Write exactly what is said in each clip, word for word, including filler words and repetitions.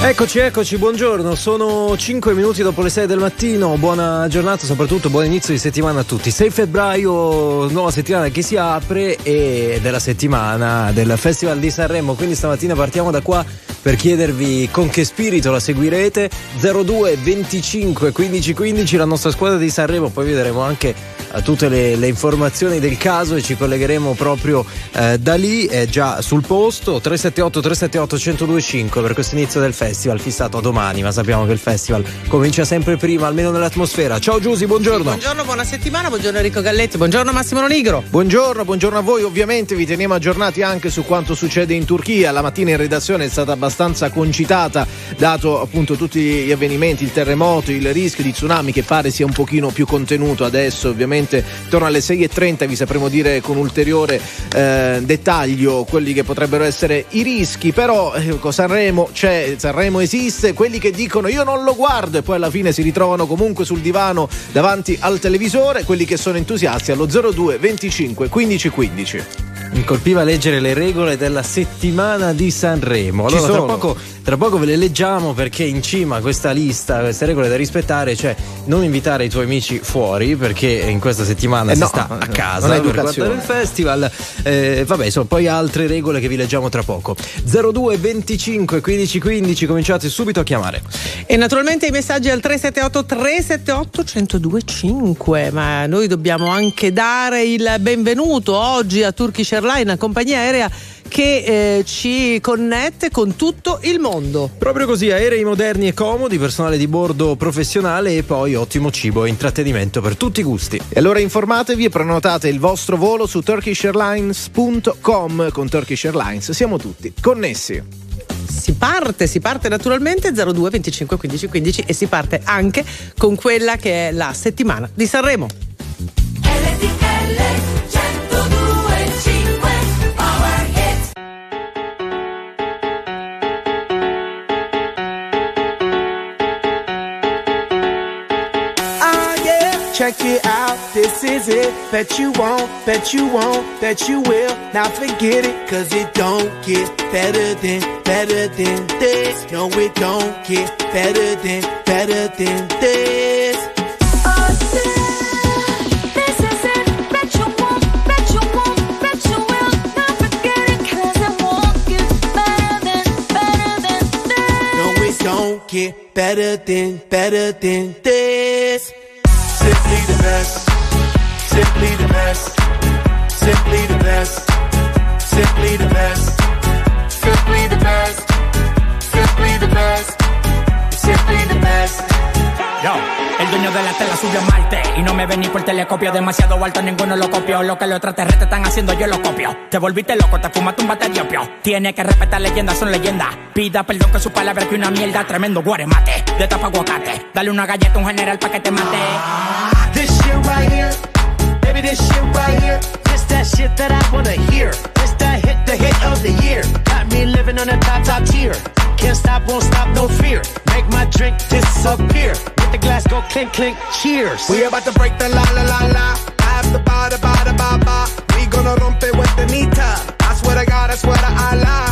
Eccoci, eccoci, buongiorno, sono cinque minuti dopo le sei del mattino, buona giornata, soprattutto buon inizio di settimana a tutti. sei febbraio, nuova settimana che si apre e della settimana del Festival di Sanremo, quindi stamattina partiamo da qua per chiedervi con che spirito la seguirete. Zero due venticinque quindici quindici la nostra squadra di Sanremo, poi vedremo anche eh, tutte le, le informazioni del caso e ci collegheremo proprio eh, da lì, è già sul posto. Tre sette otto tre sette otto uno zero due cinque per questo inizio del festival fissato a domani, ma sappiamo che il festival comincia sempre prima, almeno nell'atmosfera. Ciao Giusy, buongiorno. Sì, buongiorno, buona settimana, buongiorno Enrico Galletti, buongiorno Massimo Lonigro. Buongiorno, buongiorno a voi. Ovviamente vi teniamo aggiornati anche su quanto succede in Turchia. La mattina in redazione è stata abbastanza concitata, dato appunto tutti gli avvenimenti, il terremoto, il rischio di tsunami che pare sia un pochino più contenuto adesso. Ovviamente intorno alle sei e trenta vi sapremo dire con ulteriore eh, dettaglio quelli che potrebbero essere i rischi, però eh, Sanremo c'è, Sanremo esiste, quelli che dicono io non lo guardo e poi alla fine si ritrovano comunque sul divano davanti al televisore, quelli che sono entusiasti allo zero due venticinque quindici quindici. Mi colpiva leggere le regole della settimana di Sanremo. Allora tra poco, tra poco ve le leggiamo, perché in cima a questa lista, queste regole da rispettare, cioè non invitare i tuoi amici fuori, perché in questa settimana eh si no, sta a casa per guardare il festival. Eh, vabbè, insomma, poi altre regole che vi leggiamo tra poco. zero due venticinque quindici quindici, cominciate subito a chiamare. E naturalmente i messaggi al tre sette otto tre sette otto uno zero due cinque, ma noi dobbiamo anche dare il benvenuto oggi a Turkish Airlines, compagnia aerea che eh, ci connette con tutto il mondo. Proprio così, aerei moderni e comodi, personale di bordo professionale e poi ottimo cibo e intrattenimento per tutti i gusti. E allora informatevi e prenotate il vostro volo su turkish airlines punto com. Con Turkish Airlines siamo tutti connessi. Si parte, si parte naturalmente zero due venticinque quindici quindici e si parte anche con quella che è la settimana di Sanremo. L D L centodue e cinque Power Hit. Ah yeah, check it out, this is it. Bet you won't, bet you won't, bet you will. Now forget it, cause it don't get better than, better than this. No, it don't get better than, better than this. Don't get better than, better than this. Simply the best, simply the best, simply the best, simply the best, simply the best, simply the best, simply the best. Yo, el dueño de la tela subió a Marte y no me ven ni por telescopio, demasiado alto, ninguno lo copió. Lo que los extraterrestres están haciendo yo lo copio. Te volviste loco, te fumaste un bate de opio. Tiene que respetar leyendas, son leyendas. Pida perdón que su palabra que una mierda, tremendo guaremate. De tapa aguacate, dale una galleta a un general pa' que te mate. This shit right here, baby, this shit right here. This that shit that I wanna hear. This that hit, the hit of the year. Got me living on a top, top tier. Can't stop, won't stop, no fear. Make my drink disappear. Let the glass go clink, clink, cheers. We about to break the la la la la. After ba da ba da ba ba. We gonna rompe with the nita. I swear to God, I swear to Allah.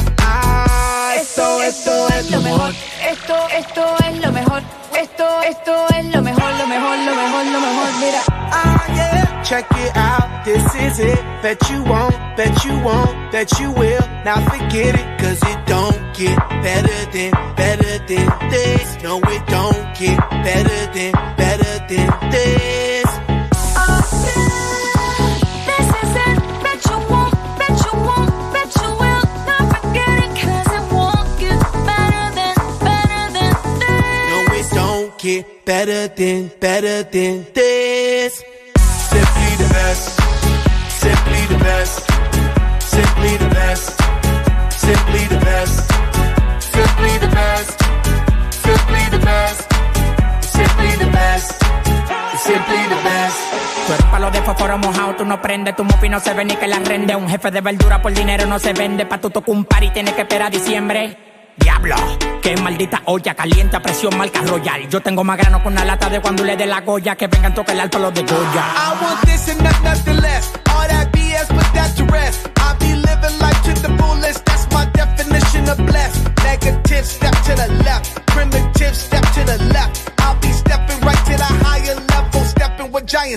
Ah, esto, esto es lo mejor. Esto, esto es lo mejor. Esto, esto es lo mejor, lo mejor, lo mejor, lo mejor. Mira. Ah yeah, check it out, this is it. Bet you won't, bet you won't, bet you will. Now forget it, cause it don't get better than, better than this. No, it don't get better than, better than this. Oh yeah, this is it. Bet you won't, bet you won't, bet you will. Now forget it, cause it won't get better than, better than this. No, it don't get better than, better than this. Simply the best, simply the best, simply the best, simply the best, simply the best, simply the best, simply the best, simply the best. Tú eres palo de fósforo mojado, tú no prendes, tu mufi no se ve ni que la rende. Un jefe de verdura por dinero no se vende, pa' tu tocar un par y tienes que esperar diciembre. Diablo, qué maldita olla caliente a presión marca Royal. Yo tengo más grano con una lata de cuando le dé la Goya. Que vengan toque el alto los de Goya. I want this and not nothing less. All that B S, put that to rest. I be living life to the fullest. That's my definition of blessed. Negative, step to the left.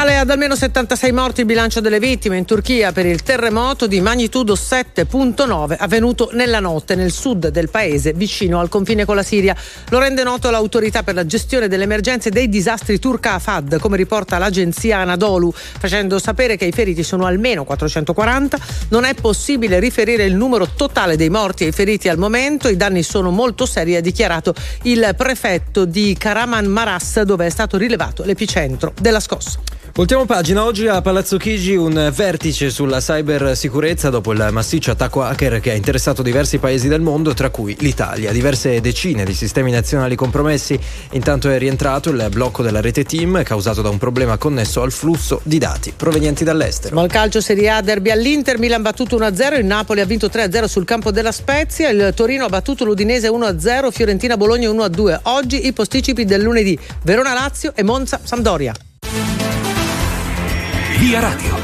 Sale ad almeno settantasei morti il bilancio delle vittime in Turchia per il terremoto di magnitudo sette virgola nove avvenuto nella notte nel sud del paese vicino al confine con la Siria. Lo rende noto l'autorità per la gestione delle emergenze e dei disastri turca AFAD, come riporta l'agenzia Anadolu, facendo sapere che i feriti sono almeno quattrocentoquaranta. Non è possibile riferire il numero totale dei morti e i feriti al momento, i danni sono molto seri, ha dichiarato il prefetto di Kahramanmaraş, dove è stato rilevato l'epicentro della scossa. Ultima pagina, oggi a Palazzo Chigi un vertice sulla cybersicurezza dopo il massiccio attacco hacker che ha interessato diversi paesi del mondo, tra cui l'Italia. Diverse decine di sistemi nazionali compromessi. Intanto è rientrato il blocco della rete Team causato da un problema connesso al flusso di dati provenienti dall'estero. Small calcio Serie A, derby all'Inter, Milan battuto uno a zero, il Napoli ha vinto tre a zero sul campo della Spezia, il Torino ha battuto l'Udinese uno a zero, Fiorentina Bologna uno a due. Oggi i posticipi del lunedì: Verona Lazio e Monza Sampdoria. Via Radio.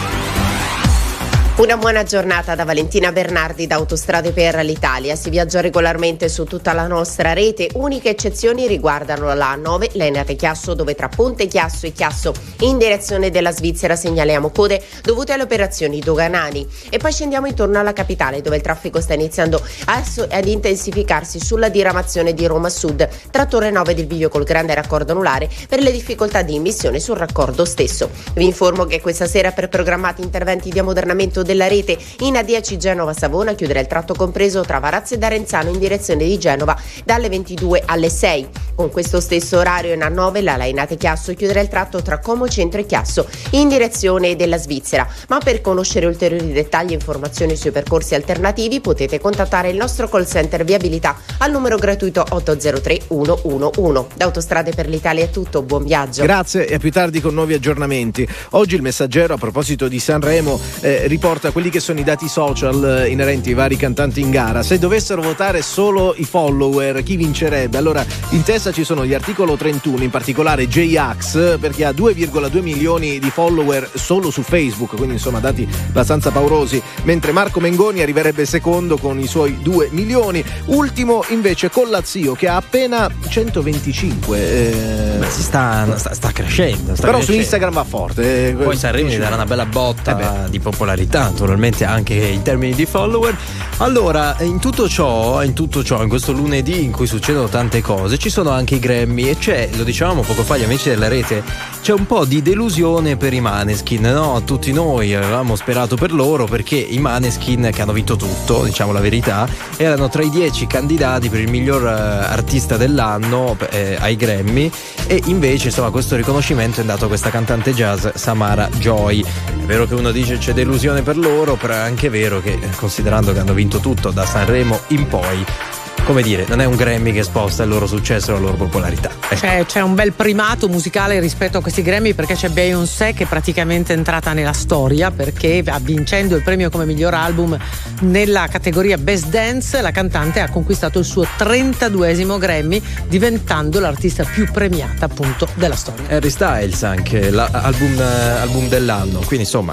Una buona giornata da Valentina Bernardi da Autostrade per l'Italia. Si viaggia regolarmente su tutta la nostra rete. Uniche eccezioni riguardano la A nove, Lainate Chiasso, dove tra Ponte Chiasso e Chiasso in direzione della Svizzera segnaliamo code dovute alle operazioni doganali. E poi scendiamo intorno alla capitale, dove il traffico sta iniziando ad intensificarsi sulla diramazione di Roma Sud tra Torre nove del Bivio col grande raccordo anulare per le difficoltà di immissione sul raccordo stesso. Vi informo che questa sera per programmati interventi di ammodernamento della rete in A dieci Genova-Savona chiuderà il tratto compreso tra Varazze e Arenzano in direzione di Genova dalle ventidue alle sei. Con questo stesso orario in A nove la Lainate Chiasso chiuderà il tratto tra Como Centro e Chiasso in direzione della Svizzera. Ma per conoscere ulteriori dettagli e informazioni sui percorsi alternativi potete contattare il nostro call center viabilità al numero gratuito otto zero tre uno uno uno. Da Autostrade per l'Italia è tutto, buon viaggio. Grazie e a più tardi con nuovi aggiornamenti. Oggi il Messaggero, a proposito di Sanremo, eh, riporta quelli che sono i dati social inerenti ai vari cantanti in gara. Se dovessero votare solo i follower, chi vincerebbe? Allora, in testa ci sono gli articolo trentuno, in particolare J-Ax, perché ha due virgola due milioni di follower solo su Facebook, quindi insomma dati abbastanza paurosi, mentre Marco Mengoni arriverebbe secondo con i suoi due milioni. Ultimo invece Collazzio, che ha appena centoventicinque. Eh... Beh, si sta, sta, sta crescendo. Sta Però crescendo. su Instagram va forte. Eh, Poi Sanremo gli darà una bella botta eh di popolarità, naturalmente anche in termini di follower. Allora, in tutto ciò, in tutto ciò, in questo lunedì in cui succedono tante cose, ci sono anche i Grammy e c'è, lo dicevamo poco fa, gli amici della rete, c'è un po' di delusione per i Maneskin, no? Tutti noi avevamo sperato per loro, perché i Maneskin, che hanno vinto tutto, diciamo la verità, erano tra i dieci candidati per il miglior uh, artista dell'anno eh, ai Grammy, e invece insomma questo riconoscimento è andato a questa cantante jazz Samara Joy. È vero che uno dice c'è delusione per loro, però è anche vero che, considerando che hanno vinto tutto da Sanremo in poi, come dire, non è un Grammy che sposta il loro successo e la loro popolarità. Ecco. C'è, c'è un bel primato musicale rispetto a questi Grammy, perché c'è Beyoncé che è praticamente entrata nella storia, perché vincendo il premio come miglior album nella categoria Best Dance, la cantante ha conquistato il suo trentaduesimo Grammy, diventando l'artista più premiata appunto della storia. Harry Styles anche, l'album album dell'anno, quindi insomma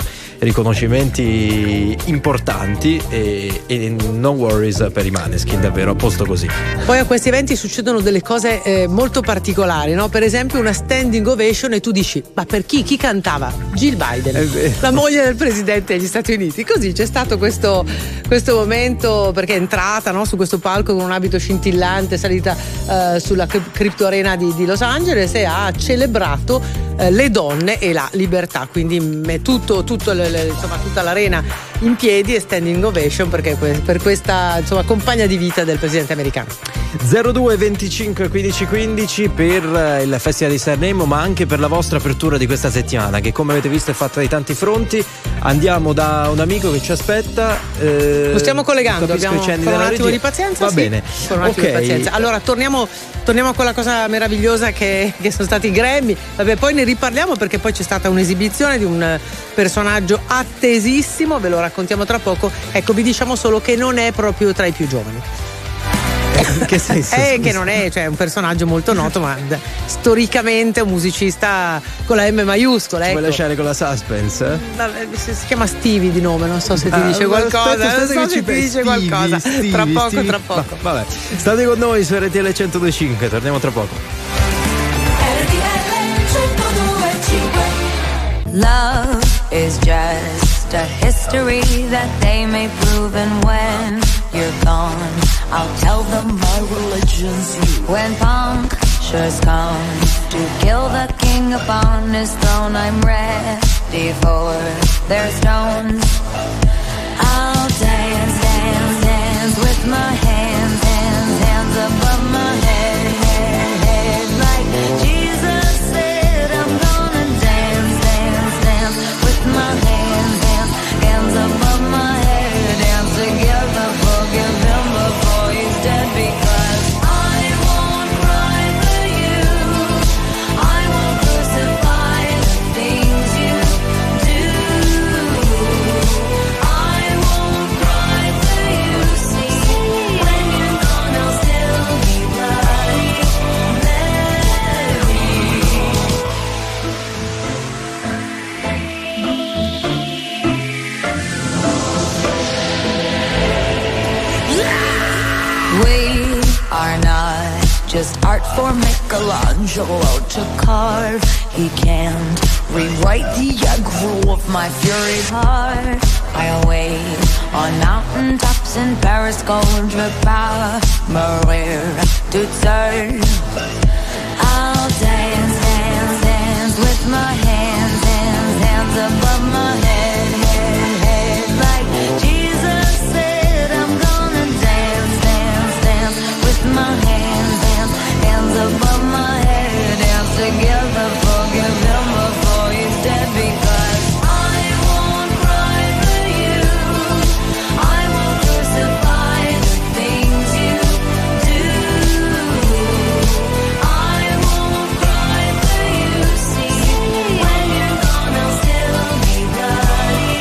riconoscimenti importanti e, e no worries per i Maneskin, davvero a posto così. Poi a questi eventi succedono delle cose eh, molto particolari, no? Per esempio una standing ovation e tu dici ma per chi? Chi cantava? Jill Biden, la moglie del presidente degli Stati Uniti. Così c'è stato questo, questo momento, perché è entrata, no, su questo palco con un abito scintillante, salita eh, sulla Crypto Arena di, di Los Angeles e ha celebrato eh, le donne e la libertà, quindi tutto, tutto le, le, insomma, tutta l'arena in piedi e standing ovation, perché per questa insomma compagna di vita del presidente americano. zero due venticinque quindici quindici per il Festival di Sanremo, ma anche per la vostra apertura di questa settimana, che come avete visto è fatta di tanti fronti. Andiamo da un amico che ci aspetta. Eh, Lo stiamo collegando, abbiamo con un attimo regia. di pazienza. Va sì, bene. con un attimo okay. di pazienza. Allora torniamo, torniamo a quella cosa meravigliosa che, che sono stati i Grammy. Vabbè, poi ne riparliamo, perché poi c'è stata un'esibizione di un personaggio attesissimo, ve lo raccontiamo tra poco. Ecco, vi diciamo solo che non è proprio tra i più giovani. Che senso? È che non è, cioè, un personaggio molto noto, ma storicamente un musicista con la M maiuscola. Ecco. Vuoi lasciare con la suspense? Eh? Si chiama Stevie di nome, non so se ti ah, dice qualcosa. Aspetta, aspetta, non so se ti dice Stevie, qualcosa. Stevie, tra poco, Stevie. tra poco. Va, vabbè, state con noi su R T L centodue e cinque, torniamo tra poco. R T L centodue e cinque. Love is just a history that they may prove, and when you're gone, I'll tell them my religion's you. When punctures come to kill the king upon his throne, I'm ready for their stones. I'll dance, dance, dance with my hands, hands, hands above my head, head, head. Like Jesus said, I'm gonna dance, dance, dance with my hands, hands, hands above my head. Dance together, forgive him before he's dead, because I won't cry for you. I won't crucify the things you do. I won't cry for you. See, when you're gone, I'll still be bloody Mary. We are not just art for Michelangelo to carve. He can't rewrite the aggro of my fury heart. I wait on mountaintops in Paris, Gondra, Maria to serve. I'll dance, dance, dance with my hands, hands, hands above my head, head, head. Like Jesus said, I'm gonna dance, dance, dance with my hands, hands, hands above my head. Dance together, forgive him before he's dead, because I won't cry for you. I won't crucify the things you do. I won't cry for you. See, when you're gone, I'll still be bloody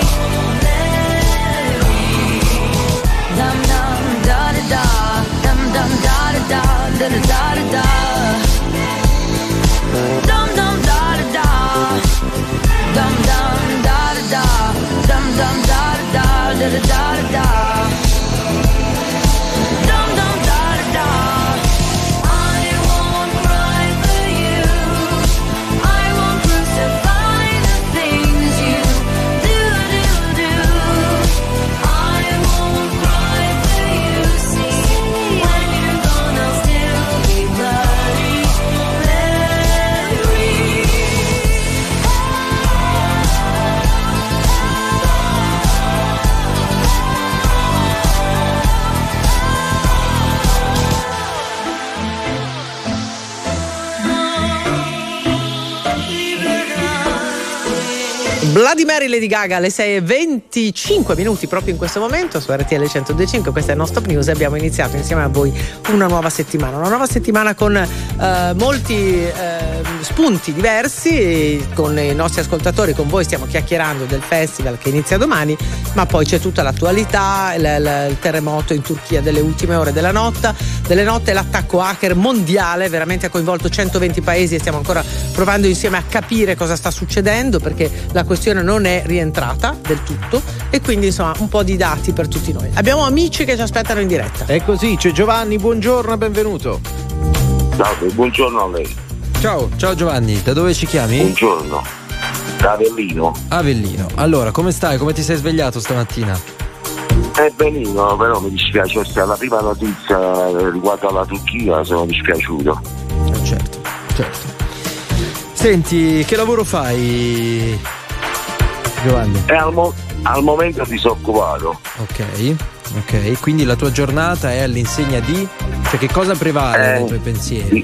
Mary. Dum dum da da da, dum dum da da da, da da da da da. Dum dum da da da, dum dum da da da, dum dum da da da, da da da da. Dum dum da da da. I won't cry for you. I won't crucify the things you do, do, do. I won't cry for you. See, when you're gone, I'll still be bloody Mary. Bloody Mary, Lady Gaga, alle sei e venticinque minuti proprio in questo momento su R T L centodue e cinque. Questa è Non Stop News e abbiamo iniziato insieme a voi una nuova settimana, una nuova settimana con eh, molti eh, spunti diversi, con i nostri ascoltatori, con voi stiamo chiacchierando del festival che inizia domani, ma poi c'è tutta l'attualità, il, il, il terremoto in Turchia delle ultime ore della notte, delle notte, l'attacco hacker mondiale veramente ha coinvolto centoventi paesi e stiamo ancora provando insieme a capire cosa sta succedendo, perché la questione non è rientrata del tutto e quindi insomma un po' di dati per tutti noi. Abbiamo amici che ci aspettano in diretta. È così, c'è Giovanni, buongiorno e benvenuto. Salve, buongiorno a lei. Ciao, ciao Giovanni, da dove ci chiami? Buongiorno. Da Avellino. Avellino. Allora, come stai? Come ti sei svegliato stamattina? È benino, però mi dispiace, questa è la prima notizia riguardo alla Turchia, sono dispiaciuto. Eh, certo, certo. Senti, che lavoro fai, Giovanni? E al, mo- al momento disoccupato. Ok, ok, quindi la tua giornata è all'insegna di? Cioè che cosa prevale Eh, nei tuoi pensieri? sì.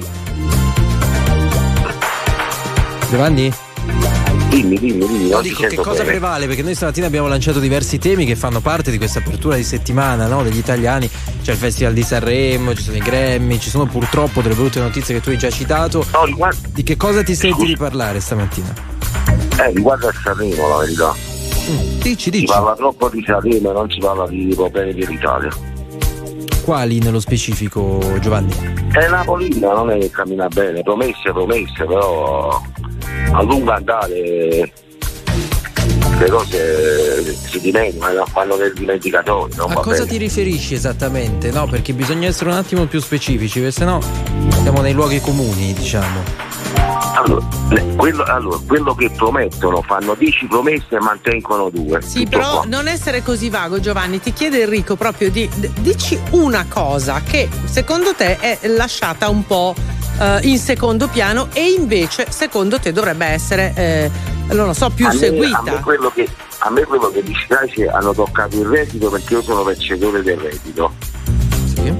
Giovanni? Dimmi, dimmi, dimmi. No, non ti dico che sento cosa bene. prevale, perché noi stamattina abbiamo lanciato diversi temi che fanno parte di questa apertura di settimana, no? Degli italiani. C'è il Festival di Sanremo, ci sono i Grammy, ci sono purtroppo delle brutte notizie che tu hai già citato. No, riguarda, Di che cosa ti senti Scusa. di parlare stamattina? eh, riguarda il Sanremo, la verità. Mm, dici, Si dici. parla troppo di Sanremo e non si parla di problemi dell'Italia. Quali nello specifico, Giovanni? E la politica non è che cammina bene, promesse, promesse, però a lungo andare le cose si dimenticano, fanno del dimenticatoio. Non A va cosa bene. ti riferisci esattamente? No, perché bisogna essere un attimo più specifici, perché sennò siamo nei luoghi comuni, diciamo. Allora, quello, allora, quello che promettono, fanno dieci promesse e mantengono due. Sì, Tutto però qua. non essere così vago, Giovanni. Ti chiede Enrico proprio di d- dici una cosa che secondo te è lasciata un po' eh, in secondo piano e invece secondo te dovrebbe essere eh, non lo so, più a me, seguita. A me quello che a me quello che dispiace, hanno toccato il reddito, perché io sono percettore del reddito. Sì.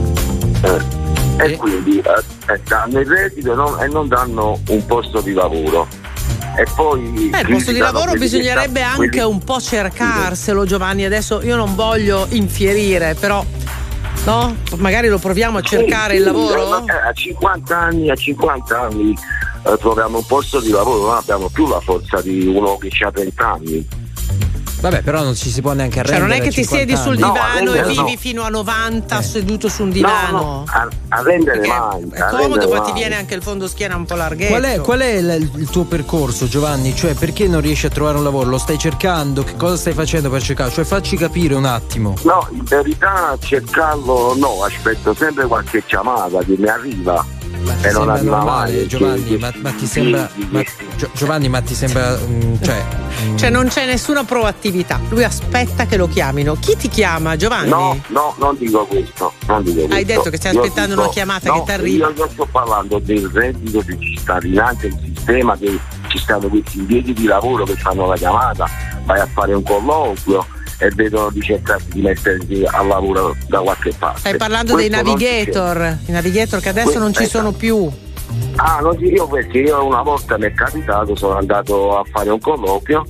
Eh. E quindi eh, danno il reddito e non, e non danno un posto di lavoro. E poi Eh, il posto di lavoro quelli che bisognerebbe stanno- anche quelli- un po' cercarselo, Giovanni. Adesso io non voglio infierire, però no? Magari lo proviamo a cercare Sì, il sì, lavoro. eh, a cinquanta anni, a cinquanta anni eh, troviamo un posto di lavoro, non abbiamo più la forza di uno che ha trenta anni. Vabbè, però non ci si può neanche Cioè arrendere. non è che a ti cinquanta siedi sul anni. No, divano e arrendere vivi no. fino a novanta Eh. seduto su un No, divano. no, a, a rendere Perché mai. è a comodo, rendere poi ti mai. viene anche il fondo schiena un po' larghetto. Qual è, qual è il, il tuo percorso, Giovanni? Cioè, perché non riesci a trovare un lavoro? Lo stai cercando? Che cosa stai facendo per cercare? Cioè, facci capire un attimo. No, in verità cercarlo no, aspetto sempre qualche chiamata che mi arriva. Ma ti E non sembra arriva normale, mai, Giovanni? che- Ma, che ma ti si sembra. chiedi, Ma, che si- Gio- Giovanni, ma ti sembra. mm, cioè. mm, Cioè non c'è nessuna proattività. Lui aspetta che lo chiamino. Chi ti chiama, Giovanni? No, no, non dico questo. Non dico questo. detto che stai Io aspettando dico- una chiamata no, che ti arriva. Io, io sto parlando del reddito di cittadinanza, il sistema che ci stanno questi impieghi di lavoro che fanno la chiamata, vai a fare un colloquio e vedono di cercare di mettersi al lavoro da qualche parte. Stai parlando Questo dei non navigator, i navigator che adesso Que- non ci esatto. sono più. Ah, non ti io perché io una volta mi è capitato, sono andato a fare un colloquio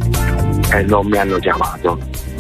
e non mi hanno chiamato.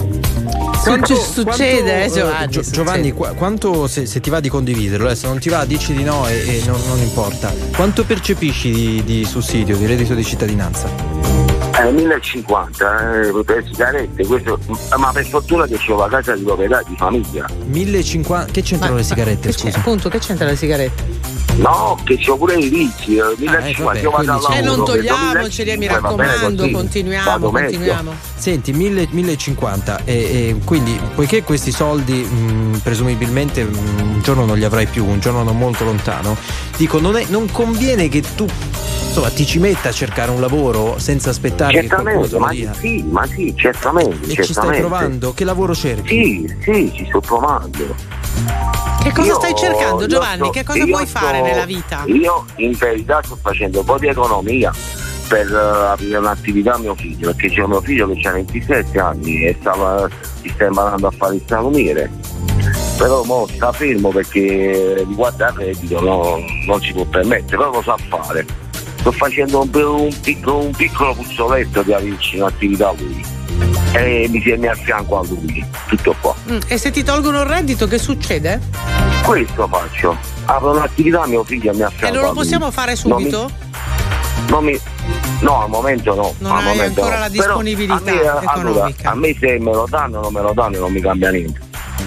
Quanto succede, eh, eh, Giovanni? Gio- succede. Giovanni, qua- quanto se, se ti va di condividerlo, eh, se non ti va dici di no e, e non, non importa. Quanto percepisci di, di sussidio, di reddito di cittadinanza? Eh, millecinquanta eh, per sigarette, questo, ma per fortuna che c'ho la casa di proprietà di famiglia. millecinquanta. Che c'entrano le sigarette, che c'è- scusa? appunto, che c'entra le sigarette? No, che c'ho pure i vizi, eh, millecinquanta, vabbè, io vado al quelli Eh, lavoro, non vedo togliamoceli, mi millecinquanta, va bene raccomando, così, continuiamo, vado meglio. continuiamo. Senti, mille, millecinquanta e, e quindi poiché questi soldi mh, presumibilmente mh, un giorno non li avrai più, un giorno non molto lontano, dico non, è, non conviene che tu insomma ti ci metta a cercare un lavoro senza aspettare che qualcuno Certamente, te lo ma dia. sì, ma sì, certamente, E ci stai certamente. provando? Che lavoro cerchi? Sì, sì, ci sto provando. Che cosa Io- stai cercando, io Giovanni? sto- Che cosa io vuoi fare sto- nella vita? Io in verità sto facendo un po' di economia per eh, aprire un'attività a mio figlio, perché c'è mio figlio che ha ventisette anni e stava, si sta imparando a fare il salumiere. Però mo sta fermo perché riguardo al reddito no, non si può permettere, però lo sa fare. Sto facendo un, un, piccolo, un piccolo puzzoletto di averci un'attività a lui e mi, mi affianco a lui, tutto qua. Mm, e se ti tolgono il reddito, che succede? Questo faccio, apro un'attività a mio figlio e mi affianco E non a lo lui. possiamo fare Non mi- subito? Non mi, no, al momento no. Non al hai momento ancora no. la Però disponibilità a me, allora, economica. a me se me lo danno o non me lo danno non mi cambia niente.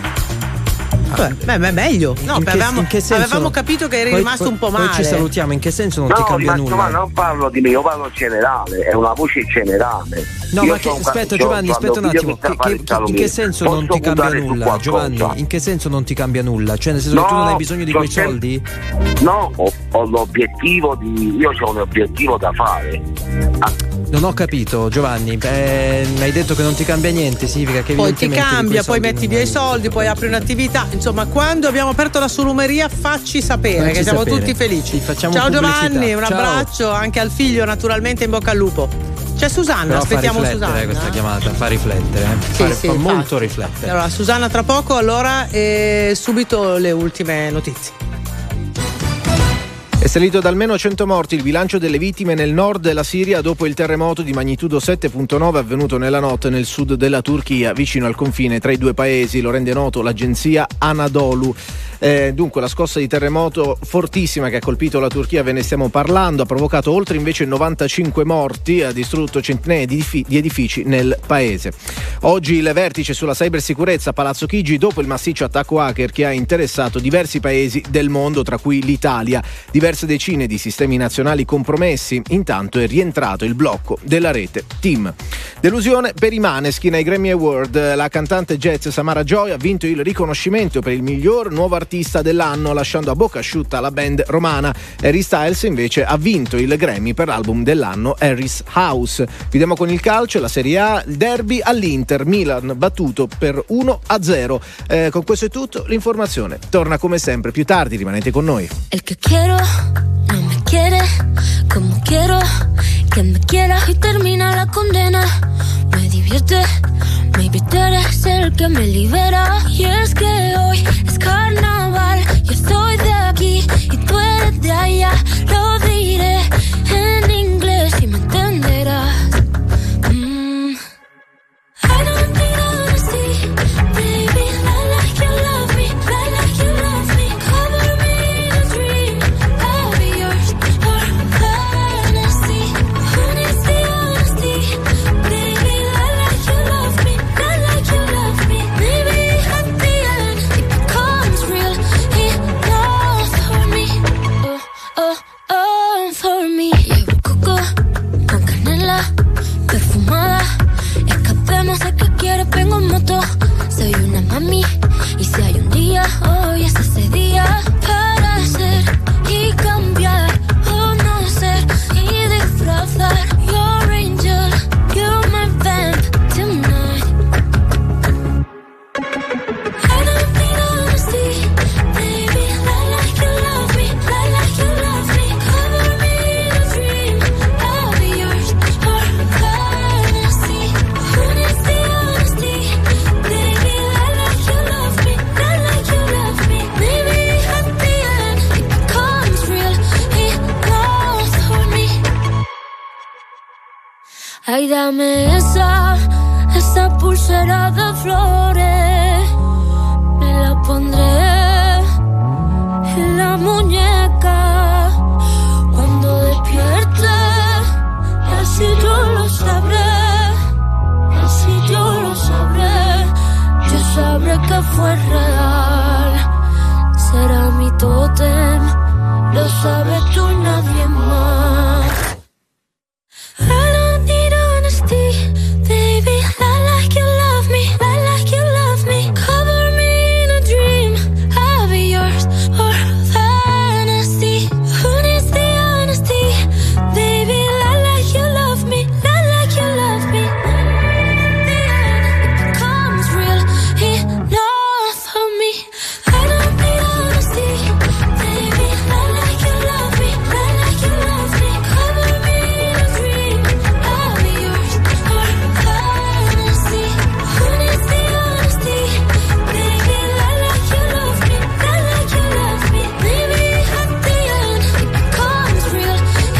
Beh, beh, beh, meglio. No, In che- avevamo, in che senso? avevamo capito che eri Poi- rimasto poi- un po' poi male. ci salutiamo, in che senso non ti no, cambia rimasto nulla? male, non parlo di me, io parlo generale, è una voce generale. No, Io ma che, sono un aspetta cazzo- Giovanni, c'ho aspetta un mio figlio attimo, che sa che- fare che- il in salumiere. che senso Posso non ti cambia puntare su nulla, qualcosa? Giovanni? In che senso non ti cambia nulla? Cioè, nel senso che tu non hai bisogno di c'ho quei sempre- soldi? No, ho, ho l'obiettivo di. Io ho un obiettivo da fare. Ah, Non ho capito, Giovanni. Eh, mi hai detto che non ti cambia niente, significa che Poi ti evidentemente di cambia, quei poi soldi metti non via i hai- soldi, poi apri un'attività. Insomma, quando abbiamo aperto la solumeria, facci sapere, Facci che siamo sapere. tutti felici. Ti facciamo Ciao pubblicità. Giovanni, un Ciao. abbraccio anche al figlio, naturalmente in bocca al lupo. C'è Susanna, Però aspettiamo fa riflettere Susanna. eh, questa chiamata, fa riflettere, eh. Sì, fa, sì, fa infatti. molto riflettere. Allora, Susanna tra poco, allora, e subito le ultime notizie. È salito da almeno cento morti il bilancio delle vittime nel nord della Siria dopo il terremoto di magnitudo sette virgola nove avvenuto nella notte nel sud della Turchia, vicino al confine tra i due paesi. Lo rende noto l'agenzia Anadolu. Eh, dunque la scossa di terremoto fortissima che ha colpito la Turchia, ve ne stiamo parlando, ha provocato oltre invece novantacinque morti, ha distrutto centinaia di, edifi- di edifici nel paese. Oggi il vertice sulla cybersicurezza a Palazzo Chigi dopo il massiccio attacco hacker che ha interessato diversi paesi del mondo, tra cui l'Italia. Diverse decine di sistemi nazionali compromessi. Intanto è rientrato il blocco della rete TIM. Delusione per i Maneskin ai Grammy Award. La cantante jazz Samara Joy ha vinto il riconoscimento per il miglior nuovo artista artista dell'anno, lasciando a bocca asciutta la band romana. Harry Styles invece ha vinto il Grammy per l'album dell'anno Harry's House. Chiudiamo con il calcio, la Serie A, il derby all'Inter, Milan battuto per uno a zero. Eh, con questo è tutto, l'informazione torna come sempre più tardi, rimanete con noi. El que quiero no me quiere como quiero que me quiera y termina la condena. Me divierte, maybe tú eres el que me libera. Y es que hoy es carnaval, yo soy de aquí y tú eres de allá. Lo diré en inglés y me entenderás. Mm. I don't need honesty, baby, I like you love me, I like you love me. Cover me in a dream, I'll be yours for fantasy. Who needs the honesty, baby, I like you love me, I like you love me. Maybe at the end it becomes real enough for me. Oh, oh, oh, for me. Llevo coco con canela perfumada. Escapemos de que quieres, vengo en moto. Soy una mami y si hay un día, hoy es ese día para ser y cambiar o no ser y disfrazar. Your angel, you're my vamp tonight. I don't need honesty, baby, I like you love me, I like you love me. Cover me in a dream, I'll be yours for fantasy. Who needs the honesty, baby, I like you love me, I like you love me. Maybe at the end it becomes real enough for me. Ay, dame esa, esa pulsera de flores. Me la pondré en la muñeca cuando despierte. Así yo lo sabré, así yo lo sabré. Yo sabré que fue real. Será mi tótem, lo sabes tú y nadie más. I don't need honesty, baby, I like you love me, I like you love me. Cover me in a dream, I'll be yours for fantasy. Who needs the honesty, baby, I like you love me, I like you love me. The end, it becomes real enough for me. I don't need honesty, baby, I like you love me, I like you love me. Cover me in a dream, I'll be yours for fantasy. Who needs the honesty, baby, I like you love me, I like you love me. Maybe at the end it becomes real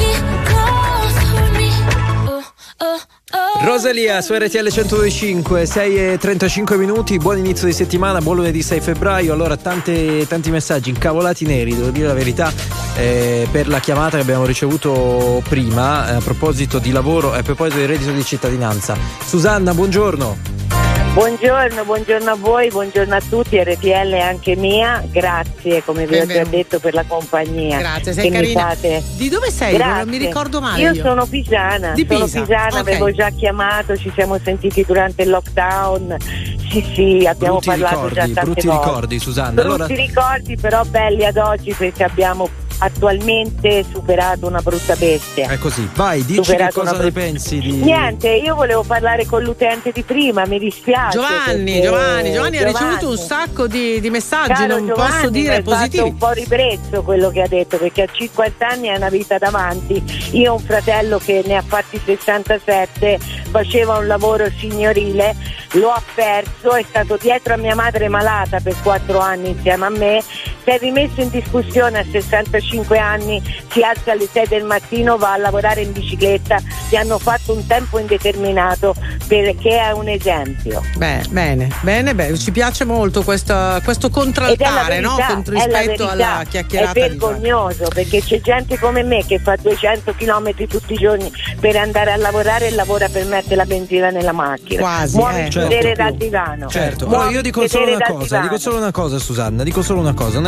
enough for me. Oh, oh, oh. Rosalia su R T L centodue e cinque, sei e trentacinque minuti, buon inizio di settimana, buon lunedì sei febbraio. Allora, tante, tanti messaggi incavolati neri, devo dire la verità, eh, per la chiamata che abbiamo ricevuto prima, eh, a proposito di lavoro e a proposito del reddito di cittadinanza. Susanna, buongiorno. Buongiorno, buongiorno a voi, buongiorno a tutti, R T L è anche mia, grazie come vi ho già detto per la compagnia. Grazie, sei che carina. Mi fate. Di dove sei? Grazie. Non mi ricordo male. Io, Io sono pisana, Di sono Pisa. pisana, Ok. avevo già chiamato, ci siamo sentiti durante il lockdown, sì sì, abbiamo Brutti parlato ricordi, già tante brutti volte. ricordi, Susanna. Brutti Allora, ricordi però belli ad oggi perché abbiamo attualmente superato una brutta bestia. è così, vai, dici che Superato cosa una ne brutta- pensi di... Niente, io volevo parlare con l'utente di prima, mi dispiace. Giovanni, perché- Giovanni, Giovanni ha Giovanni. ricevuto un sacco di, di messaggi, Caro non Giovanni, posso dire mi ha fatto positivi. un po' ribrezzo quello che ha detto perché a cinquanta anni è una vita davanti. Io ho un fratello che ne ha fatti sessantasette, faceva un lavoro signorile, lo ha perso, è stato dietro a mia madre malata per quattro anni insieme a me, si è rimesso in discussione a sessantacinque anni, si alza alle sei del mattino, va a lavorare in bicicletta, gli hanno fatto un tempo indeterminato perché è un esempio. Beh, bene, bene, beh, ci piace molto questo, questo contraltare, no? Con- è la rispetto verità, alla chiacchierata. è di vergognoso perché c'è gente come me che fa duecento chilometri tutti i giorni per andare a lavorare e lavora per mettere la benzina nella macchina. Quasi, muove eh. il Certo, sedere più. dal divano. Certo, Muove allora io il dico solo sedere una dal cosa, divano. dico solo una cosa Susanna, dico solo una cosa, una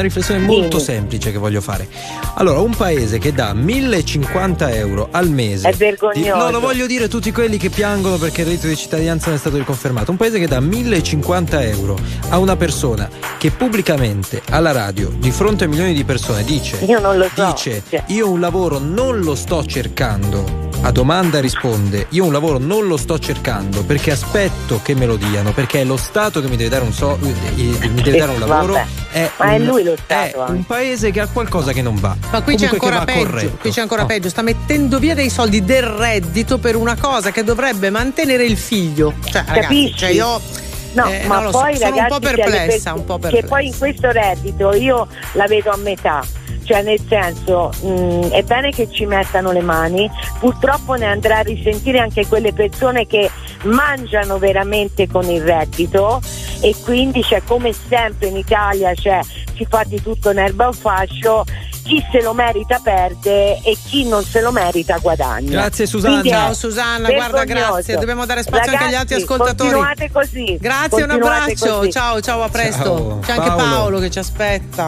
riflessione molto semplice che voglio fare. Allora, un paese che dà millecinquanta euro al mese. È vergognoso. Di, no, lo voglio dire a tutti quelli che piangono perché il reddito di cittadinanza non è stato riconfermato. Un paese che dà millecinquanta euro a una persona che pubblicamente alla radio, di fronte a milioni di persone, dice: Io non lo so. Dice, io un lavoro non lo sto cercando. A domanda risponde: io un lavoro non lo sto cercando perché aspetto che me lo diano, perché è lo Stato che mi deve dare un so, mi deve dare un lavoro. Vabbè. È Ma un, è lui lo Stato. È un paese che ha qualcosa che non va. Ma qui c'è Comunque ancora che va peggio, corretto. qui c'è ancora No. peggio, sta mettendo via dei soldi del reddito per una cosa che dovrebbe mantenere il figlio. Cioè, ragazzi, Capisci? cioè io No, eh, ma non lo so, poi sono ragazzi, un po' cioè, le perplessa, persone- un po' che perplessa. poi in questo reddito io la vedo a metà. Cioè, nel senso, mh, è bene che ci mettano le mani, purtroppo ne andrà a risentire anche quelle persone che mangiano veramente con il reddito, e quindi c'è, come sempre in Italia, cioè, si fa di tutto in erba un fascio. Chi se lo merita perde e chi non se lo merita guadagna. Grazie, Susanna. Quindi è Ciao Susanna, guarda, vergognoso. grazie, dobbiamo dare spazio anche agli Ragazzi, altri ascoltatori. Continuate così. Grazie, un continuate abbraccio. così. Ciao, ciao, a presto. Ciao. C'è anche Paolo. Paolo che ci aspetta.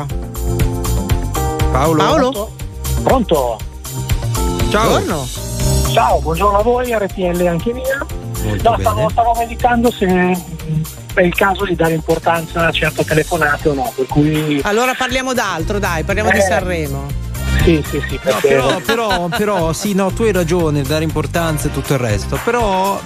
Paolo. Paolo? Pronto? Ciao. Buongiorno. Ciao, buongiorno a voi, R T L anche mia. Molto No, bene. stavo, stavo meditando se mh, è il caso di dare importanza a certe telefonate o no, per cui Allora parliamo d'altro, dai, parliamo di Eh, Sanremo. sì, sì, sì, No, perché però, però, però, sì, no, tu hai ragione, dare importanza e tutto il resto, però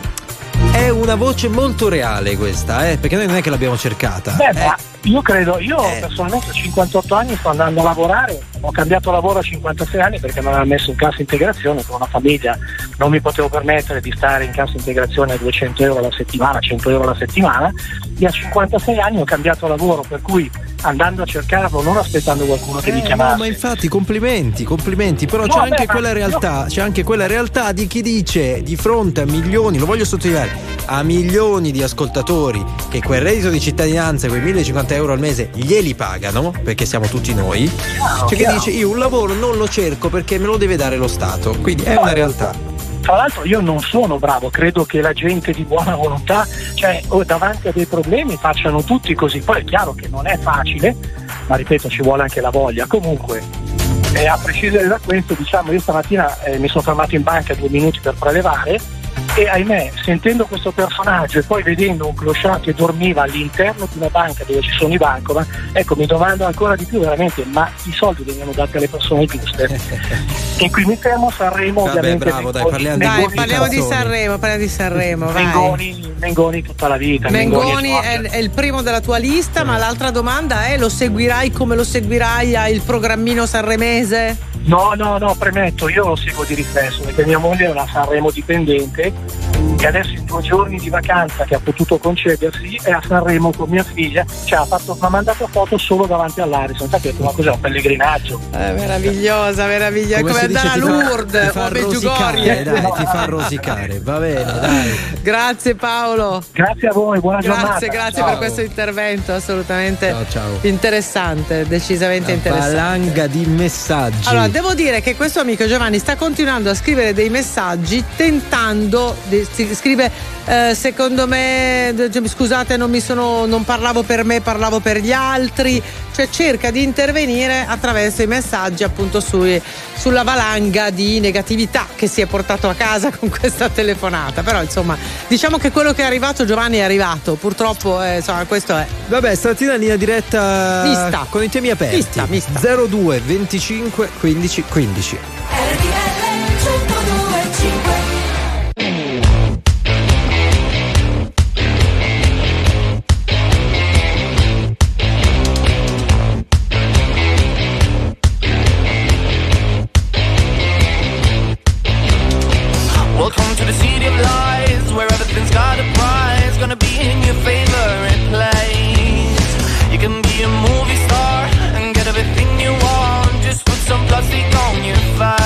è una voce molto reale questa, eh, perché noi non è che l'abbiamo cercata. Beh, eh. ma io credo, io Eh. personalmente ho cinquantotto anni, sto andando a lavorare, ho cambiato lavoro a cinquantasei anni perché mi aveva messo in cassa integrazione con una famiglia, non mi potevo permettere di stare in cassa integrazione a duecento euro alla settimana, cento euro alla settimana, e a cinquantasei anni ho cambiato lavoro, per cui andando a cercarlo, non aspettando qualcuno che mi Eh, chiamasse. no, ma infatti complimenti, complimenti, però No, c'è beh, anche ma quella io- realtà, c'è anche quella realtà di chi dice di fronte a milioni, lo voglio sottolineare, a milioni di ascoltatori che quel reddito di cittadinanza, quei millecinquanta euro al mese glieli pagano, perché siamo tutti noi, Chiaro, cioè che chiaro. dice io un lavoro non lo cerco perché me lo deve dare lo Stato, quindi è No, una realtà. Tra l'altro io non sono bravo, credo che la gente di buona volontà, cioè o davanti a dei problemi facciano tutti così, poi è chiaro che non è facile, ma ripeto ci vuole anche la voglia. Comunque, eh, a prescindere da questo, diciamo, io stamattina eh, mi sono fermato in banca due minuti per prelevare e ahimè, sentendo questo personaggio e poi vedendo un clochard che dormiva all'interno di una banca dove ci sono i bancomat, ecco, mi domando ancora di più veramente, ma i soldi vengono dati alle persone giuste? E qui mi fermo. Sanremo, Vabbè, ovviamente bravo, dai, Mengoni- parliamo di- Dai, Mengoni- parliamo di canzoni. Sanremo, parliamo di Sanremo, vai. Mengoni, Mengoni tutta la vita. Mengoni è- è, è il primo della tua lista, ma l'altra domanda è: lo seguirai come lo seguirai al programmino sanremese? No, no, no, premetto, io lo seguo di riflesso perché mia moglie è una Sanremo dipendente e adesso in due giorni di vacanza che ha potuto concedersi è a Sanremo con mia figlia, cioè ha fatto, mi ha mandato foto solo davanti all'Ariston, infatti ho detto ma cos'è, un pellegrinaggio? È meravigliosa, meravigliosa, è come si andare a dice, ti fa- Lourdes ti o fa a rosicare, Medjugorje. dai, ti fa rosicare, va bene, dai. Grazie Paolo. Grazie a voi, buona giornata. Grazie, grazie Ciao. per questo intervento assolutamente Ciao, ciao. interessante, decisamente Una interessante. valanga di messaggi. Allora, devo dire che questo amico Giovanni sta continuando a scrivere dei messaggi tentando, di- si scrive eh, secondo me, d- scusate non mi sono, non parlavo per me, parlavo per gli altri, cioè cerca di intervenire attraverso i messaggi appunto sui, sulla valanga di negatività che si è portato a casa con questa telefonata, però insomma diciamo che quello che è arrivato Giovanni è arrivato, purtroppo eh, insomma questo è. Vabbè, stamattina linea diretta Mista. con i temi aperti. Mista, mista. zero due venticinque quindici quindici. Welcome to the city of lies, where everything's got a prize. Gonna be in your favorite place. You can be a movie star and get everything you want. Just put some plastic on your face.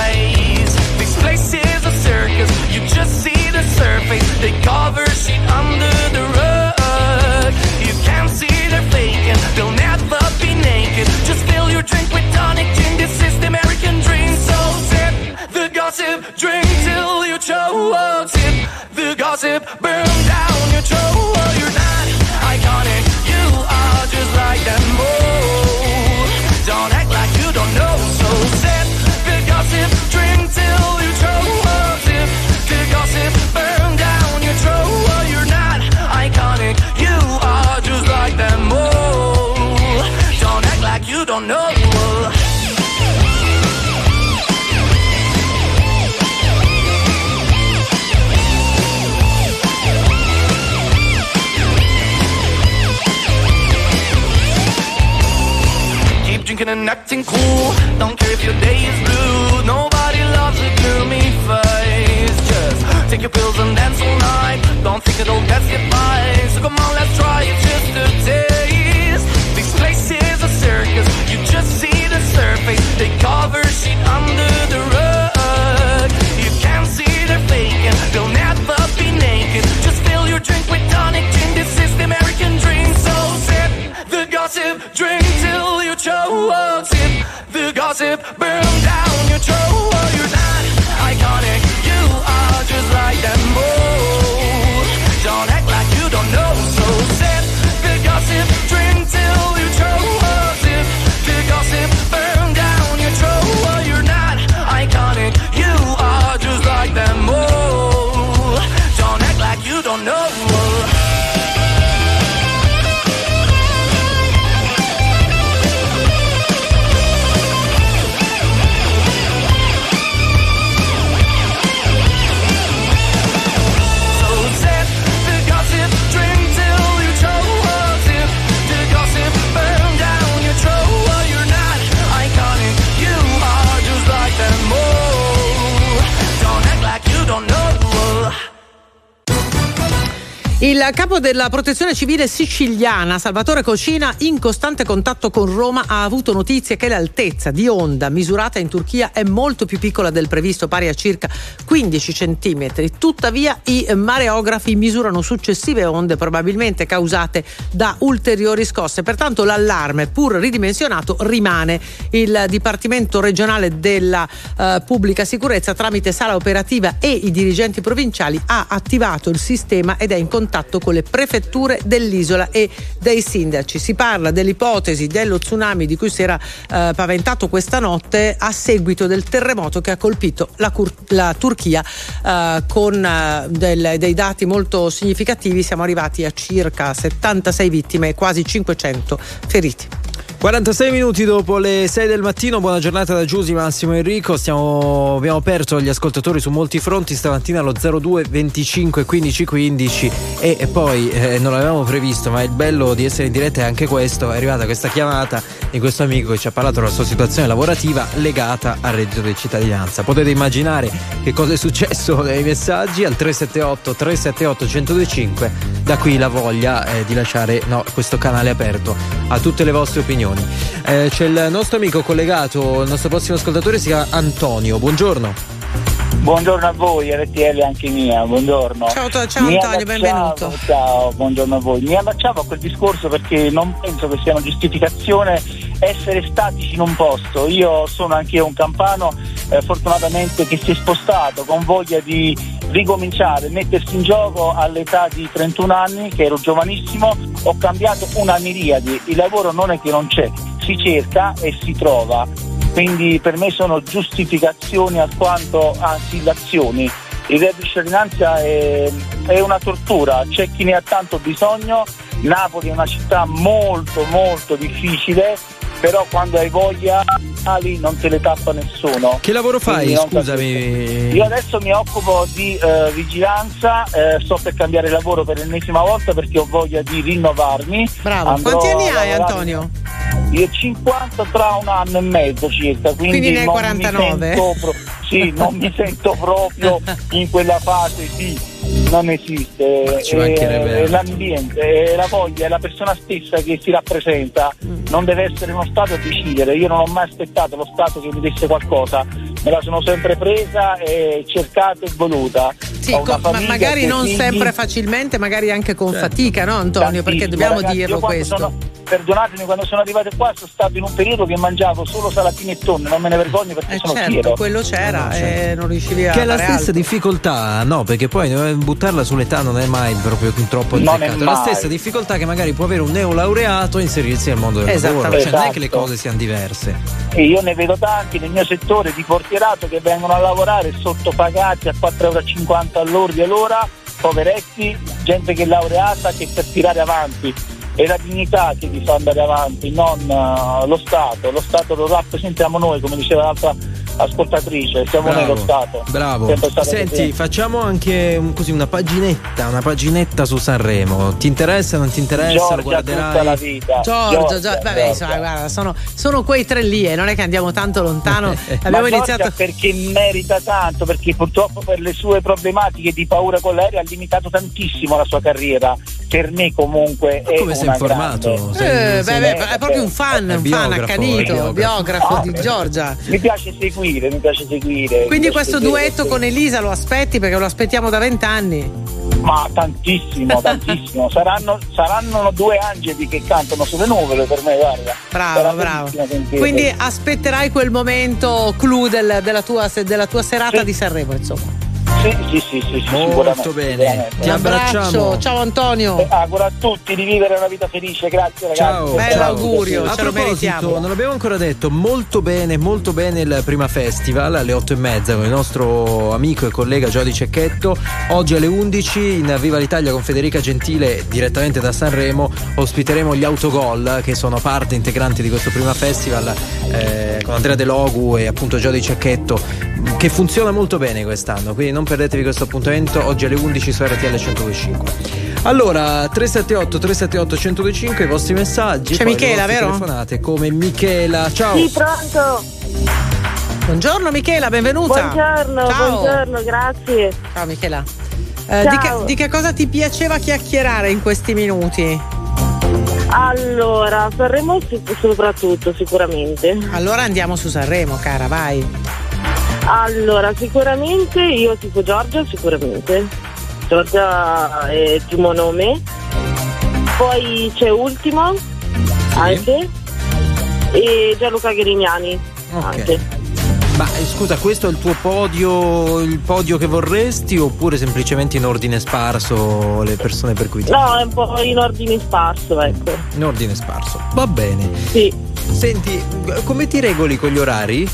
and acting cool. Don't care if your day is blue. Nobody loves a gloomy face. Just take your pills and dance all night. Don't think it'll get you by. So come on, let's try it just a taste. This place is a circus. You just see the surface. They cover shit under the rug. You can't see they're faking. They'll never be naked. Just fill your drink with tonic gin. This is the American dream. So sip the gossip, drink till you choke. Sip the gossip, burn down your throat. You're not iconic, you are just like them all. Don't act like you don't know. So sip the gossip, drink till you choke. Sip the gossip, burn down your throat. You're not iconic, you are just like them all. Don't act like you don't know. Il capo della protezione civile siciliana, Salvatore Cocina, in costante contatto con Roma, ha avuto notizie che l'altezza di onda misurata in Turchia è molto più piccola del previsto, pari a circa quindici centimetri. Tuttavia i mareografi misurano successive onde probabilmente causate da ulteriori scosse. Pertanto l'allarme, pur ridimensionato, rimane. Il Dipartimento regionale della uh, pubblica sicurezza, tramite sala operativa e i dirigenti provinciali, ha attivato il sistema ed è in contatto con le prefetture dell'isola e dei sindaci. Si parla dell'ipotesi dello tsunami di cui si era eh, paventato questa notte a seguito del terremoto che ha colpito la, Cur- la Turchia eh, con eh, del, dei dati molto significativi. Siamo arrivati a circa settantasei vittime e quasi cinquecento feriti. quarantasei minuti dopo le sei del mattino, buona giornata da Giusy, Massimo e Enrico. Stiamo, abbiamo aperto gli ascoltatori su molti fronti stamattina allo zero due venticinque quindici quindici e, e poi eh, non l'avevamo previsto, ma il bello di essere in diretta è anche questo. È arrivata questa chiamata di questo amico che ci ha parlato della sua situazione lavorativa legata al reddito di cittadinanza. Potete immaginare che cosa è successo nei messaggi al tre sette otto tre sette otto uno zero due cinque. Da qui la voglia eh, di lasciare no, questo canale aperto a tutte le vostre opinioni. Eh, c'è il nostro amico collegato, il nostro prossimo ascoltatore si chiama Antonio. Buongiorno. Buongiorno a voi, R T L anche mia, buongiorno. Ciao, ciao Antonio, benvenuto. Ciao, buongiorno a voi. Mi allacciavo a quel discorso perché non penso che sia una giustificazione essere statici in un posto. Io sono anche io un campano, eh, fortunatamente, che si è spostato con voglia di ricominciare, mettersi in gioco all'età di trentuno anni, che ero giovanissimo. Ho cambiato una miriade, il lavoro non è che non c'è, si cerca e si trova. Quindi per me sono giustificazioni alquanto assillazioni. Il reddito di cittadinanza è, è una tortura, c'è chi ne ha tanto bisogno. Napoli è una città molto molto difficile, però quando hai voglia ali non te le tappa nessuno. Che lavoro fai? Scusami. Io adesso mi occupo di uh, vigilanza, uh, sto per cambiare lavoro per l'ennesima volta perché ho voglia di rinnovarmi. Bravo. Andrò Quanti anni hai, lavorare... Antonio? Io cinquanta tra un anno e mezzo circa, quindi, quindi ne hai non quarantanove? Mi sento pro- sì, non mi sento proprio in quella fase di non esiste. Ci mancherebbe. È l'ambiente, è la voglia, è la persona stessa che si rappresenta. Non deve essere uno Stato a decidere. Io non ho mai aspettato lo Stato che mi desse qualcosa, me la sono sempre presa e cercata e voluta. Sì, co- ma magari non figli. sempre facilmente, magari anche con certo. fatica, no Antonio? Perché dobbiamo ragazzi, dirlo questo. Sono, perdonatemi, quando sono arrivato qua sono stato in un periodo che mangiavo solo salatine e tonne, non me ne vergogno perché eh sono certo, fiero. Quello c'era no, no, certo. e non riuscivi a che è la fare stessa altro. difficoltà, no? Perché poi buttarla sull'età non è mai proprio troppo non è, è, è la stessa difficoltà che magari può avere un neolaureato a inserirsi nel mondo del lavoro, cioè esatto. non è che le cose siano diverse. E io ne vedo tanti nel mio settore di portierato che vengono a lavorare sottopagati a quattro euro e cinquanta all'ora all'ora, poveretti, gente che è laureata che per tirare avanti. È la dignità che ti fa andare avanti, non uh, lo Stato. Lo Stato lo rappresentiamo noi, come diceva l'altra ascoltatrice, siamo Bravo, nello Stato. Bravo. Sempre stato Senti, così. facciamo anche un- così una paginetta, una paginetta su Sanremo. Ti interessa, non ti interessa? Lo Giorgia guarderai? tutta la vita. Giorgio, Giorgia, Giorgio, vabbè, Giorgia. insomma, guarda, sono, sono quei tre lì e non è che andiamo tanto lontano. Ma Abbiamo Giorgia iniziato. perché merita tanto, perché purtroppo per le sue problematiche di paura con l'aereo ha limitato tantissimo la sua carriera. Per me comunque è come sei una informato? grande. Sei- Eh, sei- beh, beh, è proprio un fan, È un fan biografo, accanito, è biografo. biografo Ah, di beh. Giorgia. Mi piace seguire, mi piace seguire. Quindi mi piace questo seguire duetto questo- con Elisa lo aspetti perché lo aspettiamo da vent'anni. Ma tantissimo, tantissimo. Saranno, saranno due angeli che cantano sulle nuvole per me, guarda. Bravo, Sarà bravo. bellissimo sentirlo. Quindi aspetterai quel momento clou del- della, tua, della tua serata Sì. di Sanremo, insomma. Sì, sì, sì, sì, sì, Molto sicuramente, bene. sicuramente. Ti Un abbraccio, abbracciamo. ciao Antonio. Eh, Auguro a tutti di vivere una vita felice, grazie ragazzi. Ciao, Bello ciao. augurio, A ce lo proposito, meritiamo. non l'abbiamo ancora detto, molto bene, molto bene il Prima Festival alle otto e mezza con il nostro amico e collega Jody Cecchetto. Oggi alle undici in Viva l'Italia con Federica Gentile direttamente da Sanremo ospiteremo gli autogol che sono parte integrante di questo Prima Festival eh, con Andrea De Logu e appunto Jody Cecchetto, che funziona molto bene quest'anno, quindi non perdetevi questo appuntamento oggi alle undici su R T L centodue e cinque. Allora, tre sette otto tre sette otto uno zero due cinque i vostri messaggi. C'è poi le Michela, vostre vero? telefonate come Michela. Ciao. Sì, pronto. Buongiorno Michela, benvenuta. Buongiorno, Ciao. buongiorno, grazie. Ciao Michela. Eh, di, che, Ciao. di che cosa ti piaceva chiacchierare in questi minuti? Allora, Sanremo sic- soprattutto, sicuramente. Allora andiamo su Sanremo, cara, vai. Allora, sicuramente io tipo Giorgia, sicuramente. Giorgia è il primo nome. Poi c'è Ultimo, anche. E Gianluca Gherignani, Ok. anche. Ma eh, scusa, questo è il tuo podio, il podio che vorresti oppure semplicemente in ordine sparso le persone per cui ti... No, è un po' in ordine sparso, ecco. In ordine sparso. Va bene. Sì. Senti, come ti regoli con gli orari?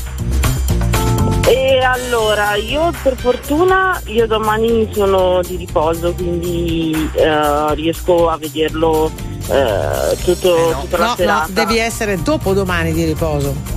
E allora, io per fortuna, io domani sono di riposo, quindi eh, riesco a vederlo eh, tutto, tutta la No, no, serata. devi essere dopo domani di riposo.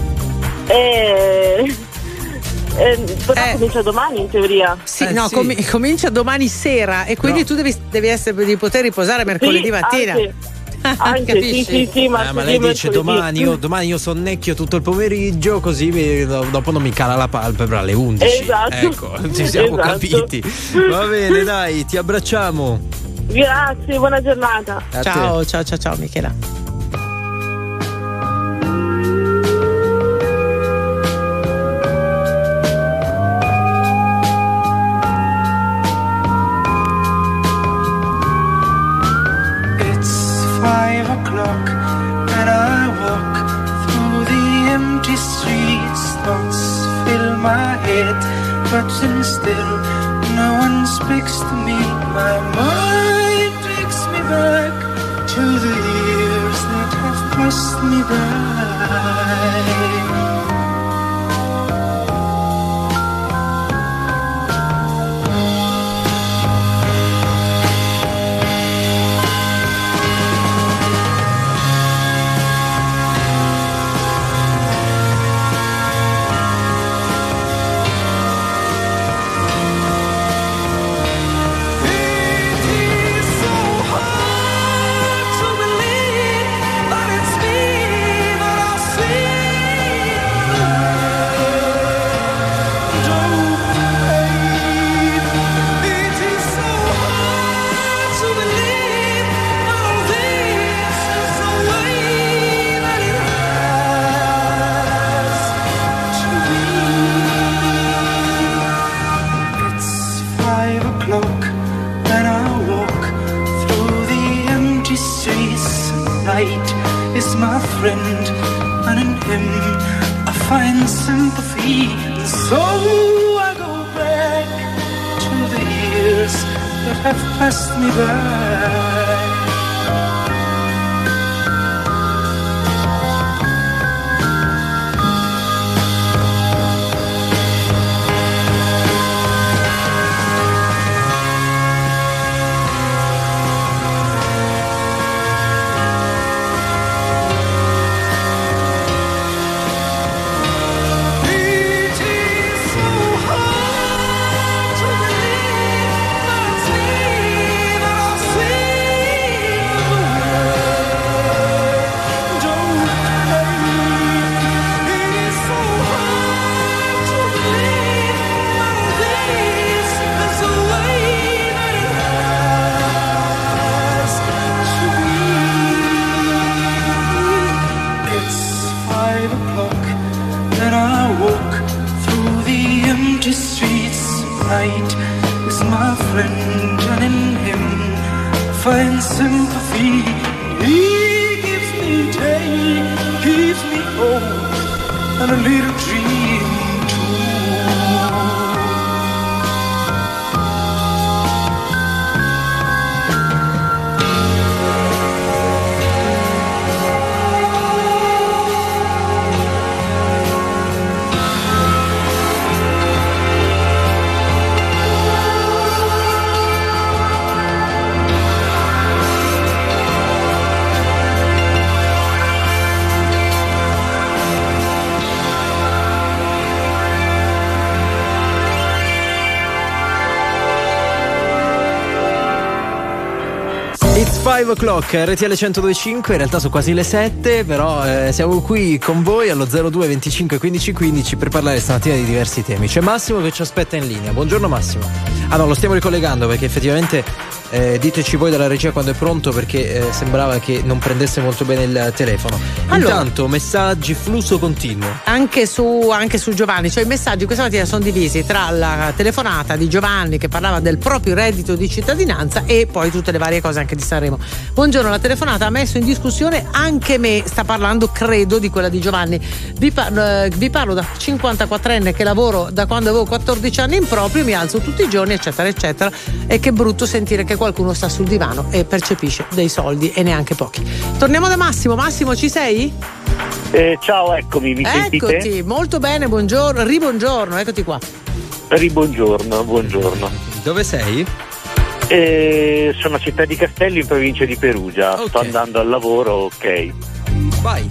Eh, eh, però comincia domani in teoria. Sì, no, comi- comincia domani sera e quindi No. tu devi, devi essere di poter riposare mercoledì Sì, mattina. anche. Anche, Capisci? sì, sì, sì, Eh, ma martedì lei e dice mercoledì. domani io, domani io sonnecchio tutto il pomeriggio così mi- dopo non mi cala la palpebra alle undici. Esatto. Ecco, ci siamo Esatto. capiti. Va bene, dai, ti abbracciamo. Grazie, buona giornata. A Ciao, te. ciao, ciao, ciao Michela. It's five o'clock and I walk through the empty streets. Thoughts fill my head, but then still no one speaks to me. My mind takes me back to the years that have passed me by. It's five o'clock and I walk through the empty streets. Night is my friend, and in him I find sympathy. And so I go back to the years that have passed me by. sympathy. He gives me take, gives me hope, and a little dream too. It's five o'clock, R T L centodue e cinque, in realtà sono quasi le sette, però eh, siamo qui con voi allo zero due venticinque quindici quindici per parlare stamattina di diversi temi. C'è Massimo che ci aspetta in linea. Buongiorno Massimo. Ah no, lo stiamo ricollegando perché effettivamente eh, diteci voi dalla regia quando è pronto, perché eh, sembrava che non prendesse molto bene il telefono. Allora, intanto messaggi, flusso continuo. Anche su, anche su Giovanni, cioè i messaggi questa mattina sono divisi tra la telefonata di Giovanni che parlava del proprio reddito di cittadinanza e poi tutte le varie cose anche di Sanremo. Buongiorno, la telefonata ha messo in discussione anche me, sta parlando credo di quella di Giovanni. Vi parlo, eh, vi parlo da cinquantaquattrenne che lavoro da quando avevo quattordici anni in proprio, mi alzo tutti i giorni eccetera eccetera, e che brutto sentire che qualcuno sta sul divano e percepisce dei soldi e neanche pochi. Torniamo da Massimo. Massimo, ci sei? Eh, ciao, eccomi, mi sentite? Eccoti, molto bene, buongiorno, ribuongiorno, eccoti qua. Ribuongiorno, buongiorno. Dove sei? Eh, sono a Città di Castello in provincia di Perugia, Okay. sto andando al lavoro, ok. Vai.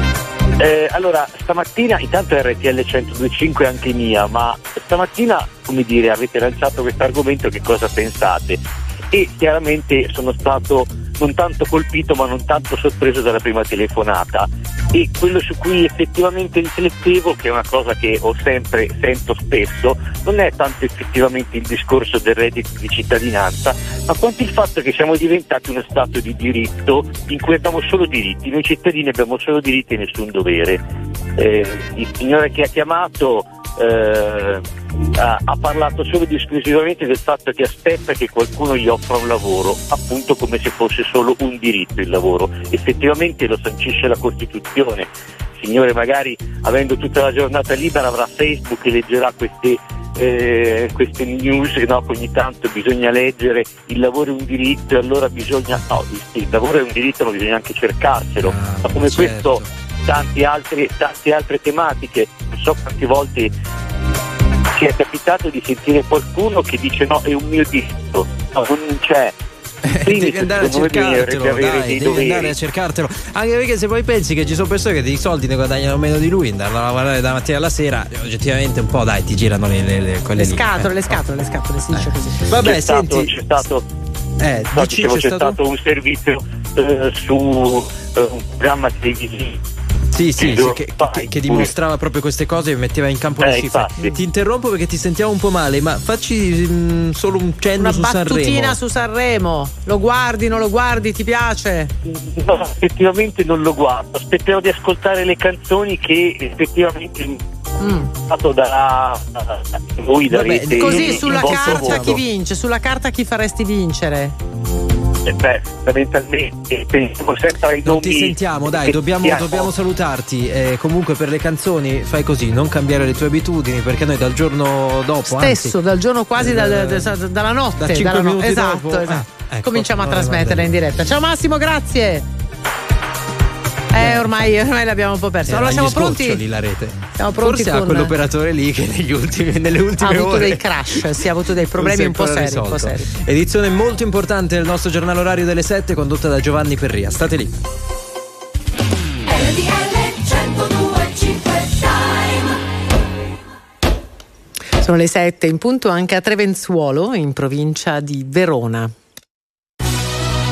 Eh, allora, stamattina, intanto R T L centodue e cinque è anche mia, ma stamattina, come dire, avete lanciato questo argomento, che cosa pensate? E chiaramente sono stato non tanto colpito ma non tanto sorpreso dalla prima telefonata, e quello su cui effettivamente riflettevo, che è una cosa che ho sempre, sento spesso, non è tanto effettivamente il discorso del reddito di cittadinanza, ma quanto il fatto che siamo diventati uno stato di diritto in cui abbiamo solo diritti, noi cittadini abbiamo solo diritti e nessun dovere. Eh, il signore che ha chiamato eh, ha, ha parlato solo ed esclusivamente del fatto che aspetta che qualcuno gli offra un lavoro, appunto come se fosse solo un diritto il lavoro. Effettivamente lo sancisce la Costituzione. Il signore magari, avendo tutta la giornata libera, avrà Facebook e leggerà queste eh, queste news, no? Ogni tanto bisogna leggere il lavoro è un diritto e allora bisogna, no, il, il lavoro è un diritto ma bisogna anche cercarselo, ah, ma come certo. questo tanti altri, tante altre tematiche. Non so quante volte ci è capitato di sentire qualcuno che dice no, è un mio diritto, no, non c'è. Quindi, devi andare a cercartelo, dai, devi andare a cercartelo, anche perché se poi pensi che ci sono persone che dei soldi ne guadagnano meno di lui, andare a lavorare da mattina alla sera, oggettivamente un po' dai ti girano le, le, le, quelle Le lì, scatole, eh. le scatole, le scatole, si dice così. Vabbè, c'è stato, senti, c'è stato, eh, no, dici, dicevo, c'è, c'è stato... stato un servizio eh, su eh, un programma televisivo. Sì, sì, Che sì, che, che, che dimostrava proprio queste cose e metteva in campo le Eh, cifre. infatti. Ti interrompo perché ti sentiamo un po' male, ma facci mh, solo un cenno Una su battutina Sanremo. su Sanremo. Lo guardi, non lo guardi, ti piace? No, effettivamente non lo guardo, aspetterò di ascoltare le canzoni che effettivamente Mm. fatto da, da voi darete. Così il sulla vostro carta voto. chi vince? Sulla carta chi faresti vincere? Eh, beh, fondamentalmente pensiamo sempre ai Non nomi. ti sentiamo, dai, dobbiamo, Sentiamo. dobbiamo salutarti. Eh, comunque per le canzoni fai così, non cambiare le tue abitudini, perché noi dal giorno dopo, Stesso, anzi, dal giorno quasi eh, dal- da- dalla notte. da cinque dalla no- minuti esatto, dopo, esatto. ah, ecco, Cominciamo a vabbè, trasmetterla vabbè. in diretta. Ciao Massimo, grazie. Eh, ormai, ormai l'abbiamo un po' perso. Allora Era siamo agli pronti? sgoccioli la rete. Siamo pronti Forse con... ha quell'operatore lì che negli ultimi, nelle ha ultime avuto ore dei crash, sì, ha avuto dei non problemi si è un po' ancora seri, un po' risolto. seri. Edizione molto importante del nostro giornale orario delle sette, condotta da Giovanni Perria. State lì. Sono le sette in punto anche a Trevenzuolo, in provincia di Verona.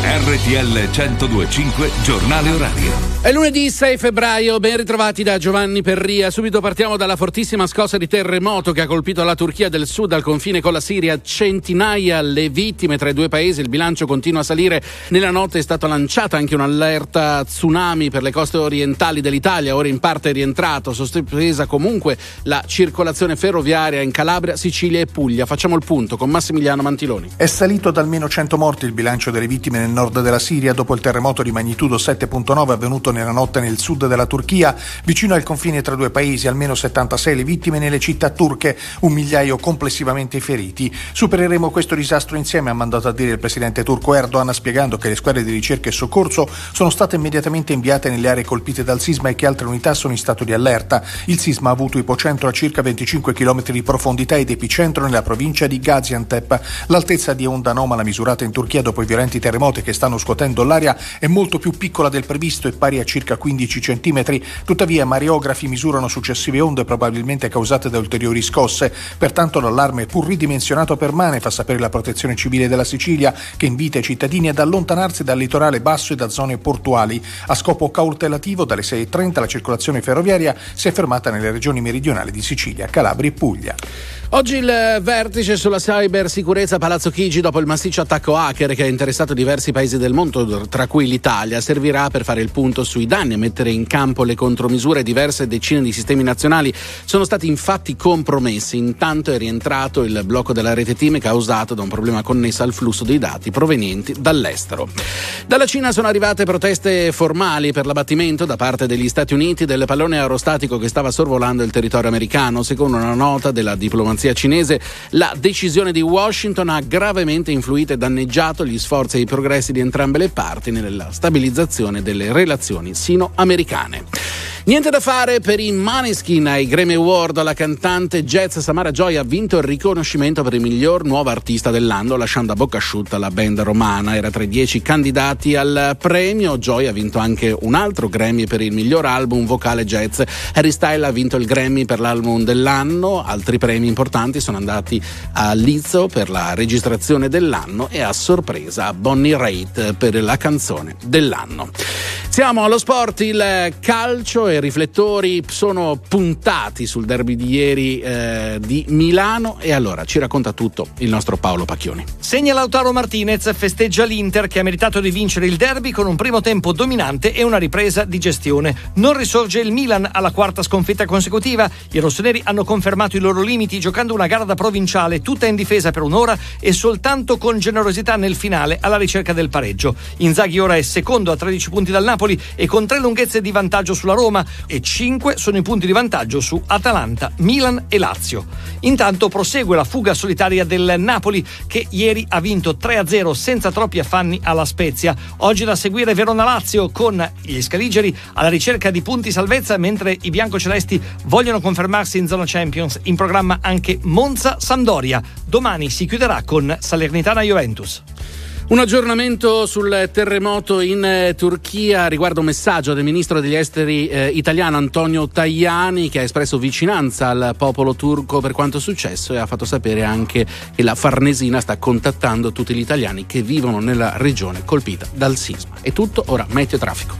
R T L centodue e cinque Giornale Orario. È lunedì sei febbraio, ben ritrovati da Giovanni Perria. Subito partiamo dalla fortissima scossa di terremoto che ha colpito la Turchia del Sud al confine con la Siria. Centinaia le vittime tra i due paesi, il bilancio continua a salire. Nella notte è stata lanciata anche un'allerta tsunami per le coste orientali dell'Italia, ora in parte è rientrato, sospesa comunque la circolazione ferroviaria in Calabria, Sicilia e Puglia. Facciamo il punto con Massimiliano Mantiloni. È salito ad almeno cento morti il bilancio delle vittime nel nord della Siria dopo il terremoto di magnitudo sette virgola nove avvenuto nella notte nel sud della Turchia, vicino al confine tra due paesi. Almeno settantasei le vittime nelle città turche, un migliaio complessivamente i feriti. Supereremo questo disastro insieme, ha mandato a dire il presidente turco Erdogan, spiegando che le squadre di ricerca e soccorso sono state immediatamente inviate nelle aree colpite dal sisma e che altre unità sono in stato di allerta. Il sisma ha avuto ipocentro a circa venticinque chilometri di profondità ed epicentro nella provincia di Gaziantep. L'altezza di onda anomala misurata in Turchia dopo i violenti terremoti che stanno scuotendo l'aria è molto più piccola del previsto e pari a circa quindici centimetri. Tuttavia mareografi misurano successive onde probabilmente causate da ulteriori scosse. Pertanto l'allarme, pur ridimensionato, permane, fa sapere la Protezione Civile della Sicilia, che invita i cittadini ad allontanarsi dal litorale basso e da zone portuali. A scopo cautelativo dalle sei e trenta la circolazione ferroviaria si è fermata nelle regioni meridionali di Sicilia, Calabria e Puglia. Oggi il vertice sulla cybersicurezza a Palazzo Chigi dopo il massiccio attacco hacker che ha interessato diversi paesi del mondo, tra cui l'Italia. Servirà per fare il punto sui danni e mettere in campo le contromisure. Diverse decine di sistemi nazionali sono stati infatti compromessi. Intanto è rientrato il blocco della rete T I M causato da un problema connesso al flusso dei dati provenienti dall'estero. Dalla Cina sono arrivate proteste formali per l'abbattimento da parte degli Stati Uniti del pallone aerostatico che stava sorvolando il territorio americano. Secondo una nota della diplomazia cinese, la decisione di Washington ha gravemente influito e danneggiato gli sforzi e i progressi di entrambe le parti nella stabilizzazione delle relazioni sino-americane. Niente da fare per i Maneskin ai Grammy Award. La cantante jazz Samara Joy ha vinto il riconoscimento per il miglior nuova artista dell'anno, lasciando a bocca asciutta la band romana. Era tra i dieci candidati al premio. Joy ha vinto anche un altro Grammy per il miglior album vocale jazz. Harry Styles ha vinto il Grammy per l'album dell'anno. Altri premi importanti sono andati a Lizzo per la registrazione dell'anno e a sorpresa a Bonnie Raitt per la canzone dell'anno. Siamo allo sport, il calcio e i riflettori sono puntati sul derby di ieri eh, di Milano, e allora ci racconta tutto il nostro Paolo Pacchioni. Segna Lautaro Martinez, festeggia l'Inter che ha meritato di vincere il derby con un primo tempo dominante e una ripresa di gestione. Non risorge il Milan alla quarta sconfitta consecutiva. I rossoneri hanno confermato i loro limiti giocando una gara da provinciale tutta in difesa per un'ora e soltanto con generosità nel finale alla ricerca del pareggio. Inzaghi ora è secondo a tredici punti dal Napoli e con tre lunghezze di vantaggio sulla Roma, e cinque sono i punti di vantaggio su Atalanta, Milan e Lazio. Intanto prosegue la fuga solitaria del Napoli che ieri ha vinto tre a zero senza troppi affanni alla Spezia. Oggi da seguire Verona-Lazio con gli scaligeri alla ricerca di punti salvezza, mentre i biancocelesti vogliono confermarsi in zona Champions. In programma anche Monza-Sampdoria. Domani si chiuderà con Salernitana-Juventus. Un aggiornamento sul terremoto in eh, Turchia riguardo un messaggio del ministro degli esteri eh, italiano Antonio Tajani, che ha espresso vicinanza al popolo turco per quanto successo e ha fatto sapere anche che la Farnesina sta contattando tutti gli italiani che vivono nella regione colpita dal sisma. È tutto, ora meteo e traffico.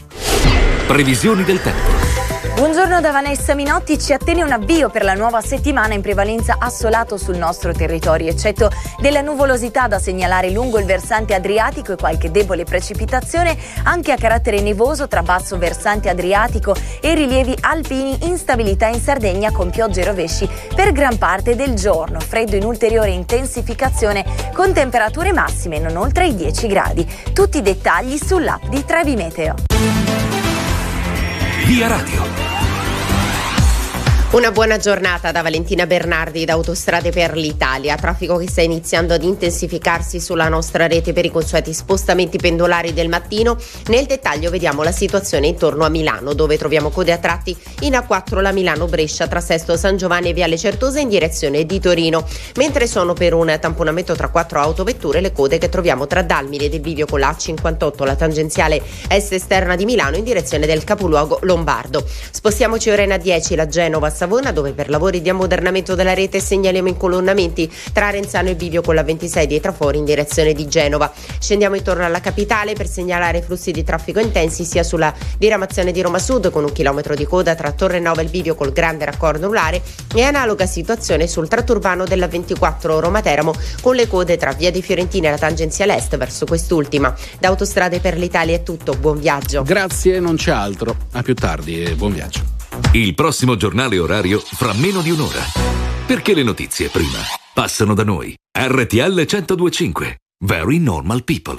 Previsioni del tempo. Buongiorno da Vanessa Minotti, ci attende un avvio per la nuova settimana in prevalenza assolato sul nostro territorio, eccetto della nuvolosità da segnalare lungo il versante adriatico e qualche debole precipitazione anche a carattere nevoso tra basso versante adriatico e rilievi alpini, instabilità in Sardegna con piogge e rovesci per gran parte del giorno, freddo in ulteriore intensificazione con temperature massime non oltre i dieci gradi. Tutti i dettagli sull'app di Trevi Meteo. Via Radio. Una buona giornata da Valentina Bernardi da Autostrade per l'Italia. Traffico che sta iniziando ad intensificarsi sulla nostra rete per i consueti spostamenti pendolari del mattino. Nel dettaglio vediamo la situazione intorno a Milano, dove troviamo code a tratti in A quattro la Milano-Brescia tra Sesto San Giovanni e Viale Certosa in direzione di Torino, mentre sono per un tamponamento tra quattro autovetture le code che troviamo tra Dalmine ed il bivio con la A cinquantotto, la tangenziale est esterna di Milano in direzione del capoluogo lombardo. Spostiamoci ora in A dieci, la Genova Savona, dove per lavori di ammodernamento della rete segnaliamo incolonnamenti tra Arenzano e Bivio con la ventisei di Trafori in direzione di Genova. Scendiamo intorno alla capitale per segnalare flussi di traffico intensi sia sulla diramazione di Roma Sud con un chilometro di coda tra Torre Nova e il Bivio col grande raccordo anulare e analoga situazione sul tratto urbano della ventiquattro Roma Teramo con le code tra Via dei Fiorentini e la tangenziale est verso quest'ultima. Da Autostrade per l'Italia è tutto, buon viaggio. Grazie, non c'è altro. A più tardi e buon viaggio. Il prossimo giornale orario fra meno di un'ora. Perché le notizie prima passano da noi. R T L centodue e cinque. Very normal people.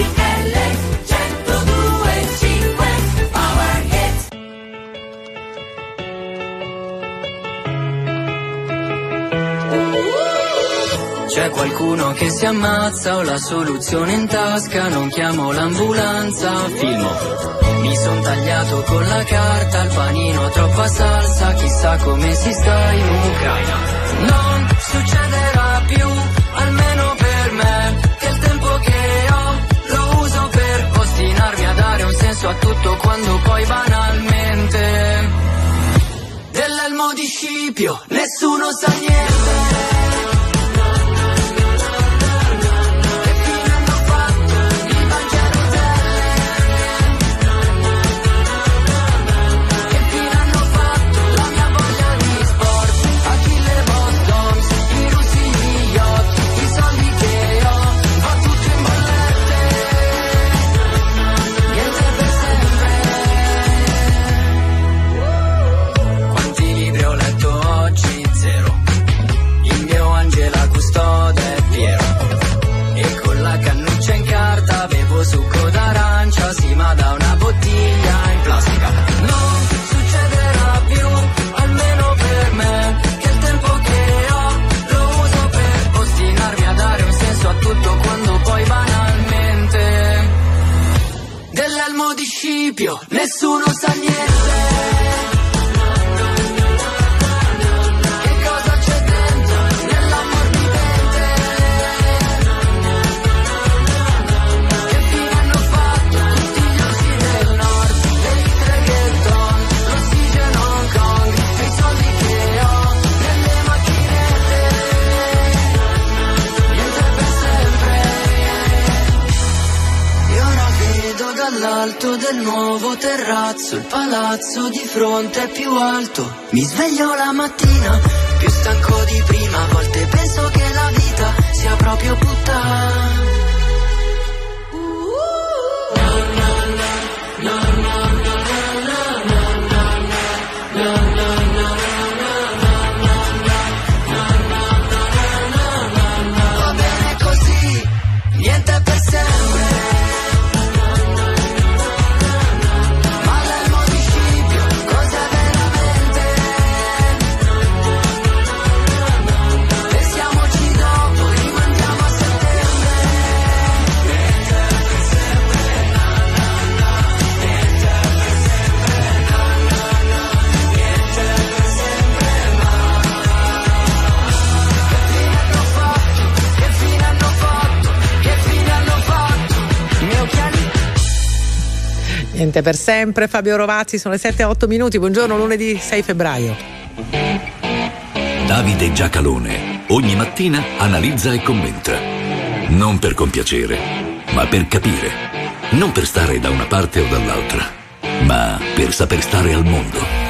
C'è qualcuno che si ammazza, ho la soluzione in tasca, non chiamo l'ambulanza, filmo. Mi son tagliato con la carta, il panino troppa salsa, chissà come si sta in Ucraina. Non succederà più, almeno per me, che il tempo che ho lo uso per ostinarmi a dare un senso a tutto quando poi banalmente dell'elmo di Scipio nessuno sa niente. Succo d'arancia, sì, ma da una bottiglia in plastica. Non succederà più, almeno per me, che il tempo che ho lo uso per ostinarmi a dare un senso a tutto quando poi banalmente dell'elmo di Scipio nessuno sa niente. Dall'alto del nuovo terrazzo, il palazzo di fronte è più alto. Mi sveglio la mattina, più stanco di prima. A volte penso che la vita sia proprio puttana. Va bene così, niente è per sempre. Niente per sempre. Fabio Rovazzi, sono le sette e otto minuti. Buongiorno, lunedì sei febbraio. Davide Giacalone ogni mattina analizza e commenta. Non per compiacere, ma per capire. Non per stare da una parte o dall'altra, ma per saper stare al mondo.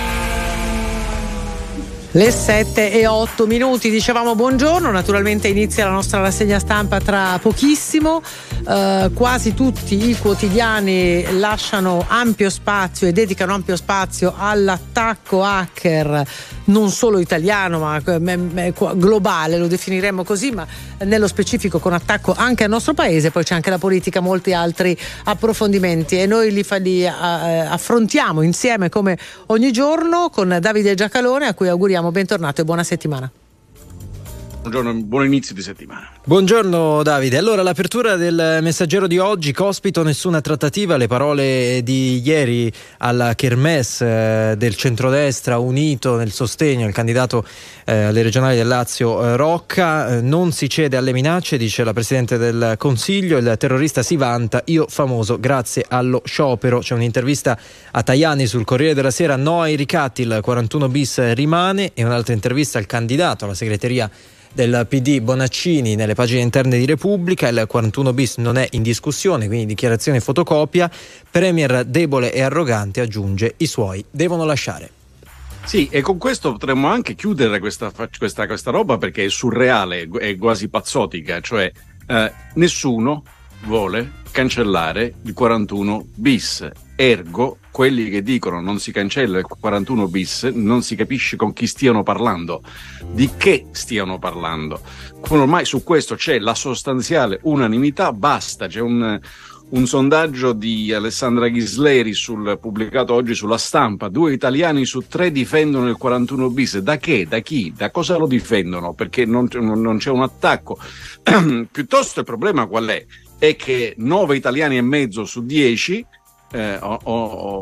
Le sette e otto minuti, dicevamo buongiorno, naturalmente inizia la nostra rassegna stampa tra pochissimo, eh, quasi tutti i quotidiani lasciano ampio spazio e dedicano ampio spazio all'attacco hacker, non solo italiano ma globale, lo definiremmo così, ma nello specifico con attacco anche al nostro paese. Poi c'è anche la politica, molti altri approfondimenti e noi li, fa, li uh, affrontiamo insieme come ogni giorno con Davide Giacalone, a cui auguriamo bentornato e buona settimana. Buongiorno, buon inizio di settimana. Buongiorno Davide. Allora, l'apertura del Messaggero di oggi: Cospito, nessuna trattativa. Le parole di ieri alla Kermesse eh, del centrodestra unito nel sostegno al candidato eh, alle regionali del Lazio eh, Rocca. Eh, non si cede alle minacce, dice la Presidente del Consiglio. Il terrorista si vanta: io famoso grazie allo sciopero. C'è un'intervista a Tajani sul Corriere della Sera: no ai ricatti, il quarantuno bis rimane. E un'altra intervista al candidato alla segreteria del P D Bonaccini nelle pagine interne di Repubblica. Il quarantuno bis non è in discussione, quindi dichiarazione fotocopia. Premier debole e arrogante, aggiunge, i suoi devono lasciare. Sì, e con questo potremmo anche chiudere questa, questa, questa roba, perché è surreale, è quasi pazzotica, cioè eh, nessuno vuole cancellare il quarantuno bis, ergo quelli che dicono non si cancella il quarantuno bis non si capisce con chi stiano parlando, di che stiano parlando. Ormai su questo c'è la sostanziale unanimità, basta. C'è un, un sondaggio di Alessandra Ghisleri sul, pubblicato oggi sulla Stampa: due italiani su tre difendono il quarantuno bis. Da che? Da chi? Da cosa lo difendono? Perché non, non c'è un attacco. Piuttosto il problema qual è? È che nove italiani e mezzo su dieci eh, o, o,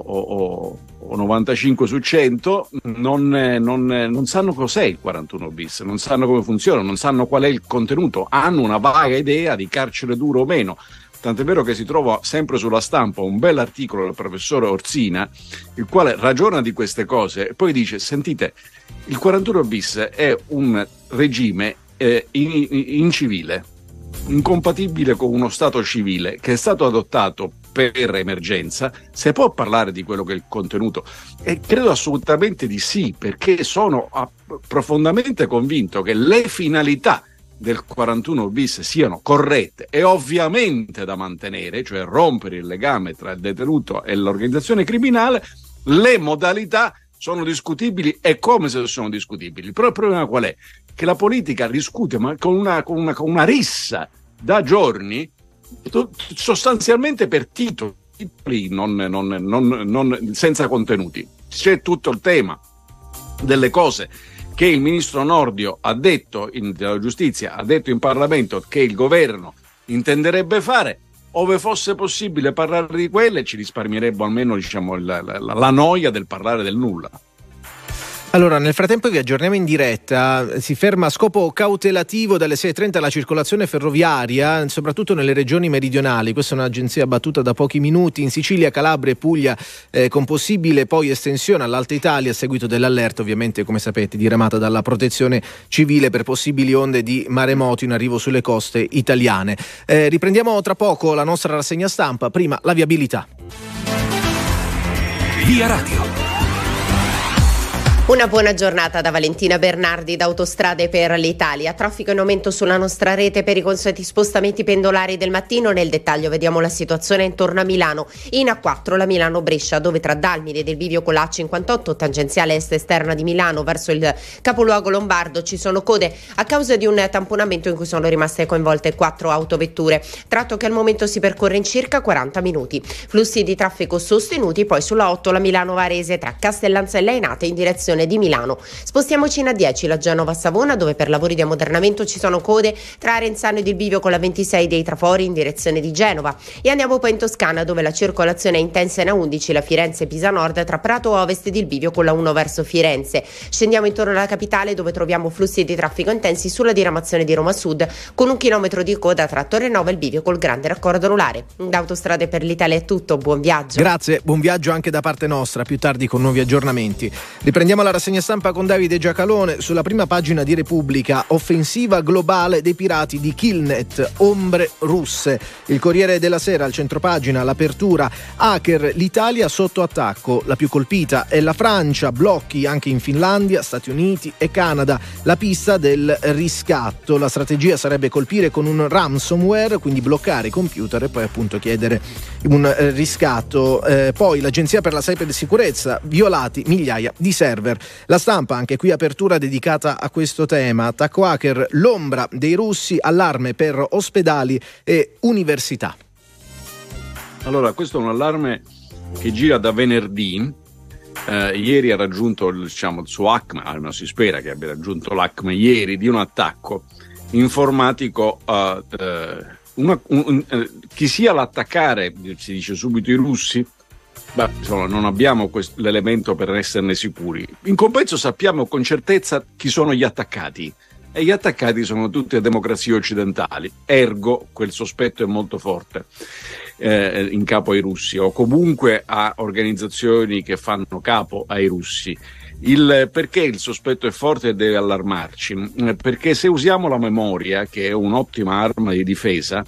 o, o novantacinque su cento non, non, non sanno cos'è il quarantuno bis, non sanno come funziona, non sanno qual è il contenuto, hanno una vaga idea di carcere duro o meno. Tant'è vero che si trova sempre sulla Stampa un bel articolo del professore Orsina, il quale ragiona di queste cose e poi dice: sentite, il quarantuno bis è un regime eh, in, in civile, incompatibile con uno Stato civile, che è stato adottato per emergenza. Se può parlare di quello che è il contenuto? E credo assolutamente di sì, perché sono a, profondamente convinto che le finalità del quarantuno bis siano corrette e ovviamente da mantenere, cioè rompere il legame tra il detenuto e l'organizzazione criminale. Le modalità sono discutibili, e come se sono discutibili. Però il problema qual è? Che la politica discute ma con una, con una, con una rissa da giorni, sostanzialmente per titoli, non, non, non, non, senza contenuti. C'è tutto il tema delle cose che il ministro Nordio ha detto in, della giustizia, ha detto in Parlamento che il governo intenderebbe fare. Ove fosse possibile parlare di quelle, ci risparmierebbe almeno, diciamo, la, la, la noia del parlare del nulla. Allora, nel frattempo vi aggiorniamo in diretta. Si ferma a scopo cautelativo dalle sei e trenta la circolazione ferroviaria, soprattutto nelle regioni meridionali. Questa è un'agenzia battuta da pochi minuti. In Sicilia, Calabria e Puglia, eh, con possibile poi estensione all'Alta Italia, a seguito dell'allerta, ovviamente, come sapete, diramata dalla Protezione Civile per possibili onde di maremoti in arrivo sulle coste italiane. Eh, riprendiamo tra poco la nostra rassegna stampa. Prima la viabilità. Via Radio. Una buona giornata da Valentina Bernardi da Autostrade per l'Italia. Traffico in aumento sulla nostra rete per i consueti spostamenti pendolari del mattino. Nel dettaglio vediamo la situazione intorno a Milano. In A quattro la Milano-Brescia, dove tra Dalmide del bivio con la A cinquantotto, tangenziale est esterna di Milano verso il capoluogo lombardo, ci sono code a causa di un tamponamento in cui sono rimaste coinvolte quattro autovetture. Tratto che al momento si percorre in circa quaranta minuti. Flussi di traffico sostenuti poi sulla otto la Milano-Varese tra Castellanza e Lainate in direzione di Milano. Spostiamoci in A dieci la Genova-Savona, dove per lavori di ammodernamento ci sono code tra Arenzano ed il bivio con la ventisei dei Trafori in direzione di Genova. E andiamo poi in Toscana, dove la circolazione è intensa in A undici la Firenze-Pisa Nord tra Prato Ovest ed il bivio con la uno verso Firenze. Scendiamo intorno alla capitale, dove troviamo flussi di traffico intensi sulla diramazione di Roma Sud, con un chilometro di coda tra Torre Nova e il bivio col grande raccordo anulare. Da Autostrade per l'Italia è tutto, buon viaggio. Grazie, buon viaggio anche da parte nostra, più tardi con nuovi aggiornamenti. Riprendiamo la rassegna stampa con Davide Giacalone. Sulla prima pagina di Repubblica: offensiva globale dei pirati di Killnet, ombre russe. Il Corriere della Sera al centropagina, l'apertura: hacker, l'Italia sotto attacco, la più colpita è la Francia, blocchi anche in Finlandia, Stati Uniti e Canada. La pista del riscatto: la strategia sarebbe colpire con un ransomware, quindi bloccare i computer e poi appunto chiedere un eh, riscatto. Eh, poi l'Agenzia per la Cybersicurezza: violati migliaia di server. La Stampa, anche qui apertura dedicata a questo tema: attacco hacker, l'ombra dei russi, allarme per ospedali e università. Allora, questo è un allarme che gira da venerdì eh, ieri ha raggiunto il, diciamo, il suo acme, almeno si spera che abbia raggiunto l'acme ieri, di un attacco informatico. Uh, uh, una, un, un, uh, chi sia l'attaccare, si dice subito i russi. Beh, insomma, non abbiamo questo, l'elemento per esserne sicuri. In compenso sappiamo con certezza chi sono gli attaccati, e gli attaccati sono tutte democrazie occidentali, ergo quel sospetto è molto forte eh, in capo ai russi, o comunque a organizzazioni che fanno capo ai russi. Il, perché il sospetto è forte e deve allarmarci? Perché se usiamo la memoria, che è un'ottima arma di difesa,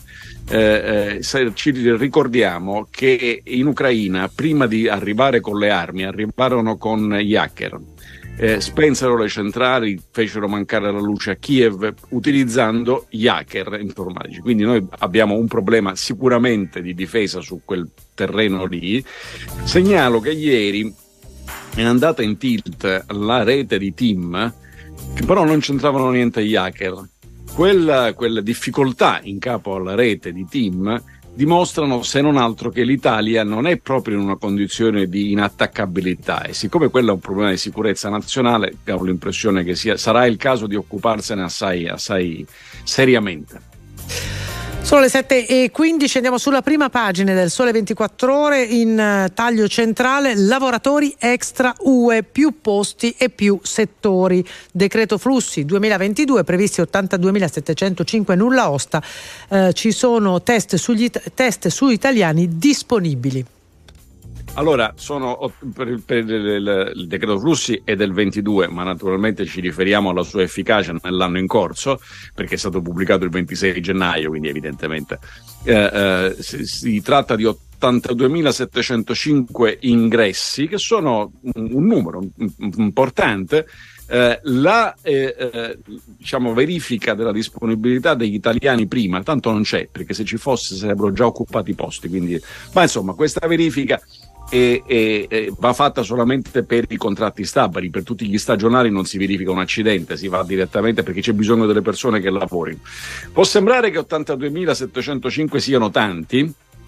eh, eh, ci ricordiamo che in Ucraina, prima di arrivare con le armi, arrivarono con gli hacker. Eh, spensero le centrali, fecero mancare la luce a Kiev utilizzando gli hacker informatici. Quindi noi abbiamo un problema sicuramente di difesa su quel terreno lì. Segnalo che ieri è andata in tilt la rete di Team, che però non c'entravano niente gli hacker. Quella, quella difficoltà in capo alla rete di Team dimostrano, se non altro, che l'Italia non è proprio in una condizione di inattaccabilità, e siccome quello è un problema di sicurezza nazionale, ho l'impressione che sia, sarà il caso di occuparsene assai, assai seriamente. Sono le sette e quindici, andiamo sulla prima pagina del Sole ventiquattro Ore, in taglio centrale: lavoratori extra U E, più posti e più settori. Decreto flussi duemilaventidue, previsti ottantaduemilasettecentocinque nulla osta, eh, ci sono test sugli test su italiani disponibili. Allora, sono per, per il, il decreto flussi è del ventidue, ma naturalmente ci riferiamo alla sua efficacia nell'anno in corso, perché è stato pubblicato il ventisei gennaio, quindi evidentemente eh, eh, si, si tratta di ottantaduemilasettecentocinque ingressi, che sono un, un numero importante. Eh, la eh, eh, diciamo verifica della disponibilità degli italiani prima, tanto non c'è, perché se ci fosse sarebbero già occupati i posti, quindi, ma insomma questa verifica E, e, e va fatta solamente per i contratti stabili. Per tutti gli stagionali non si verifica un accidente, si va direttamente perché c'è bisogno delle persone che lavorino. Può sembrare che ottantaduemilasettecentocinque siano tanti,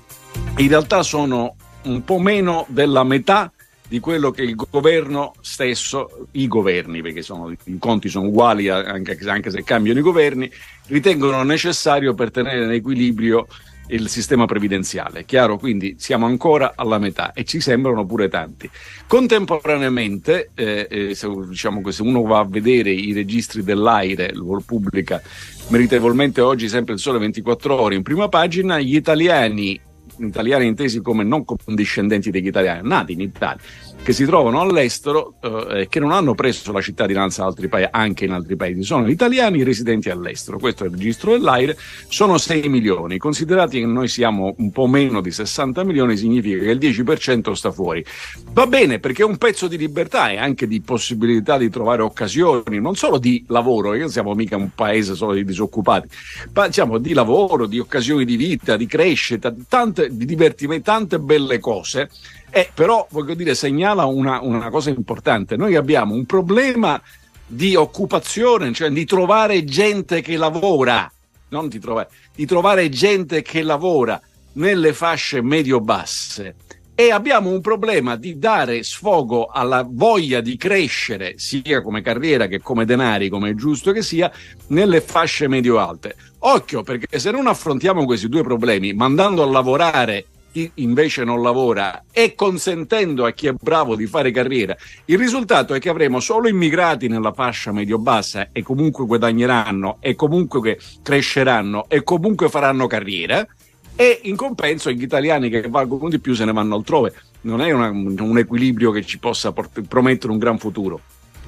in realtà sono un po' meno della metà di quello che il governo stesso, i governi, perché sono, i conti sono uguali anche, anche se cambiano i governi, ritengono necessario per tenere in equilibrio il sistema previdenziale. Chiaro? Quindi siamo ancora alla metà e ci sembrano pure tanti. Contemporaneamente, eh, eh, se, diciamo che se uno va a vedere i registri dell'AIRE, lo pubblica meritevolmente oggi sempre il Sole ventiquattro Ore in prima pagina, gli italiani, italiani intesi come non condiscendenti degli italiani, nati in Italia, che si trovano all'estero e eh, che non hanno preso la cittadinanza altri pa- anche in altri paesi, sono italiani residenti all'estero. Questo è il registro dell'AIRE, sono sei milioni. Considerati che noi siamo un po' meno di sessanta milioni, significa che il dieci per cento sta fuori. Va bene, perché è un pezzo di libertà e anche di possibilità di trovare occasioni, non solo di lavoro, perché non siamo mica un paese solo di disoccupati, ma diciamo di lavoro, di occasioni di vita, di crescita, tante, di divertimento, tante belle cose. Eh, però voglio dire, segnala una, una cosa importante: noi abbiamo un problema di occupazione, cioè di trovare gente che lavora, non di trovare, di trovare gente che lavora nelle fasce medio-basse, e abbiamo un problema di dare sfogo alla voglia di crescere, sia come carriera che come denari, come è giusto che sia, nelle fasce medio-alte. Occhio, perché se non affrontiamo questi due problemi, mandando a lavorare chi invece non lavora e consentendo a chi è bravo di fare carriera, il risultato è che avremo solo immigrati nella fascia medio-bassa, e comunque guadagneranno e comunque cresceranno e comunque faranno carriera, e in compenso gli italiani che valgono di più se ne vanno altrove. Non è una, un equilibrio che ci possa port- promettere un gran futuro.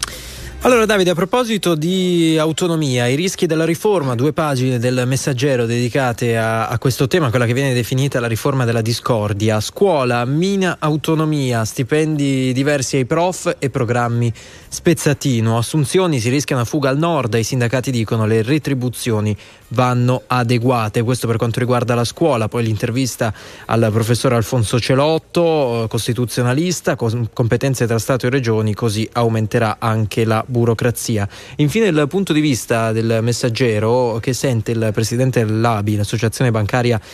Allora Davide, a proposito di autonomia, i rischi della riforma, due pagine del Messaggero dedicate a, a questo tema, quella che viene definita la riforma della discordia. Scuola mina autonomia, stipendi diversi ai prof e programmi spezzatino, assunzioni, si rischia una fuga al nord, i sindacati dicono le retribuzioni vanno adeguate. Questo per quanto riguarda la scuola. Poi l'intervista al professor Alfonso Celotto, costituzionalista, competenze tra Stato e Regioni, così aumenterà anche la burocrazia. Infine il punto di vista del Messaggero, che sente il presidente dell'A B I, l'Associazione Bancaria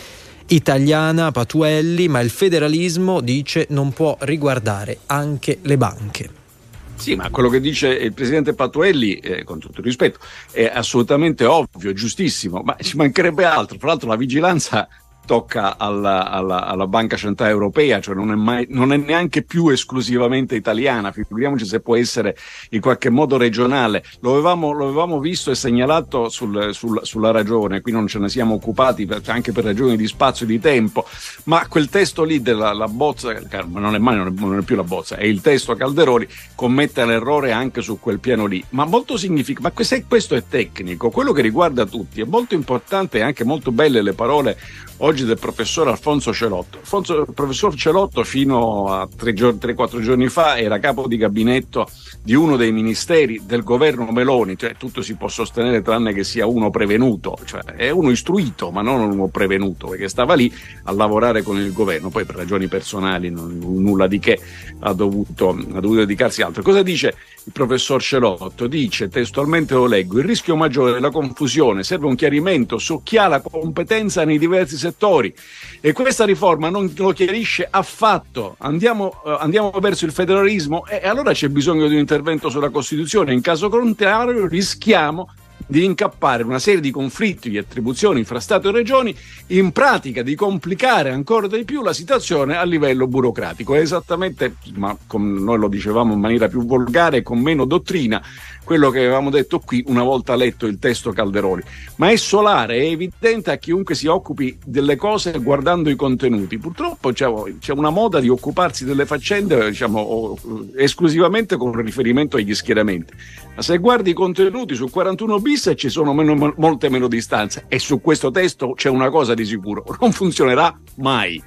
italiana, Patuelli, ma il federalismo, dice, non può riguardare anche le banche. Sì, ma quello che dice il presidente Patuelli, eh, con tutto il rispetto, è assolutamente ovvio, giustissimo, ma ci mancherebbe altro. Fra l'altro la vigilanza tocca alla, alla, alla Banca Centrale Europea, cioè non è, mai, non è neanche più esclusivamente italiana, figuriamoci se può essere in qualche modo regionale. Lo avevamo, lo avevamo visto e segnalato sul, sul, sulla ragione, qui non ce ne siamo occupati per, anche per ragioni di spazio e di tempo, ma quel testo lì della la bozza, non è mai non è, non è più la bozza, è il testo Calderoli, commette l'errore anche su quel piano lì, ma molto significa, ma se questo è tecnico, quello che riguarda tutti è molto importante e anche molto belle le parole oggi del professor Alfonso Celotto. Alfonso, il professor Celotto fino a tre quattro giorni fa era capo di gabinetto di uno dei ministeri del governo Meloni, cioè tutto si può sostenere tranne che sia uno prevenuto, cioè è uno istruito ma non uno prevenuto, perché stava lì a lavorare con il governo, poi per ragioni personali non, nulla di che ha dovuto, ha dovuto dedicarsi a altro. Cosa dice il professor Celotto? Dice, testualmente lo leggo, il rischio maggiore della confusione, serve un chiarimento su chi ha la competenza nei diversi settori e questa riforma non lo chiarisce affatto. Andiamo, uh, andiamo verso il federalismo e allora c'è bisogno di un intervento sulla Costituzione, in caso contrario rischiamo di incappare una serie di conflitti di attribuzioni fra Stato e Regioni, in pratica di complicare ancora di più la situazione a livello burocratico. È esattamente, ma come noi lo dicevamo in maniera più volgare e con meno dottrina, quello che avevamo detto qui una volta letto il testo Calderoli. Ma è solare, è evidente a chiunque si occupi delle cose guardando i contenuti. Purtroppo c'è, c'è una moda di occuparsi delle faccende, diciamo, esclusivamente con riferimento agli schieramenti. Ma se guardi i contenuti su quarantuno bis ci sono meno, molte meno distanze e su questo testo c'è una cosa di sicuro, non funzionerà mai.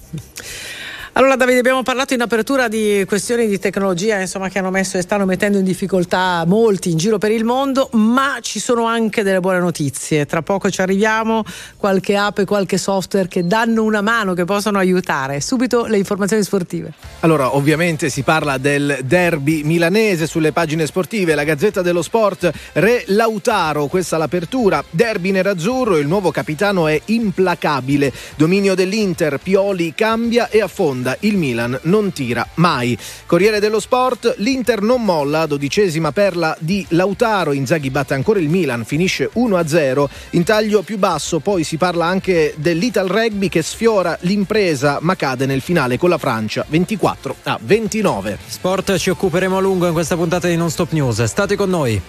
Allora Davide, abbiamo parlato in apertura di questioni di tecnologia, insomma, che hanno messo e stanno mettendo in difficoltà molti in giro per il mondo, ma ci sono anche delle buone notizie. Tra poco ci arriviamo, qualche app e qualche software che danno una mano, che possono aiutare. Subito le informazioni sportive. Allora, ovviamente si parla del derby milanese sulle pagine sportive. La Gazzetta dello Sport, Re Lautaro, questa l'apertura. Derby nerazzurro, il nuovo capitano è implacabile. Dominio dell'Inter, Pioli cambia e affonda. Il Milan non tira mai. Corriere dello Sport, l'Inter non molla, dodicesima perla di Lautaro, Inzaghi batte ancora il Milan, finisce uno a zero. In taglio più basso poi si parla anche dell'Ital Rugby che sfiora l'impresa ma cade nel finale con la Francia ventiquattro a ventinove. Sport ci occuperemo a lungo in questa puntata di Non Stop News, state con noi.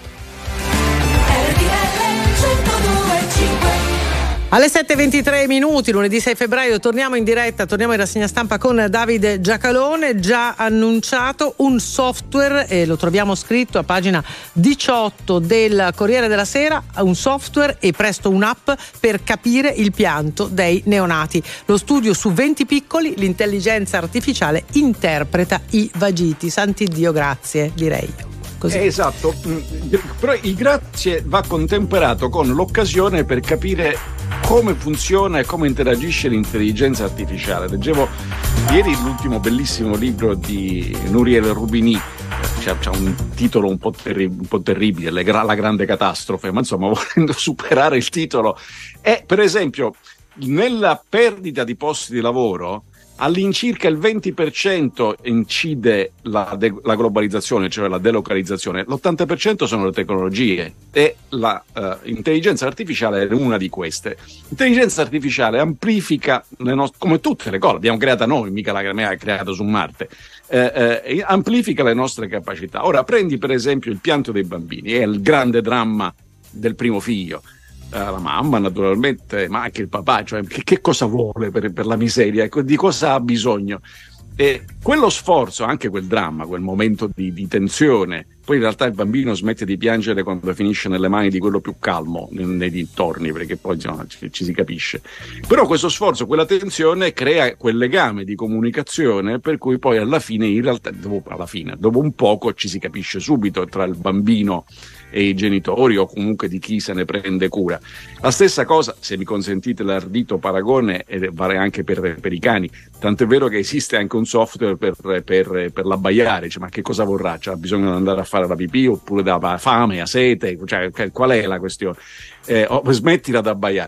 Alle sette e ventitré minuti, lunedì sei febbraio, torniamo in diretta, torniamo in rassegna stampa con Davide Giacalone. Già annunciato un software, e lo troviamo scritto a pagina diciotto del Corriere della Sera, un software e presto un'app per capire il pianto dei neonati. Lo studio su venti piccoli, l'intelligenza artificiale interpreta i vagiti. Santi Dio, grazie, direi. Così. Eh, esatto, però il grazie va contemperato con l'occasione per capire come funziona e come interagisce l'intelligenza artificiale. Leggevo ieri l'ultimo bellissimo libro di Nouriel Roubini, c'ha, c'ha un titolo un po', terri- un po' terribile, La grande catastrofe, ma insomma, volendo superare il titolo, è per esempio nella perdita di posti di lavoro all'incirca il venti per cento incide la, de- la globalizzazione, cioè la delocalizzazione, l'ottanta per cento sono le tecnologie e la uh, intelligenza artificiale è una di queste. L'intelligenza artificiale amplifica le nostre, come tutte le cose, l'abbiamo creata noi, mica l'abbiamo creata su Marte, eh, eh, amplifica le nostre capacità. Ora prendi per esempio il pianto dei bambini, è il grande dramma del primo figlio. La mamma naturalmente, ma anche il papà, cioè che, che cosa vuole per, per la miseria, di cosa ha bisogno. E quello sforzo, anche quel dramma, quel momento di, di tensione, poi in realtà il bambino smette di piangere quando finisce nelle mani di quello più calmo nei, nei dintorni, perché poi insomma, ci, ci si capisce. Però questo sforzo, quella tensione crea quel legame di comunicazione per cui poi alla fine, in realtà, dopo, alla fine, dopo un poco ci si capisce subito tra il bambino e i genitori o comunque di chi se ne prende cura. La stessa cosa, se mi consentite l'ardito paragone, vale anche per, per i cani, tant'è vero che esiste anche un software per, per, per l'abbaiare, cioè, ma che cosa vorrà? Cioè, ha bisogno di andare a fare la pipì oppure da fame, a sete, cioè, qual è la questione? Eh, oh, smettila da abbaiare.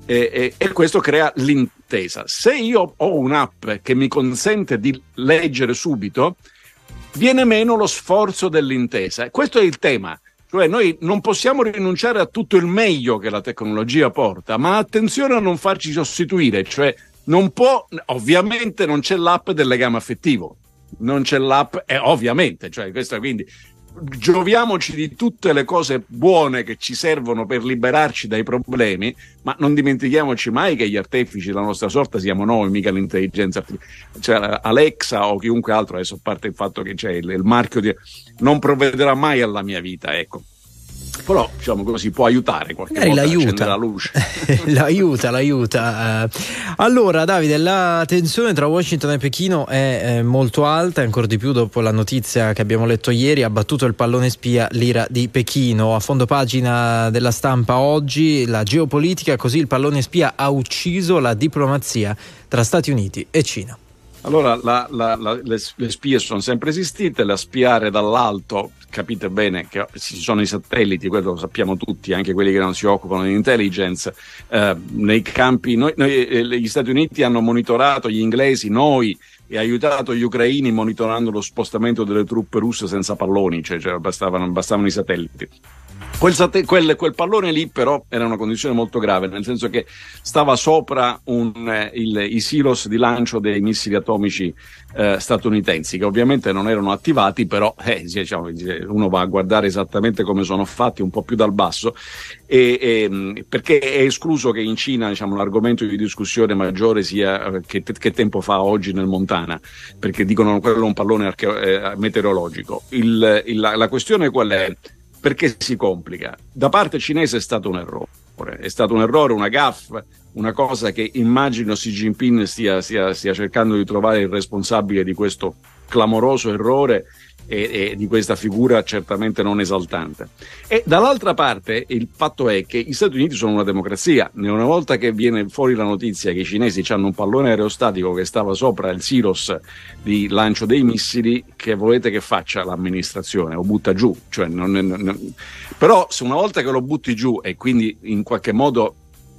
E, e, e questo crea l'intesa. Se io ho un'app che mi consente di leggere subito, viene meno lo sforzo dell'intesa. Questo è il tema. Cioè noi non possiamo rinunciare a tutto il meglio che la tecnologia porta, ma attenzione a non farci sostituire. Cioè non può, ovviamente non c'è l'app del legame affettivo, non c'è l'app, eh, ovviamente, cioè questa, quindi gioviamoci di tutte le cose buone che ci servono per liberarci dai problemi, ma non dimentichiamoci mai che gli artefici della nostra sorte siamo noi, mica l'intelligenza artificiale. Cioè Alexa o chiunque altro, adesso a parte il fatto che c'è il, il marchio di non provvederà mai alla mia vita, ecco. Però diciamo così può aiutare qualche magari volta l'aiuta. a accendere la luce. l'aiuta, l'aiuta. Allora Davide, la tensione tra Washington e Pechino è eh, molto alta, ancora di più dopo la notizia che abbiamo letto ieri. Ha battuto il pallone spia l'ira di Pechino. A fondo pagina della Stampa oggi, la geopolitica, così il pallone spia ha ucciso la diplomazia tra Stati Uniti e Cina. Allora, la, la, la, le, le spie sono sempre esistite, la spiare dall'alto, capite bene che ci sono i satelliti, quello lo sappiamo tutti, anche quelli che non si occupano di intelligence, eh, nei campi, noi, noi, eh, gli Stati Uniti hanno monitorato gli inglesi, noi, e aiutato gli ucraini monitorando lo spostamento delle truppe russe senza palloni, cioè, cioè bastavano, bastavano i satelliti. Quel, sat- quel, quel pallone lì però era una condizione molto grave, nel senso che stava sopra un, eh, il, i silos di lancio dei missili atomici eh, statunitensi, che ovviamente non erano attivati, però eh, diciamo, uno va a guardare esattamente come sono fatti un po' più dal basso, e, e, perché è escluso che in Cina, diciamo, l'argomento di discussione maggiore sia eh, che, che tempo fa oggi nel Montana, perché dicono che quello è un pallone archeo- eh, meteorologico. Il, il, la, la questione qual è? Perché si complica? Da parte cinese è stato un errore, è stato un errore, una gaffe, una cosa che immagino Xi Jinping stia, stia, stia cercando di trovare il responsabile di questo clamoroso errore e, e di questa figura certamente non esaltante. E dall'altra parte il fatto è che gli Stati Uniti sono una democrazia. Una volta che viene fuori la notizia che i cinesi hanno un pallone aerostatico che stava sopra il silos di lancio dei missili, che volete che faccia l'amministrazione? Lo butta giù, cioè non, non, però se una volta che lo butti giù e quindi in qualche modo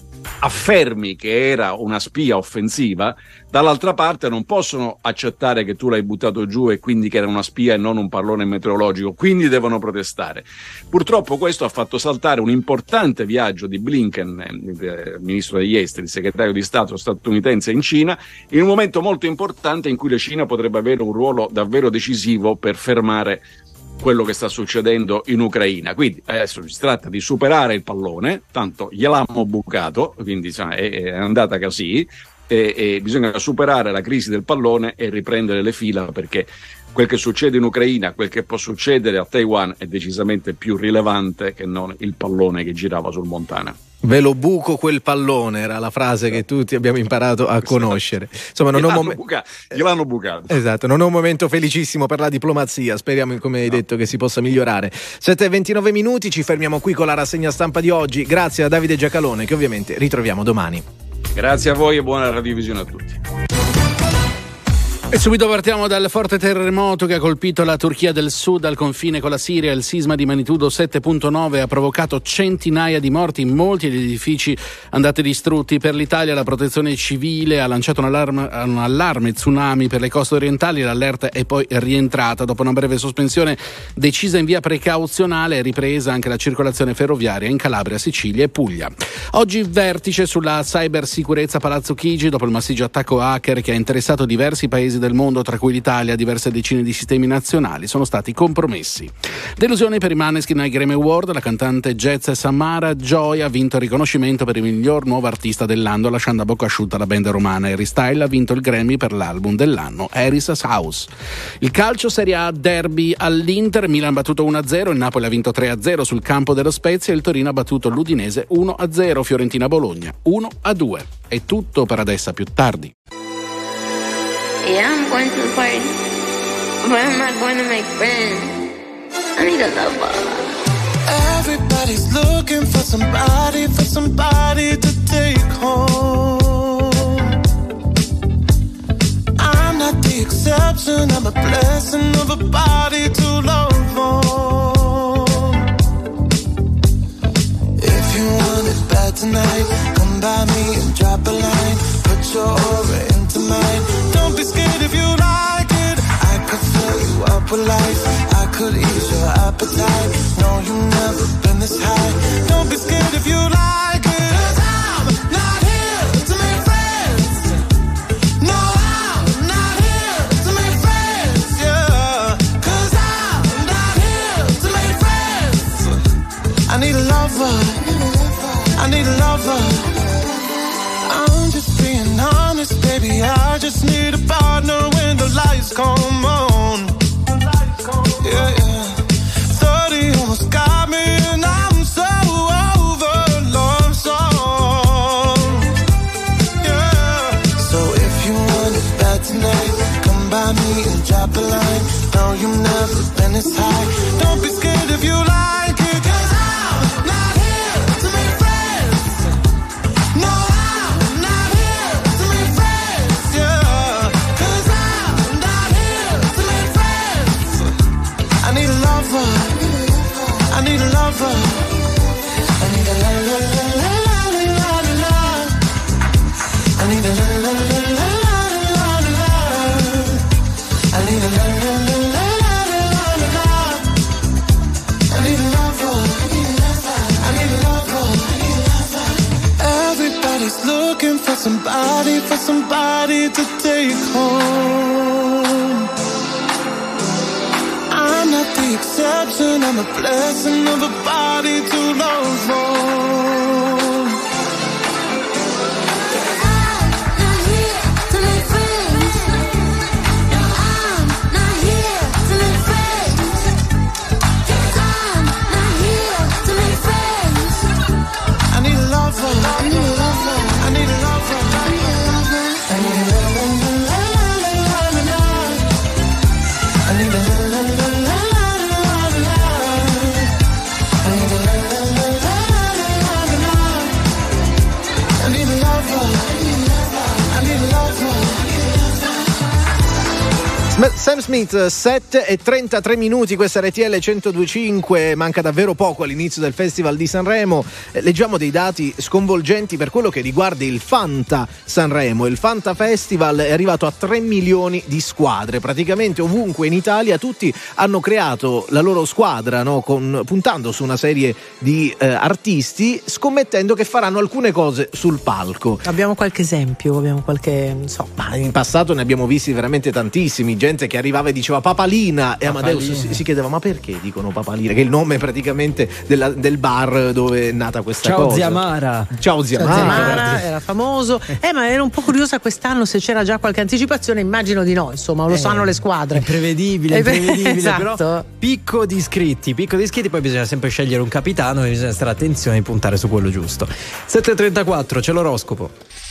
affermi che era una spia offensiva, dall'altra parte non possono accettare che tu l'hai buttato giù e quindi che era una spia e non un pallone meteorologico, quindi devono protestare. Purtroppo questo ha fatto saltare un importante viaggio di Blinken, il ministro degli esteri, il segretario di Stato statunitense in Cina, in un momento molto importante in cui la Cina potrebbe avere un ruolo davvero decisivo per fermare quello che sta succedendo in Ucraina. Quindi adesso si tratta di superare il pallone, tanto gliel'hanno bucato, quindi insomma, è, è andata così, e, e bisogna superare la crisi del pallone e riprendere le fila, perché quel che succede in Ucraina, quel che può succedere a Taiwan è decisamente più rilevante che non il pallone che girava sul Montana. Ve lo buco quel pallone, era la frase che tutti abbiamo imparato a conoscere. Insomma, non ho un mom- buca- gliel'hanno bucato. Esatto, non è un momento felicissimo per la diplomazia. Speriamo, come hai no. detto, che si possa migliorare. sette e ventinove minuti, ci fermiamo qui con la rassegna stampa di oggi. Grazie a Davide Giacalone, che ovviamente ritroviamo domani. Grazie a voi e buona radiovisione a tutti. E subito partiamo dal forte terremoto che ha colpito la Turchia del Sud al confine con la Siria. Il sisma di magnitudo sette virgola nove ha provocato centinaia di morti in molti degli edifici andati distrutti. Per l'Italia la protezione civile ha lanciato un allarme, un allarme tsunami per le coste orientali. L'allerta è poi rientrata dopo una breve sospensione decisa in via precauzionale. È ripresa anche la circolazione ferroviaria in Calabria, Sicilia e Puglia. Oggi vertice sulla cybersicurezza a Palazzo Chigi dopo il massiccio attacco hacker che ha interessato diversi paesi del mondo, tra cui l'Italia. Diverse decine di sistemi nazionali sono stati compromessi. Delusione per i Maneskin ai Grammy Award. La cantante jazz Samara Joy ha vinto il riconoscimento per il miglior nuovo artista dell'anno, lasciando a bocca asciutta la band romana. Harry Styles ha vinto il Grammy per l'album dell'anno, Harry's House. Il calcio Serie A, derby all'Inter, Milan battuto uno a zero, il Napoli ha vinto tre a zero sul campo dello Spezia e il Torino ha battuto l'Udinese uno a zero, Fiorentina Bologna uno a due. È tutto per adesso, a più tardi. Yeah, I'm going to the party, but I'm not going to make friends. I need a lover. Everybody's looking for somebody, for somebody to take home. I'm not the exception, I'm a blessing of a body to love on. If you want it bad tonight, come by me of life. I could ease your appetite. No, you've never been this high. Don't be scared if you like it. 'Cause I'm not here to make friends. No, I'm not here to make friends, yeah. 'Cause I'm not here to make friends. I need a lover. I need a lover. I'm just being honest, baby. I just need a partner when the lights come on. Yeah, yeah. thirty almost got me and I'm so over love song. Yeah. So if you want it bad tonight, come by me and drop a line. No, you've never been this high. Don't be scared if you like it. 'Cause I'm not here to make friends. No, I'm not here to make friends, yeah. 'Cause I'm not here to make friends. I need a lover. I need a lover. I need a la la la la la la la la. I need a la la la la la la la. I need a la la la la la la la. I need a lover. I need a lover. Everybody's looking for somebody, for somebody to take home. I'm not the exception, I'm a blessing of a body to love for. I need a lover, I need a lover, I need a lover, I need a lover, I need a la la la la la la la. I need a la la la la la la la. I need a la la la la la la la. I need a lover, I need a lover. Sam Smith, sette e trentatré minuti, questa R T L centodue e cinque, manca davvero poco all'inizio del Festival di Sanremo. Eh, leggiamo dei dati sconvolgenti per quello che riguarda il Fanta Sanremo. Il Fanta Festival è arrivato a tre milioni di squadre, praticamente ovunque in Italia tutti hanno creato la loro squadra, no? Con, puntando su una serie di eh, artisti, scommettendo che faranno alcune cose sul palco. Abbiamo qualche esempio, abbiamo qualche, non so. Ma in passato ne abbiamo visti veramente tantissimi, gente che arrivava e diceva Papalina e Amadeus si, si chiedeva ma perché dicono Papalina, che è il nome praticamente della, del bar dove è nata questa Ciao cosa. Zia Mara. Ciao Zia Ciao Mara. Zia Mara, era famoso. Eh, ma ero un po' curiosa quest'anno se c'era già qualche anticipazione, immagino di no, insomma, lo Eh, sanno le squadre. Imprevedibile, imprevedibile, Esatto. però picco di iscritti, picco di iscritti, poi bisogna sempre scegliere un capitano e bisogna stare attenzione e puntare su quello giusto. sette e trentaquattro, c'è l'oroscopo.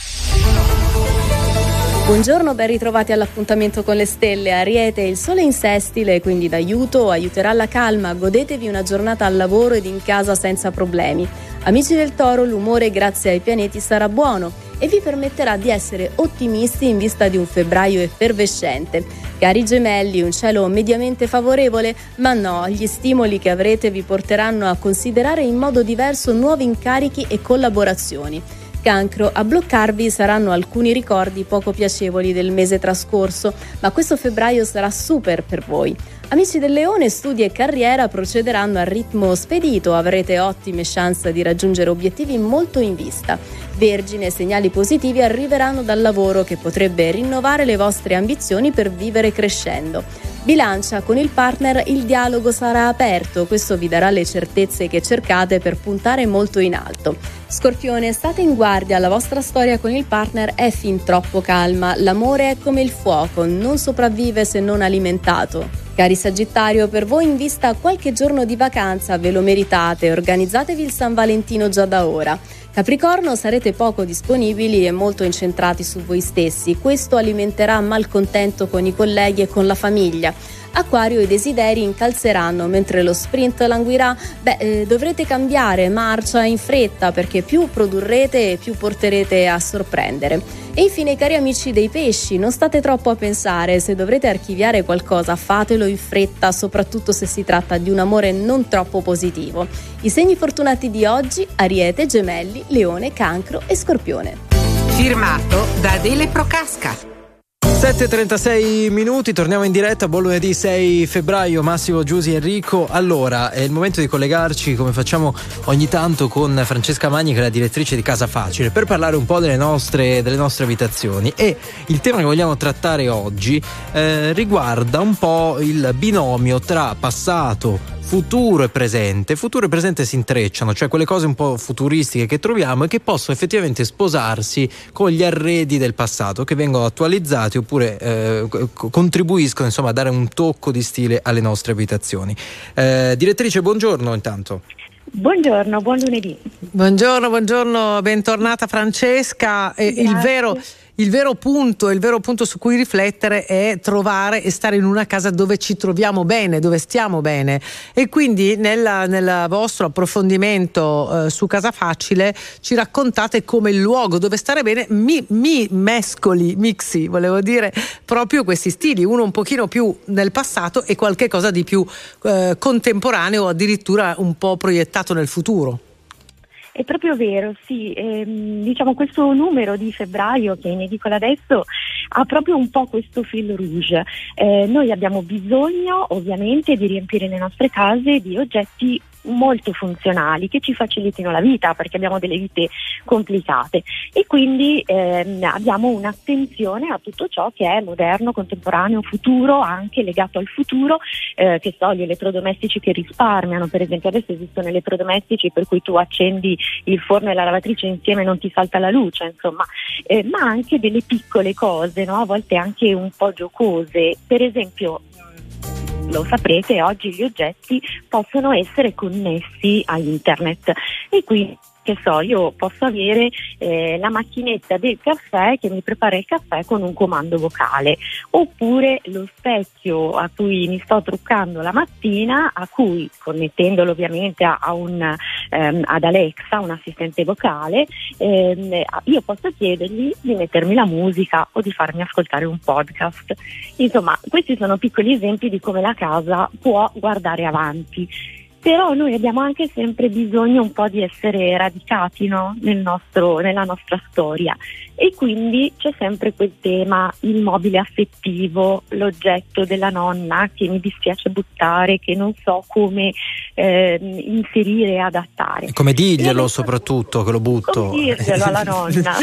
Buongiorno, ben ritrovati all'appuntamento con le stelle. Ariete, il sole in sestile, quindi d'aiuto, aiuterà la calma. Godetevi una giornata al lavoro ed in casa senza problemi. Amici del Toro, l'umore grazie ai pianeti sarà buono e vi permetterà di essere ottimisti in vista di un febbraio effervescente. Cari Gemelli, un cielo mediamente favorevole, ma no, gli stimoli che avrete vi porteranno a considerare in modo diverso nuovi incarichi e collaborazioni. Cancro, a bloccarvi saranno alcuni ricordi poco piacevoli del mese trascorso, ma questo febbraio sarà super per voi. Amici del Leone, studi e carriera procederanno a ritmo spedito, avrete ottime chance di raggiungere obiettivi molto in vista. Vergine, segnali positivi arriveranno dal lavoro che potrebbe rinnovare le vostre ambizioni per vivere crescendo. Bilancia, con il partner il dialogo sarà aperto, questo vi darà le certezze che cercate per puntare molto in alto. Scorpione, state in guardia, la vostra storia con il partner è fin troppo calma, l'amore è come il fuoco, non sopravvive se non alimentato. Cari Sagittario, per voi in vista qualche giorno di vacanza, ve lo meritate, organizzatevi il San Valentino già da ora. Capricorno, sarete poco disponibili e molto incentrati su voi stessi, questo alimenterà malcontento con i colleghi e con la famiglia. Acquario, i desideri incalzeranno mentre lo sprint languirà. Beh, eh, dovrete cambiare marcia in fretta perché più produrrete e più porterete a sorprendere. E infine, cari amici dei pesci, non state troppo a pensare, se dovrete archiviare qualcosa fatelo in fretta, soprattutto se si tratta di un amore non troppo positivo. I segni fortunati di oggi: Ariete, Gemelli, Leone, Cancro e Scorpione. Firmato da Adele Procasca. sette e trentasei minuti, torniamo in diretta, buon lunedì sei febbraio, Massimo, Giusy, Enrico. Allora, è il momento di collegarci, come facciamo ogni tanto, con Francesca Magni, che è la direttrice di Casa Facile, per parlare un po' delle nostre, delle nostre abitazioni. E il tema che vogliamo trattare oggi eh, riguarda un po' il binomio tra passato, futuro e presente. Futuro e presente si intrecciano, cioè quelle cose un po' futuristiche che troviamo e che possono effettivamente sposarsi con gli arredi del passato, che vengono attualizzati oppure eh, contribuiscono, insomma, a dare un tocco di stile alle nostre abitazioni. Eh, direttrice, buongiorno intanto. Buongiorno, buon lunedì. Buongiorno, buongiorno, bentornata Francesca. E il vero Il vero punto, il vero punto su cui riflettere è trovare e stare in una casa dove ci troviamo bene, dove stiamo bene. E quindi nella, nel vostro approfondimento eh, su Casa Facile ci raccontate come il luogo dove stare bene mi, mi mescoli, mixi, volevo dire, proprio questi stili, uno un pochino più nel passato e qualche cosa di più eh, contemporaneo o addirittura un po' proiettato nel futuro. È proprio vero, sì, ehm, diciamo questo numero di febbraio che è in edicola adesso ha proprio un po' questo fil rouge. Eh, noi abbiamo bisogno ovviamente di riempire le nostre case di oggetti molto funzionali che ci facilitino la vita, perché abbiamo delle vite complicate e quindi ehm, abbiamo un'attenzione a tutto ciò che è moderno, contemporaneo, futuro, anche legato al futuro, eh, che so, gli elettrodomestici che risparmiano. Per esempio adesso esistono elettrodomestici per cui tu accendi il forno e la lavatrice insieme e non ti salta la luce, insomma, eh, ma anche delle piccole cose, no? A volte anche un po' giocose. Per esempio, lo saprete, oggi gli oggetti possono essere connessi a internet e quindi, che so, io posso avere eh, la macchinetta del caffè che mi prepara il caffè con un comando vocale, oppure lo specchio a cui mi sto truccando la mattina, a cui, connettendolo ovviamente a, a un, ehm, ad Alexa, un assistente vocale, ehm, io posso chiedergli di mettermi la musica o di farmi ascoltare un podcast. Insomma, questi sono piccoli esempi di come la casa può guardare avanti. Però noi abbiamo anche sempre bisogno un po' di essere radicati, no? Nel nostro, nella nostra storia, e quindi c'è sempre quel tema, il mobile affettivo, l'oggetto della nonna che mi dispiace buttare, che non so come eh, inserire e adattare. Come dirglielo soprattutto che lo butto. Come dirglielo alla nonna.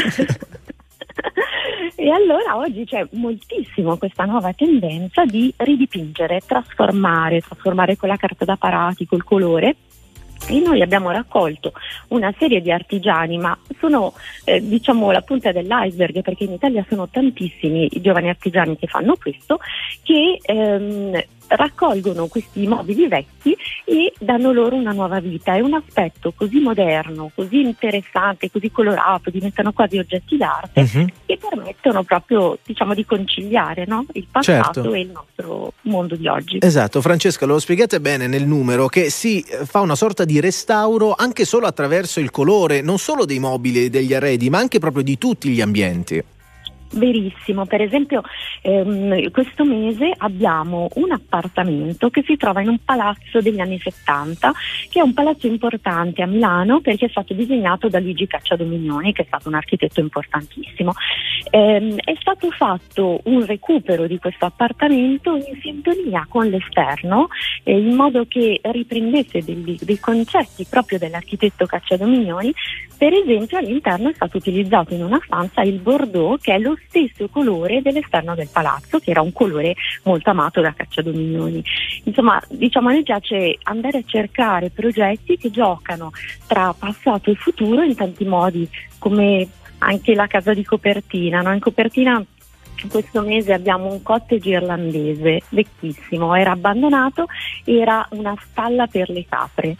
E allora oggi c'è moltissimo questa nuova tendenza di ridipingere, trasformare, trasformare con la carta da parati, col colore. E noi abbiamo raccolto una serie di artigiani, ma sono eh, diciamo la punta dell'iceberg, perché in Italia sono tantissimi i giovani artigiani che fanno questo, che ehm, raccolgono questi mobili vecchi e danno loro una nuova vita. È un aspetto così moderno, così interessante, così colorato, diventano quasi oggetti d'arte, uh-huh. che permettono proprio, diciamo, di conciliare, no? Il passato Certo. e il nostro mondo di oggi. Esatto, Francesca, lo spiegate bene nel numero, che si fa una sorta di restauro anche solo attraverso il colore, non solo dei mobili e degli arredi, ma anche proprio di tutti gli ambienti. Verissimo, per esempio ehm, questo mese abbiamo un appartamento che si trova in un palazzo degli anni settanta, che è un palazzo importante a Milano perché è stato disegnato da Luigi Cacciadominioni, che è stato un architetto importantissimo. Ehm, è stato fatto un recupero di questo appartamento in sintonia con l'esterno, eh, in modo che riprendesse degli, dei concetti proprio dell'architetto Cacciadominioni. Per esempio all'interno è stato utilizzato in una stanza il bordeaux, che è lo stesso colore dell'esterno del palazzo, che era un colore molto amato da Cacciadominioni. Insomma, diciamo, a noi piace andare a cercare progetti che giocano tra passato e futuro in tanti modi, come anche la casa di copertina, no? In copertina questo mese abbiamo un cottage irlandese vecchissimo, era abbandonato, era una stalla per le capre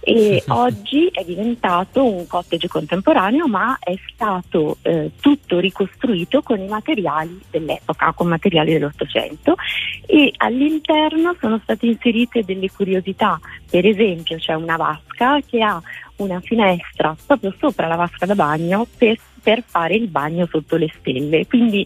e oggi è diventato un cottage contemporaneo, ma è stato eh, tutto ricostruito con i materiali dell'epoca, con materiali dell'Ottocento, e all'interno sono state inserite delle curiosità. Per esempio c'è una vasca che ha una finestra proprio sopra la vasca da bagno per, per fare il bagno sotto le stelle, quindi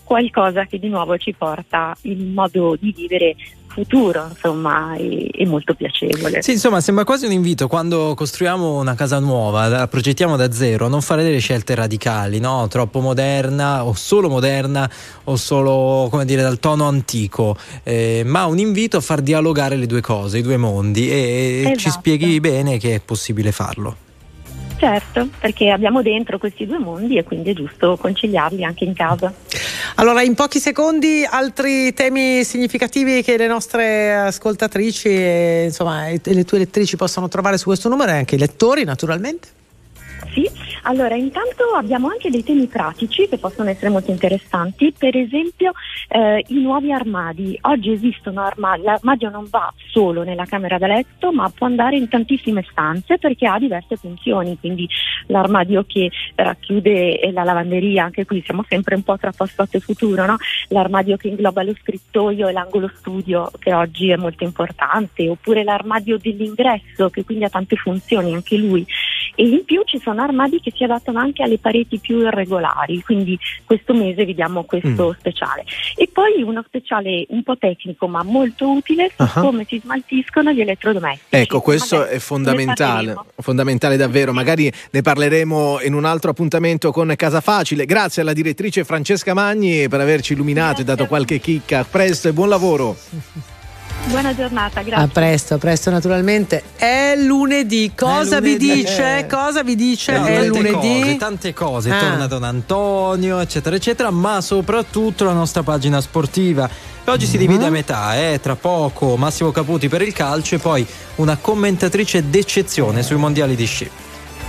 qualcosa che di nuovo ci porta in un modo di vivere futuro, insomma, e, e molto piacevole. Sì, insomma, sembra quasi un invito quando costruiamo una casa nuova, la progettiamo da zero, a non fare delle scelte radicali, no? Troppo moderna o solo moderna o solo, come dire, dal tono antico, eh, ma un invito a far dialogare le due cose, i due mondi, e Esatto. ci spieghi bene che è possibile farlo. Certo, perché abbiamo dentro questi due mondi e quindi è giusto conciliarli anche in casa. Allora, in pochi secondi, altri temi significativi che le nostre ascoltatrici e insomma e le tue lettrici possono trovare su questo numero, e anche i lettori naturalmente. Sì, allora intanto abbiamo anche dei temi pratici che possono essere molto interessanti, per esempio eh, i nuovi armadi. Oggi esistono armadi, l'armadio non va solo nella camera da letto ma può andare in tantissime stanze perché ha diverse funzioni, quindi l'armadio che racchiude la lavanderia, anche qui siamo sempre un po' tra passato e futuro, no? L'armadio che ingloba lo scrittoio e l'angolo studio, che oggi è molto importante, oppure l'armadio dell'ingresso che quindi ha tante funzioni anche lui, e in più ci sono armadi che si adattano anche alle pareti più irregolari, quindi questo mese vediamo questo mm. speciale. E poi uno speciale un po' tecnico ma molto utile su uh-huh. come si smaltiscono gli elettrodomestici. Ecco, questo Vabbè, è fondamentale, fondamentale davvero, magari ne parleremo in un altro appuntamento con Casa Facile. Grazie alla direttrice Francesca Magni per averci illuminato Grazie. e dato qualche chicca. A presto e buon lavoro. Buona giornata, grazie. A presto, a presto naturalmente. È lunedì, cosa è lunedì. vi dice? Eh. Cosa vi dice? Eh, è tante lunedì. Cose, tante cose, ah. torna Don Antonio, eccetera, eccetera, ma soprattutto la nostra pagina sportiva. Oggi mm-hmm. si divide a metà, eh? Tra poco Massimo Caputi per il calcio e poi una commentatrice d'eccezione sui mondiali di sci.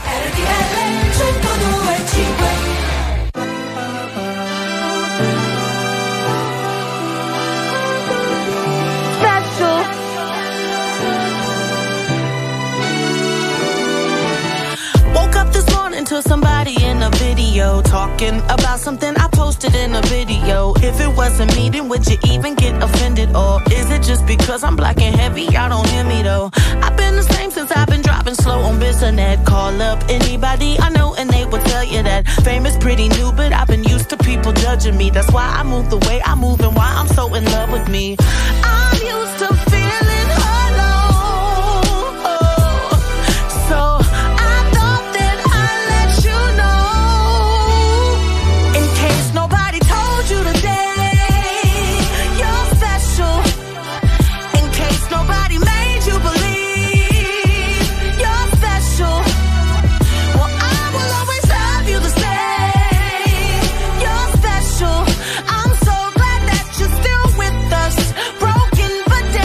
To somebody in a video talking about something I posted in a video. If it wasn't me, then would you even get offended? Or is it just because I'm black and heavy? Y'all don't hear me though. I've been the same since I've been driving slow on Bissonnet. Call up anybody I know and they will tell you that fame is pretty new, but I've been used to people judging me. That's why I move the way I move and why I'm so in love with me. I'm used to feeling alone, oh, so broken but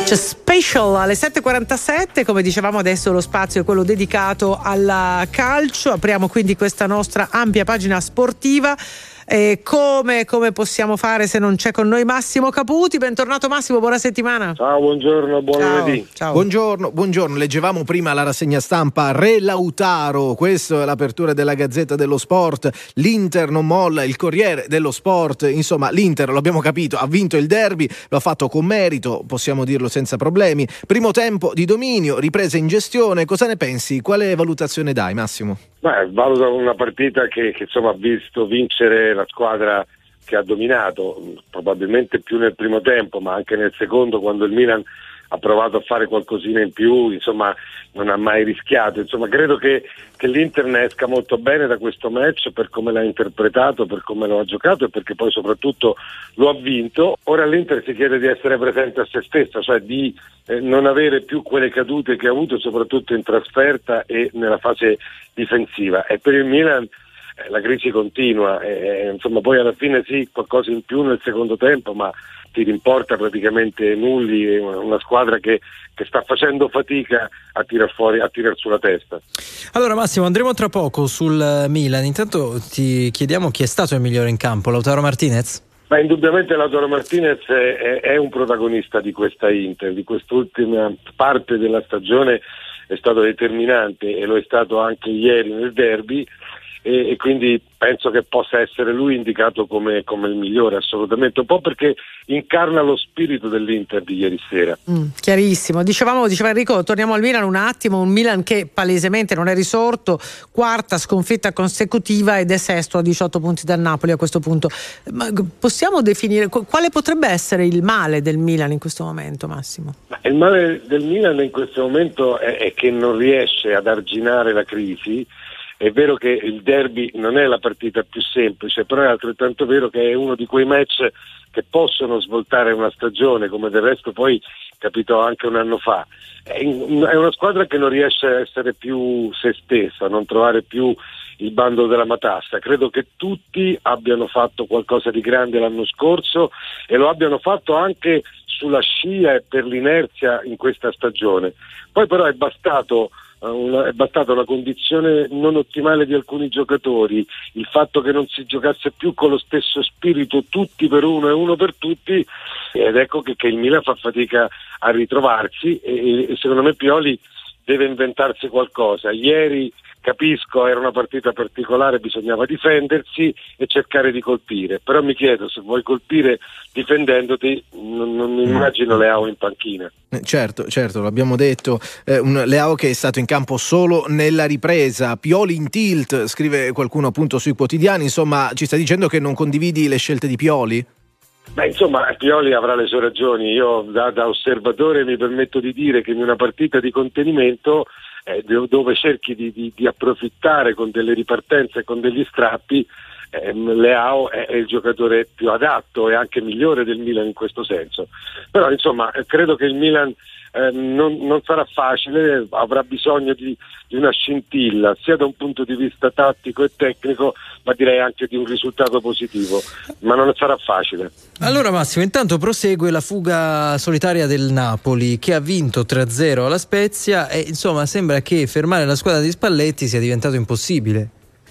C'è Special alle sette e quarantasette, come dicevamo adesso lo spazio è quello dedicato al calcio, apriamo quindi questa nostra ampia pagina sportiva. E come, come possiamo fare se non c'è con noi Massimo Caputi? Bentornato Massimo, buona settimana. Ciao, buongiorno, buon Ciao, lunedì. ciao. Buongiorno, buongiorno. Leggevamo prima la rassegna stampa Re Lautaro, questa è l'apertura della Gazzetta dello Sport. L'Inter non molla, il Corriere dello Sport, insomma l'Inter, lo abbiamo capito, ha vinto il derby, lo ha fatto con merito, possiamo dirlo senza problemi. Primo tempo di dominio, ripresa in gestione, cosa ne pensi? Quale valutazione dai Massimo? Beh, valuto una partita che, che insomma ha visto vincere la squadra che ha dominato, probabilmente più nel primo tempo, ma anche nel secondo, quando il Milan ha provato a fare qualcosina in più, insomma non ha mai rischiato. Insomma credo che, che l'Inter ne esca molto bene da questo match per come l'ha interpretato, per come lo ha giocato e perché poi soprattutto lo ha vinto. Ora l'Inter si chiede di essere presente a se stessa, cioè di eh, non avere più quelle cadute che ha avuto soprattutto in trasferta e nella fase difensiva, e per il Milan eh, la crisi continua, eh, insomma poi alla fine sì, qualcosa in più nel secondo tempo, ma ti rimporta praticamente nulli, una squadra che, che sta facendo fatica a tirar fuori, a tirar sulla testa. Allora Massimo, andremo tra poco sul Milan, intanto ti chiediamo chi è stato il migliore in campo, Lautaro Martinez? Ma indubbiamente Lautaro Martinez è, è un protagonista di questa Inter, di quest'ultima parte della stagione è stato determinante e lo è stato anche ieri nel derby, e, e quindi penso che possa essere lui indicato come, come il migliore, assolutamente, un po' perché incarna lo spirito dell'Inter di ieri sera. Mm, chiarissimo, dicevamo, diceva Enrico, torniamo al Milan un attimo, un Milan che palesemente non è risorto, quarta sconfitta consecutiva ed è sesto a diciotto punti dal Napoli a questo punto. Ma possiamo definire quale potrebbe essere il male del Milan in questo momento, Massimo? Il male del Milan in questo momento è, è che non riesce ad arginare la crisi. È vero che il derby non è la partita più semplice, però è altrettanto vero che è uno di quei match che possono svoltare una stagione, come del resto poi capitò anche un anno fa. È una squadra che non riesce a essere più se stessa, a non trovare più il bando della matassa. Credo che tutti abbiano fatto qualcosa di grande l'anno scorso e lo abbiano fatto anche sulla scia e per l'inerzia in questa stagione. Poi però è bastato Una, è bastata una condizione non ottimale di alcuni giocatori, il fatto che non si giocasse più con lo stesso spirito tutti per uno e uno per tutti, ed ecco che, che il Milan fa fatica a ritrovarsi e, e secondo me Pioli deve inventarsi qualcosa. Ieri capisco, era una partita particolare, bisognava difendersi e cercare di colpire, però mi chiedo, se vuoi colpire difendendoti, non, non immagino Leao in panchina. Certo, certo, l'abbiamo detto, eh, un Leao che è stato in campo solo nella ripresa. Pioli in tilt, scrive qualcuno appunto sui quotidiani, insomma ci sta dicendo che non condividi le scelte di Pioli? Beh, insomma, Pioli avrà le sue ragioni. Io da, da osservatore mi permetto di dire che in una partita di contenimento eh, dove cerchi di, di, di approfittare con delle ripartenze e con degli strappi, eh, Leao è, è il giocatore più adatto e anche migliore del Milan in questo senso. Però insomma credo che il Milan eh, non, non sarà facile, avrà bisogno di, di una scintilla sia da un punto di vista tattico e tecnico, ma direi anche di un risultato positivo, ma non sarà facile. Allora Massimo, intanto prosegue la fuga solitaria del Napoli che ha vinto tre a zero alla Spezia e insomma sembra che fermare la squadra di Spalletti sia diventato impossibile.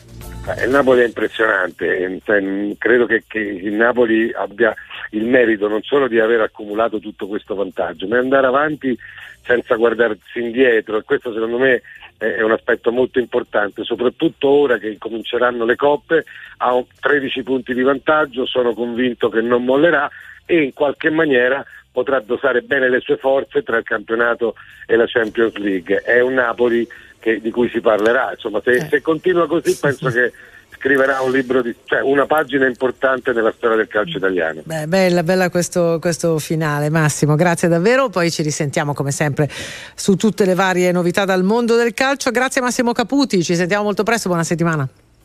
Il Napoli è impressionante, credo che, che il Napoli abbia il merito non solo di aver accumulato tutto questo vantaggio, ma andare avanti senza guardarsi indietro, e questo secondo me è un aspetto molto importante, soprattutto ora che cominceranno le coppe. Ha tredici punti di vantaggio, sono convinto che non mollerà e in qualche maniera potrà dosare bene le sue forze tra il campionato e la Champions League. È un Napoli che, di cui si parlerà, insomma se, eh. se continua così penso che scriverà un libro di, cioè una pagina importante nella storia del calcio italiano. Beh, bella, bella questo, questo finale, Massimo, grazie davvero, poi ci risentiamo come sempre su tutte le varie novità dal mondo del calcio. Grazie Massimo Caputi, ci sentiamo molto presto, buona settimana.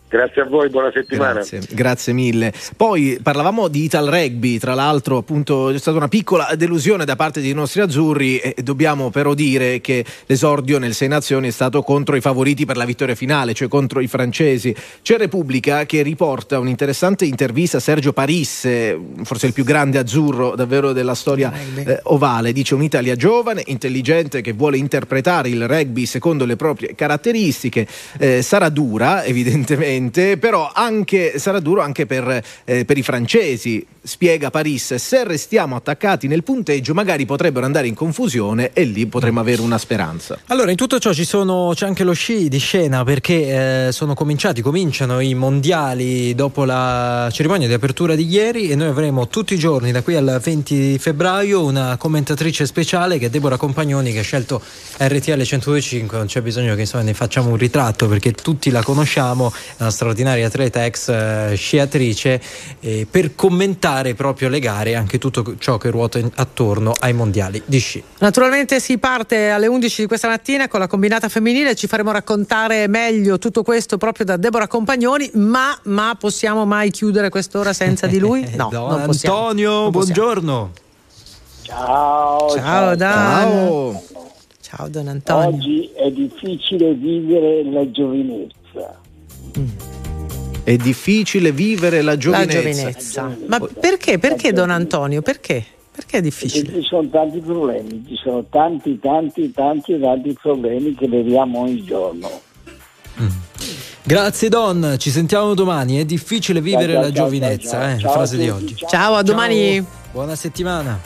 Grazie a voi, buona settimana. Grazie, grazie mille. Poi parlavamo di Ital Rugby, tra l'altro appunto c'è stata una piccola delusione da parte dei nostri azzurri e dobbiamo però dire che l'esordio nel Sei Nazioni è stato contro i favoriti per la vittoria finale, cioè contro i francesi. C'è Repubblica che riporta un'interessante intervista a Sergio Parisse, forse il più grande azzurro davvero della storia eh, ovale. Dice: un'Italia giovane, intelligente, che vuole interpretare il rugby secondo le proprie caratteristiche, eh, sarà dura evidentemente, però anche sarà duro anche per, eh, per i francesi. Spiega Parisse: se restiamo attaccati nel punteggio magari potrebbero andare in confusione e lì potremmo avere una speranza. Allora, in tutto ciò ci sono, c'è anche lo sci di scena, perché eh, sono cominciati, cominciano i mondiali dopo la cerimonia di apertura di ieri, e noi avremo tutti i giorni da qui al venti febbraio una commentatrice speciale che è Deborah Compagnoni, che ha scelto R T L centodue e cinque. Non c'è bisogno che insomma ne facciamo un ritratto perché tutti la conosciamo, è una straordinaria atleta, ex eh, sciatrice, eh, per commentare proprio le gare e anche tutto ciò che ruota attorno ai mondiali di sci. Naturalmente si parte alle undici di questa mattina con la combinata femminile, ci faremo raccontare meglio tutto questo proprio da Deborah Compagnoni, ma, ma possiamo mai chiudere quest'ora senza di lui? No, Don non possiamo. Antonio, non buongiorno. Ciao. Ciao, Dan. Ciao. Ciao Don Antonio. Oggi è difficile vivere la giovinezza. Mm. È difficile vivere la giovinezza. La giovinezza. Ma perché? Perché Don Antonio? Perché? Perché è difficile? Perché ci sono tanti problemi, ci sono tanti, tanti, tanti, tanti problemi che vediamo ogni giorno. Mm. Grazie Don, ci sentiamo domani. È difficile vivere ciao, la ciao, giovinezza, ciao, ciao. eh, Ciao frase a di tutti, oggi. ciao. Ciao, a domani. Ciao, buona settimana.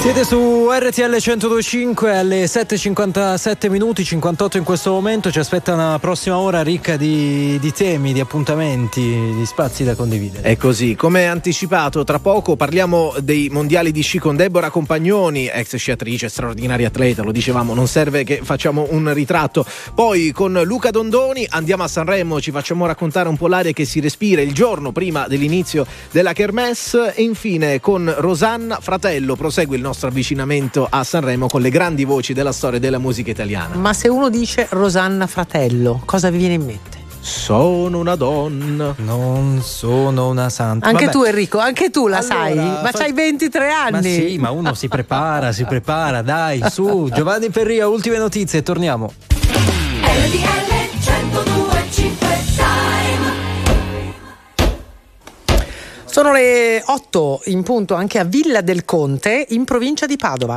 Siete su R T L centodue e cinque alle sette e cinquantasette minuti, cinquantotto in questo momento. Ci aspetta una prossima ora ricca di, di temi, di appuntamenti, di spazi da condividere. È così, come anticipato, tra poco parliamo dei mondiali di sci con Deborah Compagnoni, ex sciatrice, straordinaria atleta, lo dicevamo, non serve che facciamo un ritratto. Poi con Luca Dondoni andiamo a Sanremo, ci facciamo raccontare un po' l'aria che si respira il giorno prima dell'inizio della Kermesse, e infine con Rosanna Fratello prosegue il nostro avvicinamento a Sanremo con le grandi voci della storia della musica italiana. Ma se uno dice Rosanna Fratello, cosa vi viene in mente? Sono una donna, non sono una santa. Anche Vabbè. tu Enrico, anche tu la Allora, sai, ma fa... c'hai ventitré anni. Ma sì, ma uno si prepara, si prepara, dai, su. Giovanni Perria, ultime notizie e torniamo. R T L centodue e cinque Sono le otto in punto anche a Villa del Conte, in provincia di Padova.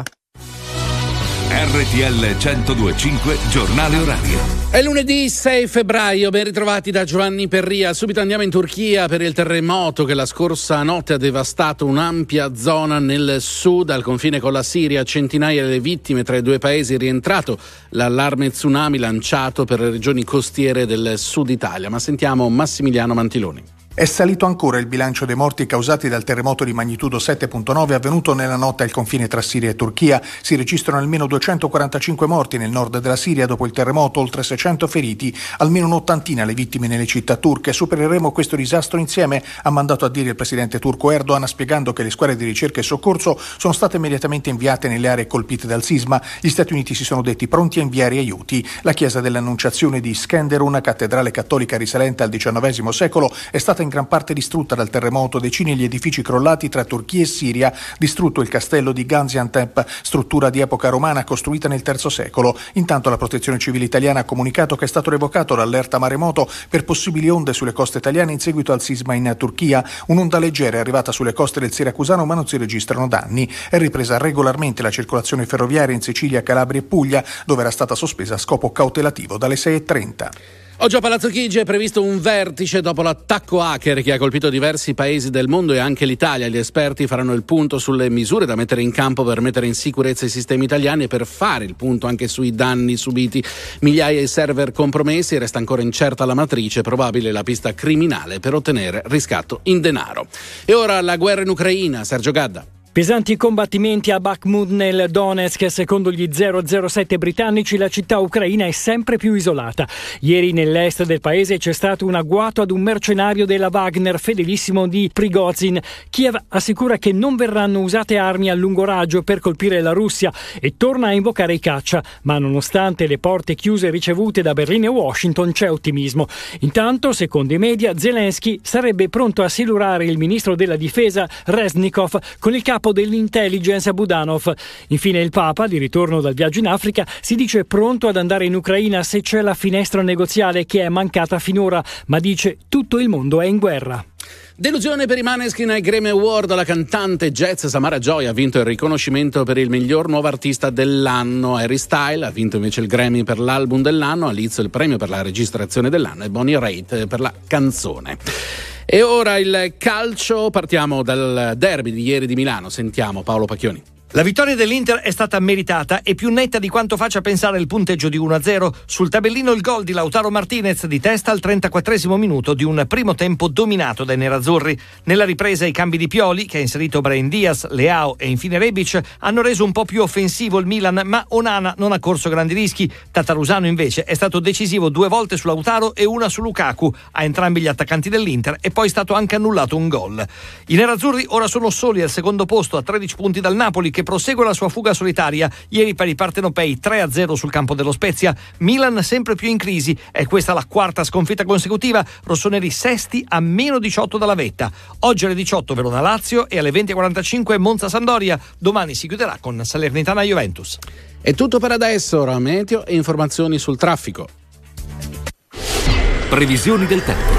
R T L centodue e cinque, giornale orario. È lunedì sei febbraio, ben ritrovati da Giovanni Perria. Subito andiamo in Turchia per il terremoto che la scorsa notte ha devastato un'ampia zona nel sud, al confine con la Siria. Centinaia le vittime tra i due paesi, è rientrato l'allarme tsunami lanciato per le regioni costiere del sud Italia. Ma sentiamo Massimiliano Mantiloni. È salito ancora il bilancio dei morti causati dal terremoto di magnitudo sette virgola nove avvenuto nella notte al confine tra Siria e Turchia. Si registrano almeno duecentoquarantacinque morti nel nord della Siria dopo il terremoto, oltre seicento feriti, almeno un'ottantina le vittime nelle città turche. Supereremo questo disastro insieme, ha mandato a dire il presidente turco Erdogan, spiegando che le squadre di ricerca e soccorso sono state immediatamente inviate nelle aree colpite dal sisma. Gli Stati Uniti si sono detti pronti a inviare aiuti. La chiesa dell'Annunciazione di Skenderun, una cattedrale cattolica risalente al diciannovesimo secolo, è stata in gran parte distrutta dal terremoto, decine gli edifici crollati tra Turchia e Siria, distrutto il castello di Gaziantep, struttura di epoca romana costruita nel terzo secolo. Intanto la Protezione Civile italiana ha comunicato che è stato revocato l'allerta maremoto per possibili onde sulle coste italiane in seguito al sisma in Turchia. Un'onda leggera è arrivata sulle coste del Siracusano, ma non si registrano danni. È ripresa regolarmente la circolazione ferroviaria in Sicilia, Calabria e Puglia, dove era stata sospesa a scopo cautelativo dalle sei e trenta. Oggi a Palazzo Chigi è previsto un vertice dopo l'attacco hacker che ha colpito diversi paesi del mondo e anche l'Italia. Gli esperti faranno il punto sulle misure da mettere in campo per mettere in sicurezza i sistemi italiani e per fare il punto anche sui danni subiti. Migliaia di server compromessi, resta ancora incerta la matrice, probabile la pista criminale per ottenere riscatto in denaro. E ora la guerra in Ucraina, Sergio Gadda. Pesanti combattimenti a Bakhmut nel Donetsk. Secondo gli zero zero sette britannici la città ucraina è sempre più isolata. Ieri nell'est del paese c'è stato un agguato ad un mercenario della Wagner, fedelissimo di Prigozhin. Kiev assicura che non verranno usate armi a lungo raggio per colpire la Russia e torna a invocare i caccia. Ma nonostante le porte chiuse ricevute da Berlino e Washington c'è ottimismo. Intanto, secondo i media, Zelensky sarebbe pronto a silurare il ministro della difesa Reznikov con il capo dell'intelligence Budanov. Infine il Papa, di ritorno dal viaggio in Africa, si dice pronto ad andare in Ucraina se c'è la finestra negoziale che è mancata finora, ma dice tutto il mondo è in guerra. Delusione per i Maneskin ai Grammy Award. La cantante jazz Samara Joy ha vinto il riconoscimento per il miglior nuovo artista dell'anno. Harry Styles ha vinto invece il Grammy per l'album dell'anno, Alizzo il premio per la registrazione dell'anno e Bonnie Raitt per la canzone. E ora il calcio, partiamo dal derby di ieri di Milano, sentiamo Paolo Pacchioni. La vittoria dell'Inter è stata meritata e più netta di quanto faccia pensare il punteggio di uno a zero. Sul tabellino il gol di Lautaro Martinez di testa al trentaquattresimo minuto di un primo tempo dominato dai nerazzurri. Nella ripresa i cambi di Pioli, che ha inserito Brahim Diaz, Leao e infine Rebic, hanno reso un po' più offensivo il Milan, ma Onana non ha corso grandi rischi. Tatarusano invece è stato decisivo due volte su Lautaro e una su Lukaku, a entrambi gli attaccanti dell'Inter, e poi è stato anche annullato un gol. I nerazzurri ora sono soli al secondo posto a tredici punti dal Napoli, che prosegue la sua fuga solitaria. Ieri per i partenopei tre a zero sul campo dello Spezia. Milan sempre più in crisi, è questa la quarta sconfitta consecutiva. Rossoneri sesti a meno diciotto dalla vetta. Oggi alle diciotto Verona Lazio e alle venti e quarantacinque Monza Sampdoria. Domani si chiuderà con Salernitana Juventus. È tutto per adesso, ora meteo e informazioni sul traffico. Previsioni del tempo.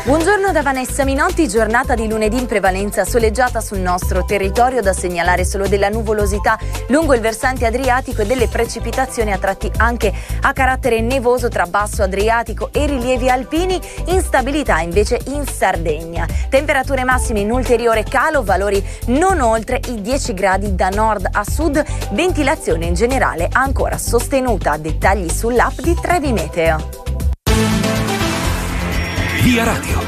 Buongiorno da Vanessa Minotti, giornata di lunedì in prevalenza soleggiata sul nostro territorio, da segnalare solo della nuvolosità lungo il versante adriatico e delle precipitazioni a tratti anche a carattere nevoso tra basso adriatico e rilievi alpini, instabilità invece in Sardegna. Temperature massime in ulteriore calo, valori non oltre i dieci gradi da nord a sud, ventilazione in generale ancora sostenuta. Dettagli sull'app di Trevi Meteo. Via Radio.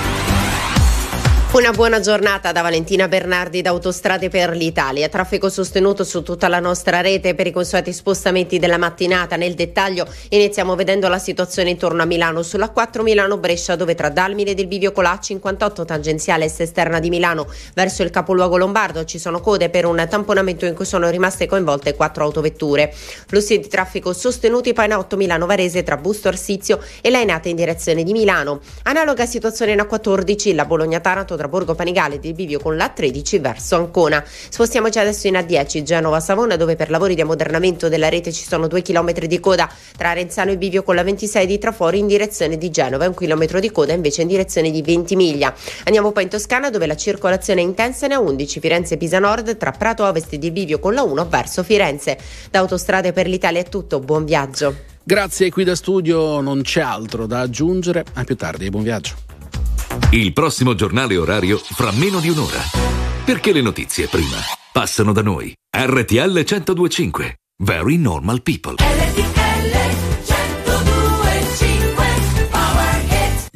Una buona giornata da Valentina Bernardi da Autostrade per l'Italia. Traffico sostenuto su tutta la nostra rete per i consueti spostamenti della mattinata. Nel dettaglio iniziamo vedendo la situazione intorno a Milano sulla quattro Milano-Brescia, dove tra Dalmine del Bivio con la A cinquantotto tangenziale est esterna di Milano verso il capoluogo lombardo ci sono code per un tamponamento in cui sono rimaste coinvolte quattro autovetture. Flussi di traffico sostenuti poi in A otto Milano-Varese tra Busto Arsizio e Lainate in direzione di Milano. Analoga situazione in A quattordici, la Bologna-Taranto tra Borgo Panigale del Bivio con l'A tredici verso Ancona. Spostiamoci adesso in A dieci Genova-Savona, dove per lavori di ammodernamento della rete ci sono due chilometri di coda tra Arenzano e Bivio con la ventisei di Trafori in direzione di Genova e un chilometro di coda invece in direzione di Ventimiglia. Andiamo poi in Toscana, dove la circolazione è intensa in A undici Firenze-Pisa Nord tra Prato Ovest di Bivio con la uno verso Firenze. Da Autostrade per l'Italia è tutto, buon viaggio. Grazie, qui da studio non c'è altro da aggiungere. A più tardi e buon viaggio. Il prossimo giornale orario fra meno di un'ora. Perché le notizie prima passano da noi. R T L centodue e cinque. Very normal people. R T L centodue e cinque. Power Hit.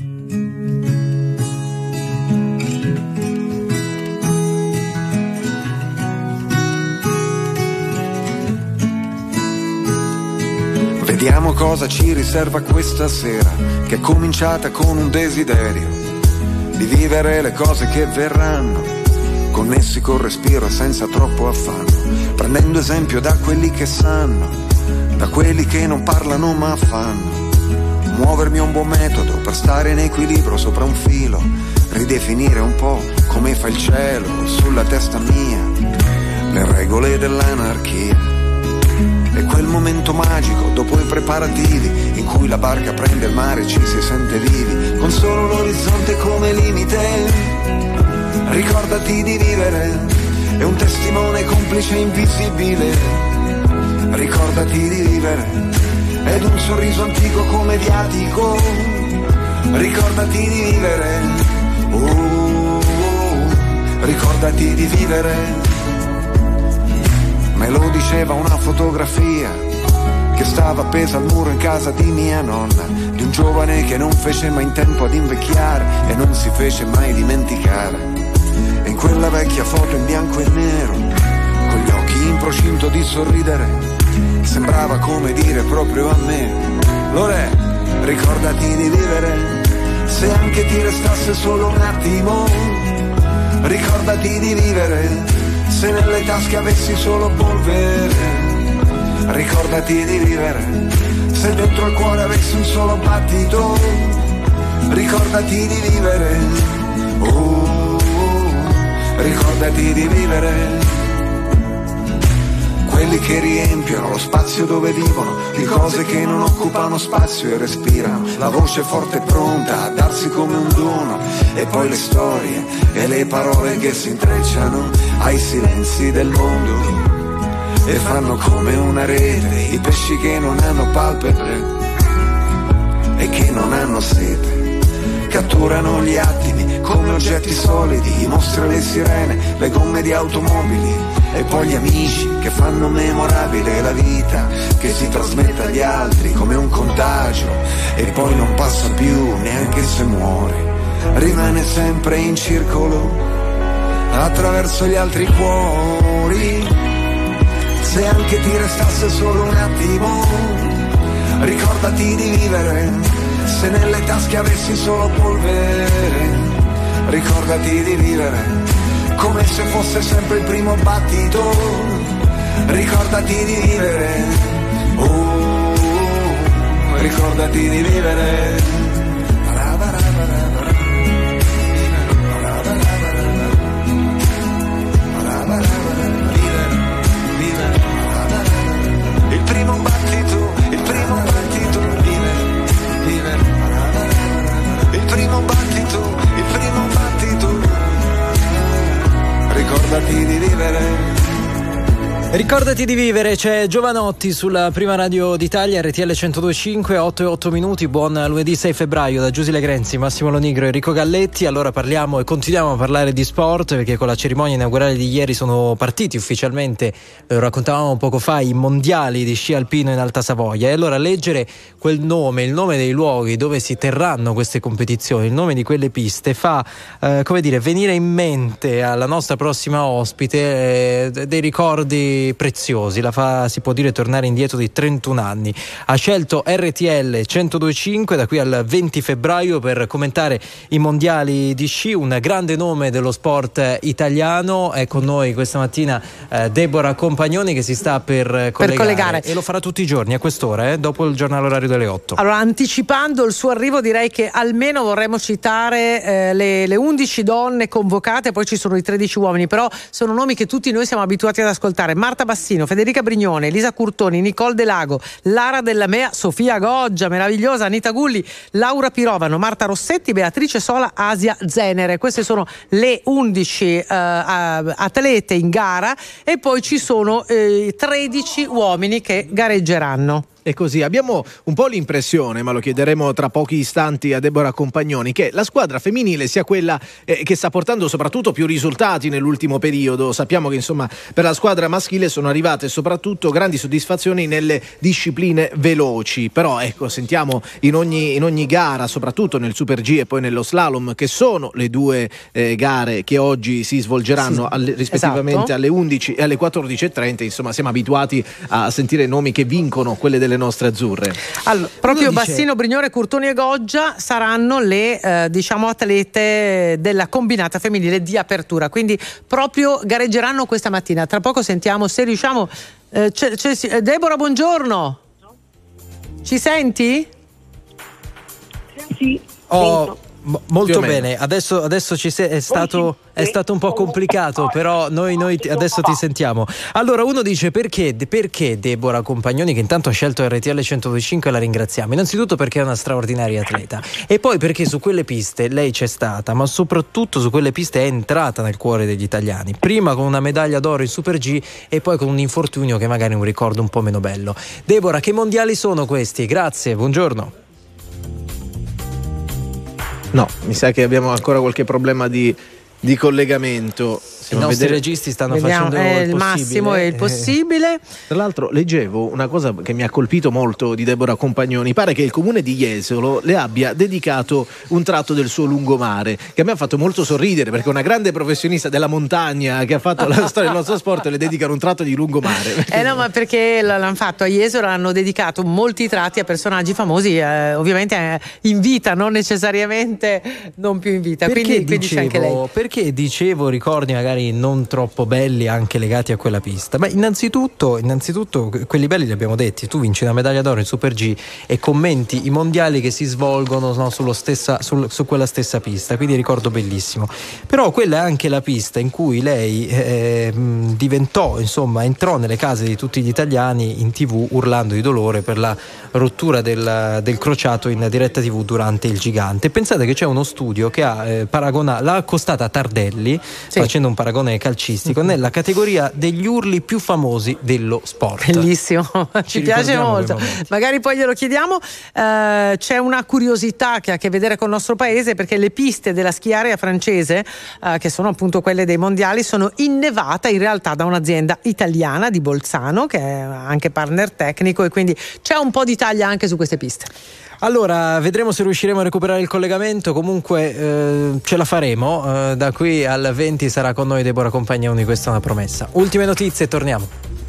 Vediamo cosa ci riserva questa sera, che è cominciata con un desiderio di vivere le cose che verranno, connessi col respiro senza troppo affanno, prendendo esempio da quelli che sanno, da quelli che non parlano ma fanno. Muovermi è un buon metodo per stare in equilibrio sopra un filo, ridefinire un po' come fa il cielo sulla testa mia, le regole dell'anarchia. E quel momento magico dopo i preparativi in cui la barca prende il mare e ci si sente vivi, con solo l'orizzonte come limite. Ricordati di vivere, è un testimone complice invisibile. Ricordati di vivere, ed un sorriso antico come viatico. Ricordati di vivere, uh, ricordati di vivere. Me lo diceva una fotografia che stava appesa al muro in casa di mia nonna, di un giovane che non fece mai in tempo ad invecchiare e non si fece mai dimenticare. E in quella vecchia foto in bianco e nero, con gli occhi in procinto di sorridere, sembrava come dire proprio a me: Lore, ricordati di vivere, se anche ti restasse solo un attimo. Ricordati di vivere, se nelle tasche avessi solo polvere. Ricordati di vivere, se dentro il cuore avessi un solo battito. Ricordati di vivere, oh, ricordati di vivere. Quelli che riempiono lo spazio dove vivono, di cose che non occupano spazio e respirano, la voce forte e pronta a darsi come un dono, e poi le storie e le parole che si intrecciano ai silenzi del mondo e fanno come una rete, i pesci che non hanno palpebre e che non hanno sete, catturano gli attimi come oggetti solidi, i mostri e le sirene, le gomme di automobili, e poi gli amici che fanno memorabile la vita, che si trasmette agli altri come un contagio e poi non passa più neanche se muore, rimane sempre in circolo attraverso gli altri cuori. Se anche ti restasse solo un attimo, ricordati di vivere, se nelle tasche avessi solo polvere. Ricordati di vivere come se fosse sempre il primo battito. Ricordati di vivere, oh, ricordati di vivere. Il primo battito, il primo battito, vivere, vivere. Il primo battito. ricordati di vivere. Ricordati di vivere, c'è Giovanotti sulla prima radio d'Italia, R T L centodue e cinque, otto e otto minuti, buon lunedì sei febbraio da Giusile Grenzi, Massimo Lonigro e Enrico Galletti. Allora parliamo e continuiamo a parlare di sport, perché con la cerimonia inaugurale di ieri sono partiti ufficialmente, lo raccontavamo poco fa, i mondiali di sci alpino in Alta Savoia. E allora leggere quel nome, il nome dei luoghi dove si terranno queste competizioni, il nome di quelle piste fa, eh, come dire, venire in mente alla nostra prossima ospite eh, dei ricordi preziosi, la fa, si può dire, tornare indietro di trentuno anni. Ha scelto R T L centodue e cinque da qui al venti febbraio per commentare i mondiali di sci, un grande nome dello sport italiano. È con noi questa mattina eh, Deborah Compagnoni, che si sta per collegare, per collegare e lo farà tutti i giorni a quest'ora, eh, dopo il giornale orario delle otto. Allora, anticipando il suo arrivo, direi che almeno vorremmo citare eh, le, le undici donne convocate, poi ci sono i tredici uomini, però sono nomi che tutti noi siamo abituati ad ascoltare: Marta Bassino, Federica Brignone, Elisa Curtoni, Nicole De Lago, Lara Della Mea, Sofia Goggia, meravigliosa, Anita Gulli, Laura Pirovano, Marta Rossetti, Beatrice Sola, Asia Zenere. Queste sono le undici uh, atlete in gara, e poi ci sono uh, tredici uomini che gareggeranno. E così abbiamo un po' l'impressione, ma lo chiederemo tra pochi istanti a Deborah Compagnoni, che la squadra femminile sia quella eh, che sta portando soprattutto più risultati nell'ultimo periodo. Sappiamo che insomma per la squadra maschile sono arrivate soprattutto grandi soddisfazioni nelle discipline veloci, però ecco, sentiamo in ogni, in ogni gara, soprattutto nel Super G e poi nello slalom, che sono le due eh, gare che oggi si svolgeranno, sì, alle, rispettivamente esatto, alle undici e alle quattordici e trenta. Insomma, siamo abituati a sentire nomi che vincono quelle delle nostre azzurre. Allora, proprio dice... Bassino, Brignone, Curtoni e Goggia saranno le eh, diciamo atlete della combinata femminile di apertura, quindi proprio gareggeranno questa mattina. Tra poco sentiamo se riusciamo. eh, c'è, c'è, Deborah, buongiorno. Ci senti? Sì. Oh, mo- molto bene, adesso, adesso ci sei, è stato è stato un po' complicato, però noi, noi t- adesso ti sentiamo. Allora, uno dice: perché, perché Deborah Compagnoni, che intanto ha scelto R T L centodue e cinque, la ringraziamo innanzitutto perché è una straordinaria atleta, e poi perché su quelle piste lei c'è stata, ma soprattutto su quelle piste è entrata nel cuore degli italiani, prima con una medaglia d'oro in Super G e poi con un infortunio che magari è un ricordo un po' meno bello. Deborah, che mondiali sono questi? Grazie, buongiorno. No, mi sa che abbiamo ancora qualche problema di, di collegamento. I nostri vedere... registi stanno Vediamo, facendo eh, il, il massimo e il possibile. Eh, tra l'altro leggevo una cosa che mi ha colpito molto di Deborah Compagnoni. Pare che il comune di Jesolo le abbia dedicato un tratto del suo lungomare, che a me ha fatto molto sorridere, perché una grande professionista della montagna che ha fatto la storia del nostro sport le dedicano un tratto di lungomare. Perché... Eh no, ma perché l'hanno fatto a Jesolo, hanno dedicato molti tratti a personaggi famosi, eh, ovviamente eh, in vita, non necessariamente non più in vita. Perché quindi, dicevo, quindi c'è anche lei. Perché dicevo ricordi magari non troppo belli anche legati a quella pista? Beh, innanzitutto, innanzitutto quelli belli li abbiamo detti. Tu vinci una medaglia d'oro in Super G e commenti i mondiali che si svolgono, no, sullo stessa, sul, su quella stessa pista, quindi ricordo bellissimo. Però quella è anche la pista in cui lei eh, diventò, insomma, entrò nelle case di tutti gli italiani in tv urlando di dolore per la rottura del, del crociato in diretta tv durante il Gigante. Pensate che c'è uno studio che ha eh, paragonato, l'ha accostata a Tardelli, sì, facendo un paragone calcistico, mm-hmm, nella categoria degli urli più famosi dello sport. Bellissimo, ci, ci piace molto. Magari poi glielo chiediamo. Uh, c'è una curiosità che ha a che vedere con il nostro paese, perché le piste della schiarea francese, uh, che sono appunto quelle dei mondiali, sono innevate in realtà da un'azienda italiana di Bolzano, che è anche partner tecnico, e quindi c'è un po' di taglia anche su queste piste. Allora, vedremo se riusciremo a recuperare il collegamento. Comunque eh, ce la faremo. Eh, da qui al venti sarà con noi Deborah Compagnoni, questa è una promessa. Ultime notizie e torniamo.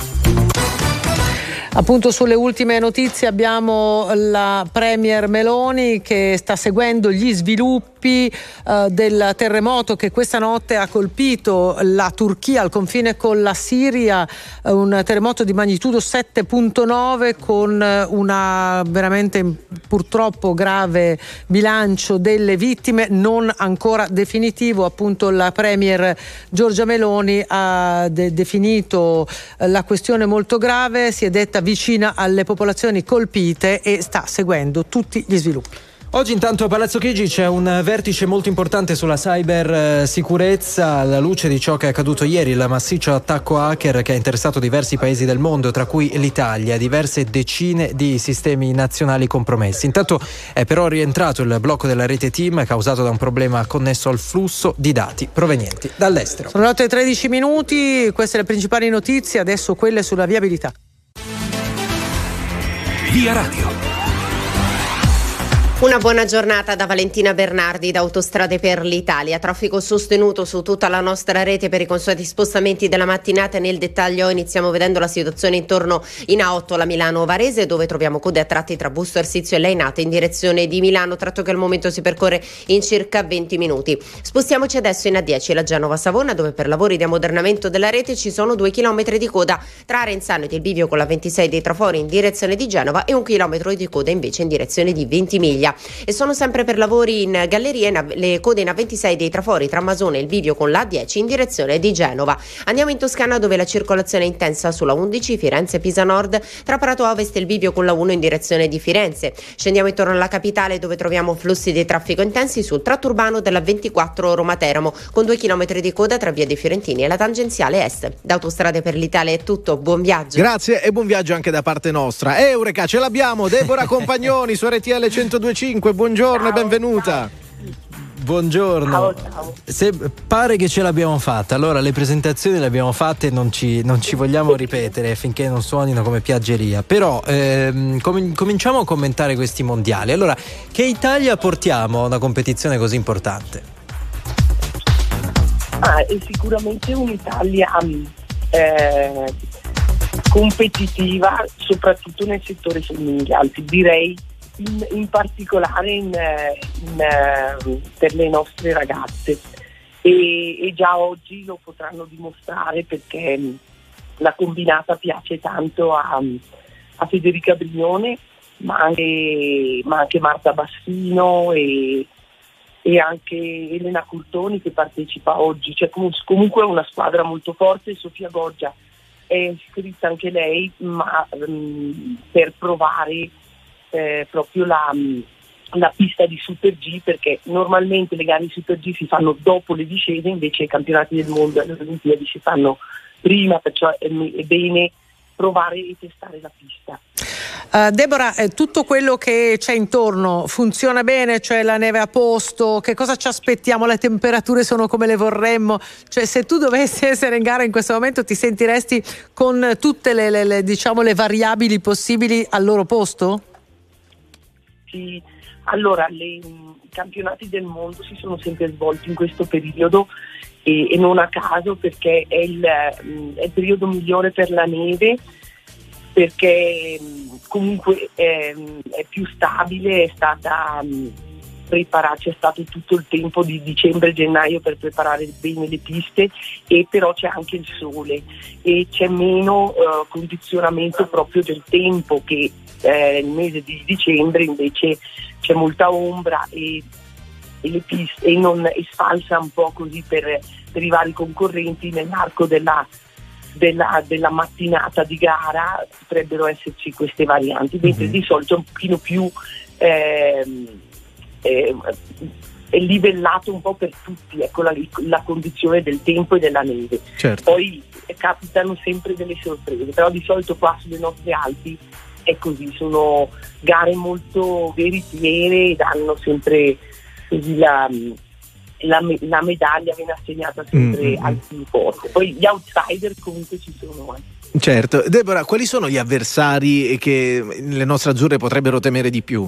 Appunto, sulle ultime notizie abbiamo la Premier Meloni che sta seguendo gli sviluppi eh, del terremoto che questa notte ha colpito la Turchia al confine con la Siria, eh, un terremoto di magnitudo sette virgola nove con una veramente purtroppo grave bilancio delle vittime non ancora definitivo. Appunto, la Premier Giorgia Meloni ha de- definito la questione molto grave, si è detta vicina alle popolazioni colpite e sta seguendo tutti gli sviluppi. Oggi intanto a Palazzo Chigi c'è un vertice molto importante sulla cybersicurezza alla luce di ciò che è accaduto ieri, il massiccio attacco hacker che ha interessato diversi paesi del mondo, tra cui l'Italia, diverse decine di sistemi nazionali compromessi. Intanto è però rientrato il blocco della rete Team causato da un problema connesso al flusso di dati provenienti dall'estero. Sono le otto e tredici minuti, queste le principali notizie, adesso quelle sulla viabilità. Via Radio. Una buona giornata da Valentina Bernardi da Autostrade per l'Italia. Traffico sostenuto su tutta la nostra rete per i consueti spostamenti della mattinata. Nel dettaglio iniziamo vedendo la situazione intorno in A otto la Milano-Varese, dove troviamo code a tratti tra Busto Arsizio e Lainate in direzione di Milano, tratto che al momento si percorre in circa venti minuti. Spostiamoci adesso in A dieci la Genova-Savona, dove per lavori di ammodernamento della rete ci sono due chilometri di coda tra Arenzano ed il bivio con la ventisei dei Trafori in direzione di Genova e un chilometro di coda invece in direzione di Ventimiglia. E sono sempre per lavori in galleria le code in A ventisei dei Trafori tra Masone e il bivio con l'A dieci in direzione di Genova. Andiamo in Toscana, dove la circolazione è intensa sulla undici Firenze-Pisa Nord tra Prato Ovest e il bivio con la uno in direzione di Firenze. Scendiamo intorno alla capitale, dove troviamo flussi di traffico intensi sul tratto urbano della ventiquattro Roma Teramo, con due chilometri di coda tra via dei Fiorentini e la tangenziale est. Da Autostrade per l'Italia è tutto, buon viaggio. Grazie e buon viaggio anche da parte nostra. Eureka, ce l'abbiamo, Deborah Compagnoni su R T L centodue e cinque, buongiorno ciao, e benvenuta. Ciao. Buongiorno. Ciao, ciao. Se pare che ce l'abbiamo fatta, allora le presentazioni le abbiamo fatte, non ci, non ci vogliamo ripetere finché non suonino come piaggeria, però ehm, com- cominciamo a commentare questi mondiali. Allora, che Italia portiamo a una competizione così importante? Ah, è sicuramente un'Italia eh, competitiva, soprattutto nel settore femminile, anzi direi In, in particolare in, in, per le nostre ragazze e, e già oggi lo potranno dimostrare, perché la combinata piace tanto a, a Federica Brignone, ma anche, ma anche Marta Bassino e, e anche Elena Curtoni che partecipa oggi. C'è comunque una squadra molto forte. Sofia Goggia è iscritta anche lei, ma mh, per provare Eh, proprio la, la pista di Super G, perché normalmente le gare di Super G si fanno dopo le discese, invece i campionati del mondo e le Olimpiadi si fanno prima, perciò è, è bene provare e testare la pista. Uh, Deborah, eh, tutto quello che c'è intorno funziona bene? Cioè la neve a posto? Che cosa ci aspettiamo? Le temperature sono come le vorremmo? Cioè, se tu dovessi essere in gara in questo momento, ti sentiresti con tutte le, le, le, diciamo, le variabili possibili al loro posto? Allora, le, i campionati del mondo si sono sempre svolti in questo periodo e, e non a caso, perché è il, è il periodo migliore per la neve, perché comunque è, è più stabile, è stata preparata, c'è stato tutto il tempo di dicembre e gennaio per preparare bene le piste, e però c'è anche il sole e c'è meno uh, condizionamento proprio del tempo, che eh, nel mese di dicembre invece c'è molta ombra e, e le piste e non e sfalsa un po' così per, per i vari concorrenti nell'arco della Della, della mattinata di gara. Potrebbero esserci queste varianti, mentre mm-hmm. di solito è un pochino più eh, eh, è livellato un po' per tutti, ecco, la, la condizione del tempo e della neve. Certo. Poi eh, capitano sempre delle sorprese, però di solito qua sulle nostre Alpi è così, sono gare molto veritiere e danno sempre così la La, la medaglia viene assegnata sempre mm-hmm. al più forte. Poi gli outsider comunque ci sono. Eh. Certo. Deborah, quali sono gli avversari che le nostre azzurre potrebbero temere di più?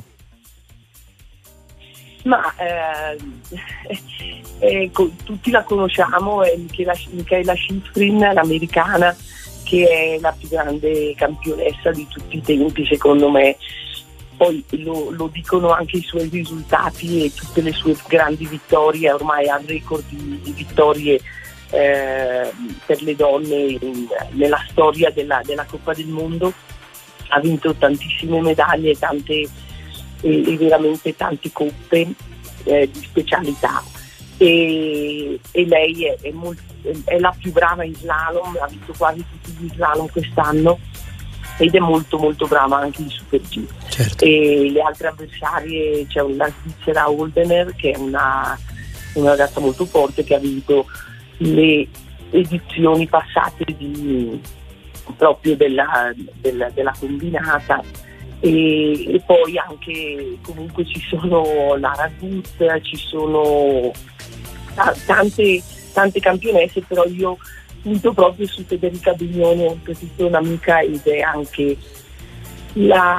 Ma eh, eh, co- tutti la conosciamo, è Michaela, Michaela Schifrin, l'americana, che è la più grande campionessa di tutti i tempi, secondo me. Poi lo, lo dicono anche i suoi risultati e tutte le sue grandi vittorie, ormai ha il record di, di vittorie eh, per le donne in, nella storia della, della Coppa del Mondo. Ha vinto tantissime medaglie, tante e, e veramente tante coppe eh, di specialità, e, e lei è, è, molto, è la più brava in slalom, ha vinto quasi tutti gli slalom quest'anno. ed è molto molto brava anche in Super G. Certo. E le altre avversarie, c'è una svizzera Holdener che è una, una ragazza molto forte che ha vinto le edizioni passate di, proprio della, della, della combinata. E, e poi anche comunque ci sono Lara Gut, ci sono t- tante, tante campionesse, però io punto proprio su Federica Bignone perché è un'amica ed è anche la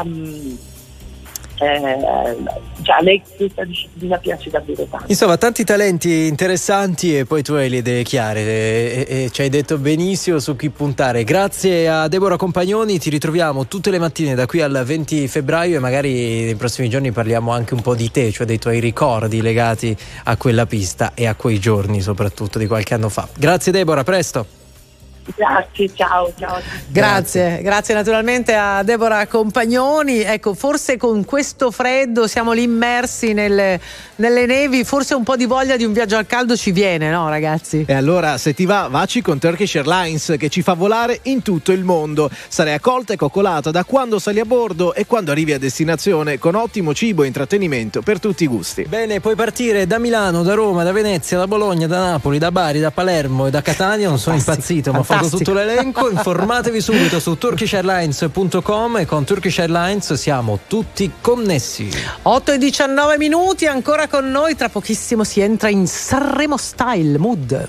eh, già lei questa disciplina piace davvero tanto. Insomma, tanti talenti interessanti e poi tu hai le idee chiare e, e, e ci hai detto benissimo su chi puntare. Grazie a Deborah Compagnoni, ti ritroviamo tutte le mattine da qui al venti febbraio e magari nei prossimi giorni parliamo anche un po' di te, cioè dei tuoi ricordi legati a quella pista e a quei giorni soprattutto di qualche anno fa. Grazie Deborah, presto. Grazie, ciao, ciao. Grazie, grazie naturalmente a Deborah Compagnoni. Ecco, forse con questo freddo siamo lì immersi nelle, nelle nevi, forse un po' di voglia di un viaggio al caldo ci viene, no ragazzi? E allora se ti va, vacci con Turkish Airlines che ci fa volare in tutto il mondo. Sarai accolta e coccolata da quando sali a bordo e quando arrivi a destinazione con ottimo cibo e intrattenimento per tutti i gusti. Bene, puoi partire da Milano, da Roma, da Venezia, da Bologna, da Napoli, da Bari, da Palermo e da Catania. Non sono impazzito, ma ho fatto tutto l'elenco. Informatevi subito su turkish airlines punto com e con Turkish Airlines siamo tutti connessi. otto e diciannove minuti ancora con noi, tra pochissimo si entra in Sanremo Style Mood.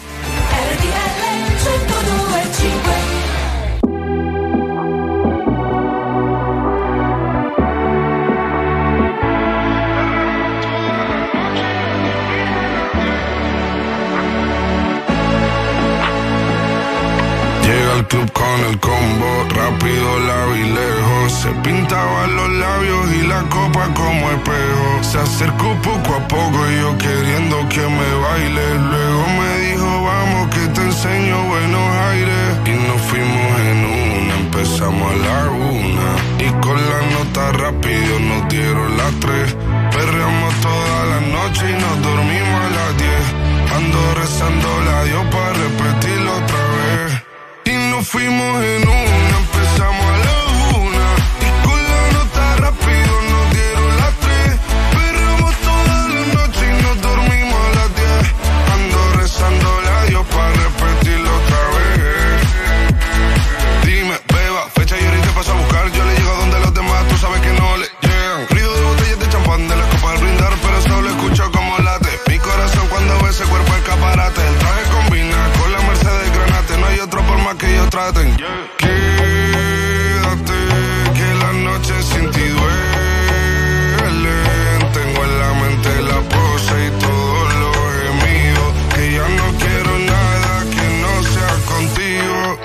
Club con el combo, rápido la vi lejos. Se pintaba los labios y la copa como espejo. Se acercó poco a poco y yo queriendo que me baile. Luego me dijo vamos que te enseño buenos aires. Y nos fuimos en una, empezamos a la una. Y con la nota rápido nos dieron las tres. Perreamos toda la noche y nos dormimos a las diez. Ando rezando la Dios para repetirlo otra vez. Nos fuimos en una, empezamos a la una. Y con la nota rápido nos dieron las tres. Perramos toda la noche y nos dormimos a las diez. Ando rezando a Dios para repetirlo otra vez. Dime, beba, fecha y ahorita paso a buscar. Yo le llego donde los demás, tú sabes que no le llegan. Ruido de botellas de champán de la copa al brindar, pero solo escucho como late mi corazón cuando ve ese cuerpo escaparate. El traje combina con la Mercedes Granate. No hay otro por más que ellos traten. Quédate, que la noche sin ti duele. Tengo en la mente la pose y todos los gemidos. Que ya no quiero nada que no sea contigo.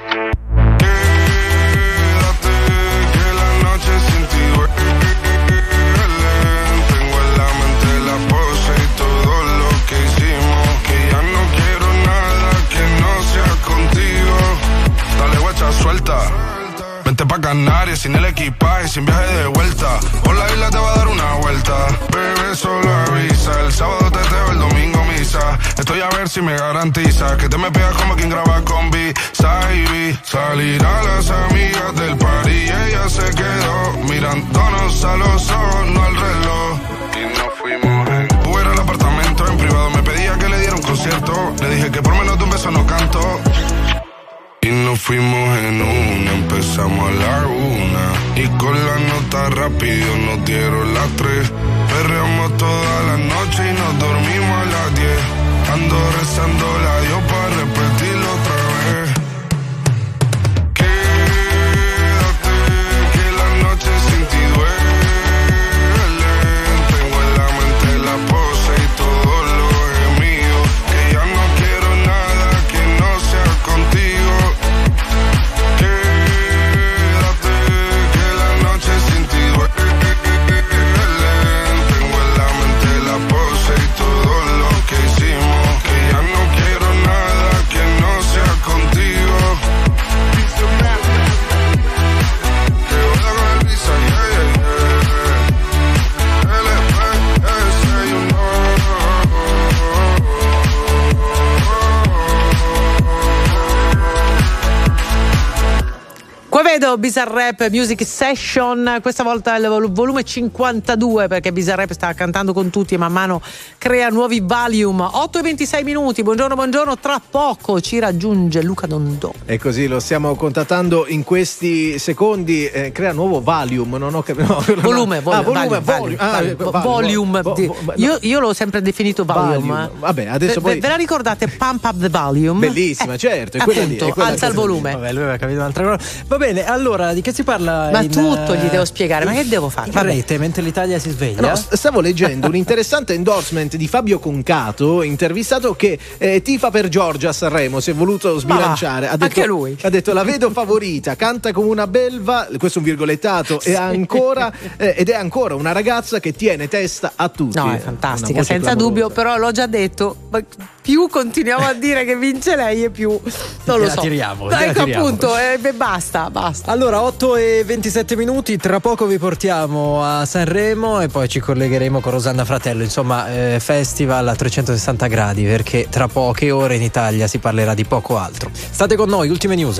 Quédate, que la noche sin ti duele. Tengo en la mente la pose y todo lo que hicimos. Que ya no quiero nada que no sea contigo. Dale guacha, suelta. Vente pa' Canarias sin el equipaje, sin viaje de vuelta. Por la isla te va a dar una vuelta. Bebé, solo avisa. El sábado teteo, el domingo misa. Estoy a ver si me garantiza que te me pegas como quien graba con B-Side. Salir a las amigas del party y ella se quedó mirándonos a los ojos, no al reloj. Y nos fuimos en Uber al apartamento en privado. Me pedía que le diera un concierto. Le dije que por menos de un beso no canto. Y nos fuimos en una, empezamos a la una. Y con la nota rápido nos dieron las tres. Perreamos toda la noche y nos dormimos a las diez. Ando rezando la Dios para repetirlo otra vez. Quédate, que la noche sin ti duele. Tengo en la mente la pose y todo lo gemido. Que ya no quiero nada que no sea contigo. Quédate, que la noche sin ti duele. Tengo en la mente la pose y todo lo que hicimos. Que ya no quiero nada Fredo, Bizarrap Music Session, questa volta il volume cinquantadue, perché Bizarrap sta cantando con tutti e man mano crea nuovi volume. otto e ventisei minuti, buongiorno buongiorno, tra poco ci raggiunge Luca Dondò. E così lo stiamo contattando in questi secondi, eh, crea nuovo volume, non ho capito. No, volume, no. volume, ah, volume, volume, ah, volume, volume, volume. vo- vo- vo- Io, io l'ho sempre definito volume. volume. Vabbè, adesso ve, poi... ve la ricordate Pump Up the Volume? Bellissima, eh, certo, è quella lì, appunto, è quella alza il volume. Vabbè, lui aveva capito un'altra cosa. Va bene, allora di che si parla? Ma in, tutto gli devo spiegare, ma che devo fare? In rete, mentre l'Italia si sveglia. No, stavo leggendo un interessante endorsement di Fabio Concato, intervistato, che eh, tifa per Giorgia a Sanremo, si è voluto sbilanciare. Ha detto, anche lui. Ha detto: la vedo favorita, canta come una belva, questo è un virgolettato, e ancora, eh, ed è ancora una ragazza che tiene testa a tutti. No, è fantastica, senza dubbio, però l'ho già detto, più continuiamo a dire che vince lei e più non lo la so. tiriamo, Dai, la tiriamo. appunto, eh, beh, basta, basta. Allora, otto e ventisette minuti, tra poco vi portiamo a Sanremo e poi ci collegheremo con Rosanna Fratello, insomma, eh, festival a trecentosessanta gradi, perché tra poche ore in Italia si parlerà di poco altro. State con noi, ultime news.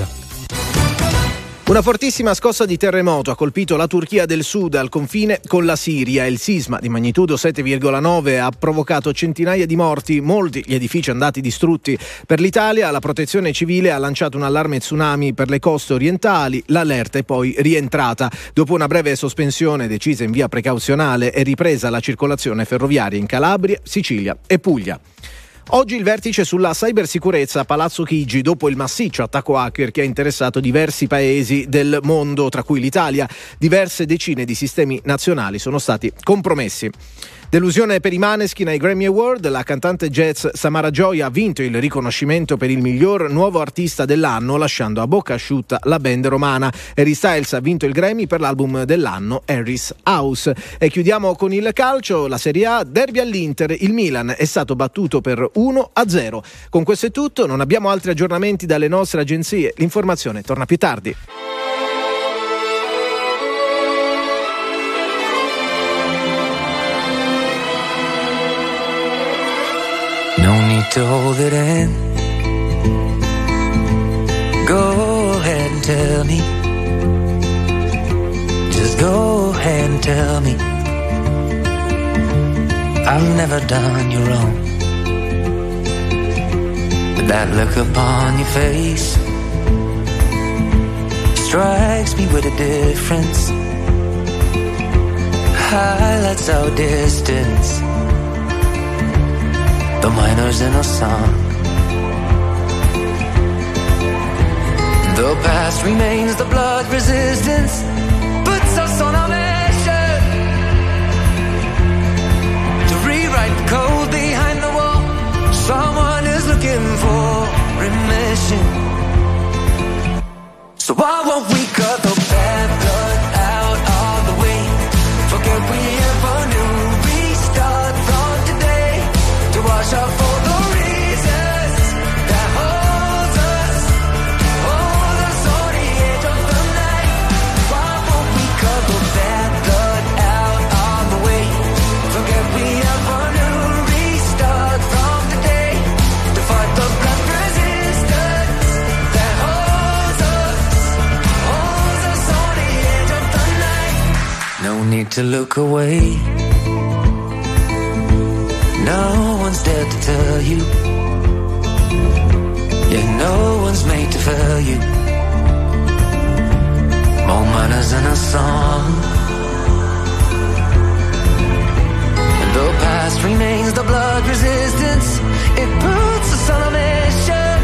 Una fortissima scossa di terremoto ha colpito la Turchia del Sud al confine con la Siria. Il sisma di magnitudo sette virgola nove ha provocato centinaia di morti, molti gli edifici andati distrutti. Per l'Italia la Protezione Civile ha lanciato un allarme tsunami per le coste orientali, l'allerta è poi rientrata. Dopo una breve sospensione decisa in via precauzionale è ripresa la circolazione ferroviaria in Calabria, Sicilia e Puglia. Oggi il vertice sulla cybersicurezza a Palazzo Chigi dopo il massiccio attacco hacker che ha interessato diversi paesi del mondo, tra cui l'Italia. Diverse decine di sistemi nazionali sono stati compromessi. Delusione per i Maneskin ai Grammy Award, la cantante jazz Samara Joy ha vinto il riconoscimento per il miglior nuovo artista dell'anno, lasciando a bocca asciutta la band romana. Harry Styles ha vinto il Grammy per l'album dell'anno Harry's House. E chiudiamo con il calcio, la Serie A, derby all'Inter, il Milan è stato battuto per uno a zero. Con questo è tutto, non abbiamo altri aggiornamenti dalle nostre agenzie, l'informazione torna più tardi. No need to hold it in. Go ahead and tell me. Just go ahead and tell me. I've never done you wrong. But that look upon your face strikes me with a difference. Highlights our distance. The minors in a song. The past remains, the blood resistance puts us on a mission to rewrite the code behind the wall. Someone is looking for remission. So why won't we cut the bad blood out of the way? Forget we ever knew. Restart from today to wash out all the reasons that hold us, hold us on the edge of the night. Why won't we cut the bad blood out of the way? Forget we ever knew. Restart from today to fight the blood resistance that holds us, holds us on the edge of the night. No need to look away. No one's there to tell you. Yeah, no one's made to fail you. More manners than a song. And the past remains, the blood resistance. It puts us on a mission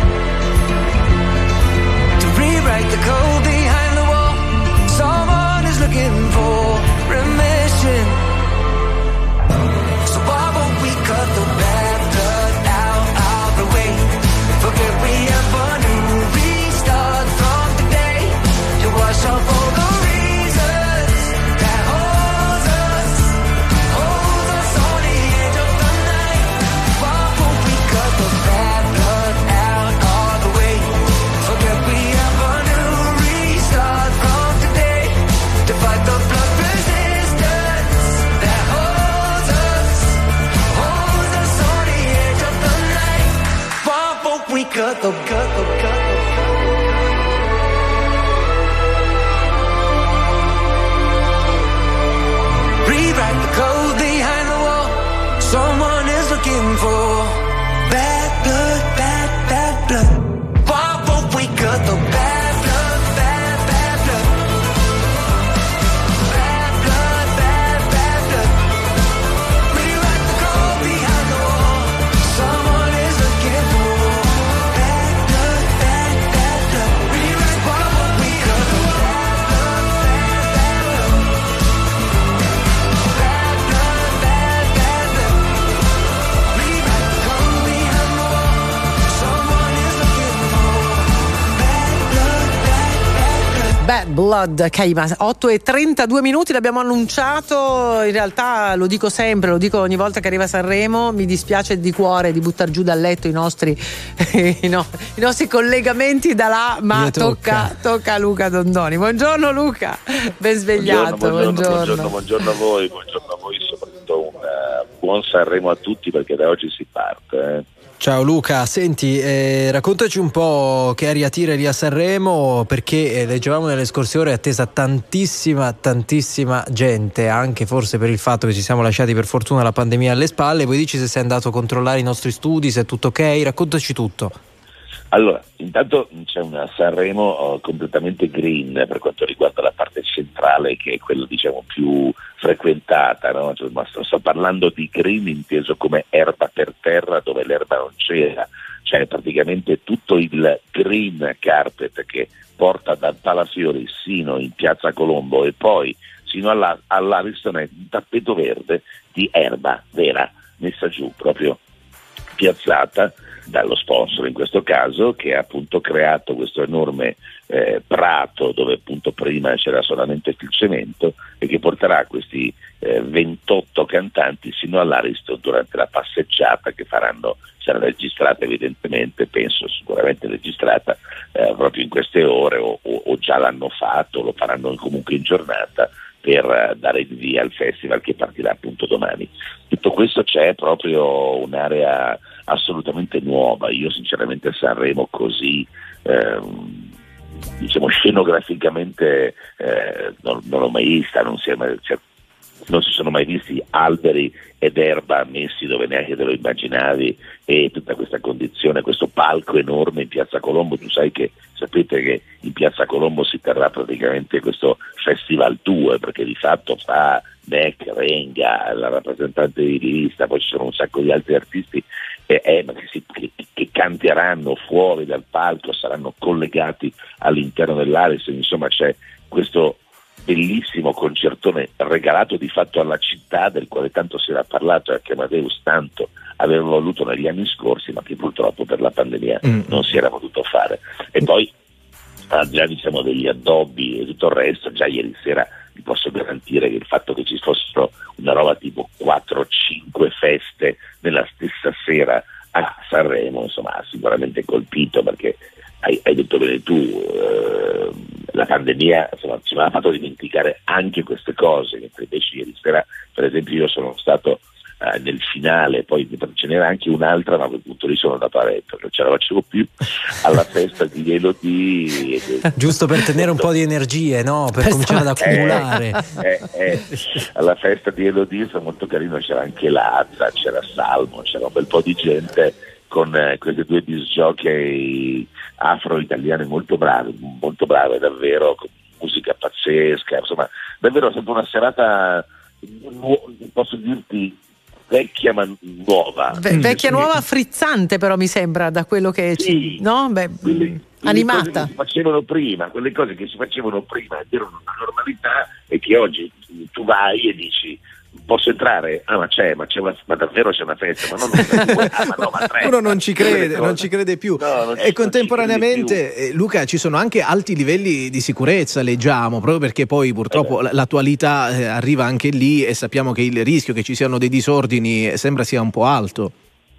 to rewrite the code behind the wall. Someone is looking for remission. Cut the bad blood out of the way. Forget we ever knew. Restart from today to wash off all the reasons that hold us, hold us on the edge of the night. Why won't we cut the bad blood out of the way? Forget we ever knew. Restart from today to fight the blood resistance that holds us. We cut the, cut the, cut the, cut the. Blood Kaima. otto e trentadue minuti, l'abbiamo annunciato, in realtà lo dico sempre, lo dico ogni volta che arriva Sanremo, mi dispiace di cuore di buttare giù dal letto i nostri i, no, i nostri collegamenti da là, ma tocca. tocca tocca a Luca Dondoni. Buongiorno Luca, ben svegliato. Buongiorno, buongiorno, buongiorno, buongiorno a voi, buongiorno a voi, soprattutto un uh, buon Sanremo a tutti, perché da oggi si parte. Eh. Ciao Luca, senti, eh, raccontaci un po' che aria tira lì a Sanremo, perché eh, leggevamo nelle scorse ore è attesa tantissima, tantissima gente, anche forse per il fatto che ci siamo lasciati per fortuna la pandemia alle spalle. Poi dici se sei andato a controllare i nostri studi, se è tutto ok, raccontaci tutto. Allora, intanto c'è una Sanremo oh, completamente green per quanto riguarda la parte centrale, che è quella diciamo più frequentata, no? Cioè, ma sto, sto parlando di green inteso come erba per terra, dove l'erba non c'era, cioè praticamente tutto il green carpet che porta da Palafiori sino in Piazza Colombo e poi sino alla, all'Ariston è un tappeto verde di erba vera messa giù, proprio piazzata dallo sponsor in questo caso, che ha appunto creato questo enorme eh, prato dove appunto prima c'era solamente il cemento, e che porterà questi eh, ventotto cantanti sino all'Ariston durante la passeggiata che faranno, sarà registrata evidentemente, penso sicuramente registrata eh, proprio in queste ore o, o, o già l'hanno fatto, lo faranno comunque in giornata per uh, dare il via al festival che partirà appunto domani. Tutto questo c'è proprio un'area assolutamente nuova. Io sinceramente a Sanremo così ehm, diciamo scenograficamente eh, non, non l'ho mai vista, non si, è mai, cioè, non si sono mai visti alberi ed erba messi dove neanche te lo immaginavi, e tutta questa condizione, questo palco enorme in Piazza Colombo. Tu sai che sapete che in Piazza Colombo si terrà praticamente questo Festival due, perché di fatto fa Beck, Renga, la rappresentante di rivista, poi ci sono un sacco di altri artisti eh, eh, che, si, che, che canteranno fuori dal palco, saranno collegati all'interno dell'Ariston, insomma c'è questo bellissimo concertone regalato di fatto alla città, del quale tanto si era parlato e che Amadeus tanto aveva voluto negli anni scorsi, ma che purtroppo per la pandemia mm. non si era potuto fare. E poi ah, già diciamo degli addobbi e tutto il resto, già ieri sera vi posso garantire che il fatto che ci fossero una roba tipo quattro cinque feste nella stessa sera a Sanremo, insomma, ha sicuramente colpito, perché hai, hai detto bene tu, eh, la pandemia insomma, ci aveva fatto dimenticare anche queste cose, mentre invece ieri sera per esempio io sono stato eh, nel finale, poi ce n'era anche un'altra, ma a quel punto lì sono andato a letto, non ce la facevo più, alla festa di Elodie. Giusto per tenere un po' di energie, no? Per cominciare ad accumulare. Eh, eh, eh. Alla festa di Elodie è molto carino, c'era anche Lazza, c'era Salmo, c'era un bel po' di gente con eh, queste due disc jockey afro-italiane molto brave, molto brave davvero, con musica pazzesca, insomma davvero è stata una serata, nu- posso dirti, vecchia ma nuova. Ve- vecchia nuova, frizzante però mi sembra, da quello che sì, ci, no? Beh, quelle, animata. Quelle cose che si facevano prima, quelle cose che si facevano prima ed erano una normalità, e che oggi tu vai e dici posso entrare? Ah, ma c'è, ma c'è una, ma davvero c'è una festa? Ma non una, ah, ma no, ma tre. Uno non ci crede, non ci crede più. No, non ci, e contemporaneamente, crede più. Eh, Luca, ci sono anche alti livelli di sicurezza, leggiamo, proprio perché poi purtroppo eh l'attualità eh, arriva anche lì, e sappiamo che il rischio che ci siano dei disordini sembra sia un po' alto.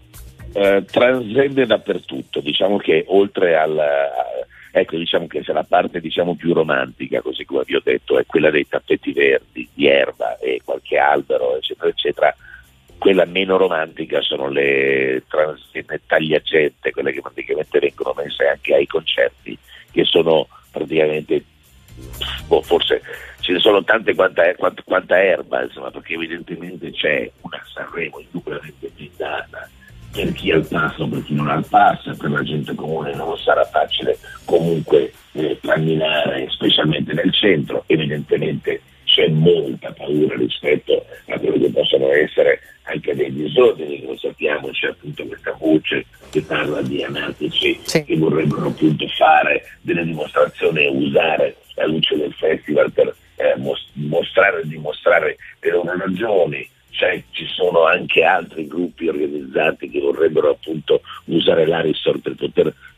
Eh, transende dappertutto, diciamo che oltre al ecco, diciamo che se la parte diciamo più romantica, così come vi ho detto, è quella dei tappeti verdi, di erba e qualche albero, eccetera, eccetera, quella meno romantica sono le transenne tagliagente, quelle che praticamente vengono messe anche ai concerti, che sono praticamente, boh, forse ce ne sono tante quanta, quanta, quanta erba, insomma, perché evidentemente c'è una Sanremo indubbiamente blindata per chi ha il passo, per chi non ha il passo, per la gente comune non sarà facile comunque eh, camminare, specialmente nel centro. Evidentemente c'è molta paura rispetto a quello che possono essere anche dei disordini, come sappiamo c'è appunto questa voce che parla di anarchici sì. che vorrebbero appunto fare delle dimostrazioni e usare la luce del festival per eh, mostrare e dimostrare le loro ragioni. Cioè, ci sono anche altri gruppi organizzati che vorrebbero appunto usare l'Ariston per poter ehm,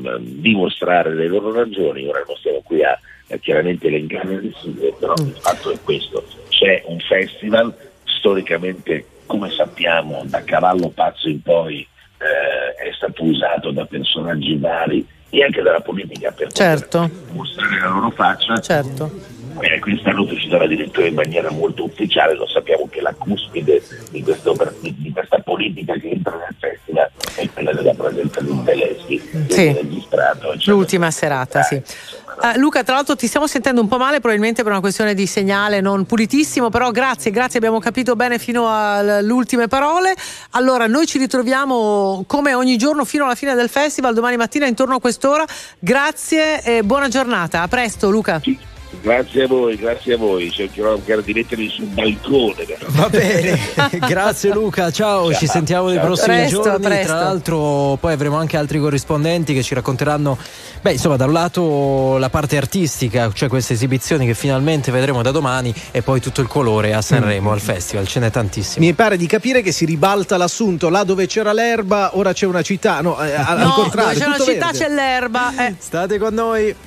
ehm, dimostrare le loro ragioni. Ora non stiamo qui a, a chiaramente elencare le sigle, però il fatto è questo: c'è un festival storicamente, come sappiamo, da Cavallo Pazzo in poi eh, è stato usato da personaggi vari e anche dalla politica per certo. mostrare la loro faccia. Certo. Eh, quest'anno ci sarà addirittura in maniera molto ufficiale. Lo sappiamo che la cuspide di, questo, di questa politica che entra nel festival è quella della presenza di Zelensky, sì. registrato. L'ultima serata, sì. Uh, Luca, tra l'altro ti stiamo sentendo un po' male, probabilmente per una questione di segnale non pulitissimo, però grazie, grazie, abbiamo capito bene fino alle ultime parole. Allora, noi ci ritroviamo come ogni giorno fino alla fine del festival, domani mattina intorno a quest'ora. Grazie e buona giornata. A presto, Luca. Grazie a voi, grazie a voi. Cercherò anche di mettermi sul balcone. Va bene, grazie Luca, ciao, ciao, ci sentiamo nei prossimi presto, giorni. presto. Tra l'altro poi avremo anche altri corrispondenti che ci racconteranno, beh, insomma, da un lato la parte artistica, cioè queste esibizioni che finalmente vedremo da domani, e poi tutto il colore a Sanremo, mm. al festival, ce n'è tantissimo. Mi pare di capire che si ribalta l'assunto: là dove c'era l'erba ora c'è una città, no, eh, al no, contrario, dove c'è una tutto città verde. c'è l'erba. Eh. State con noi.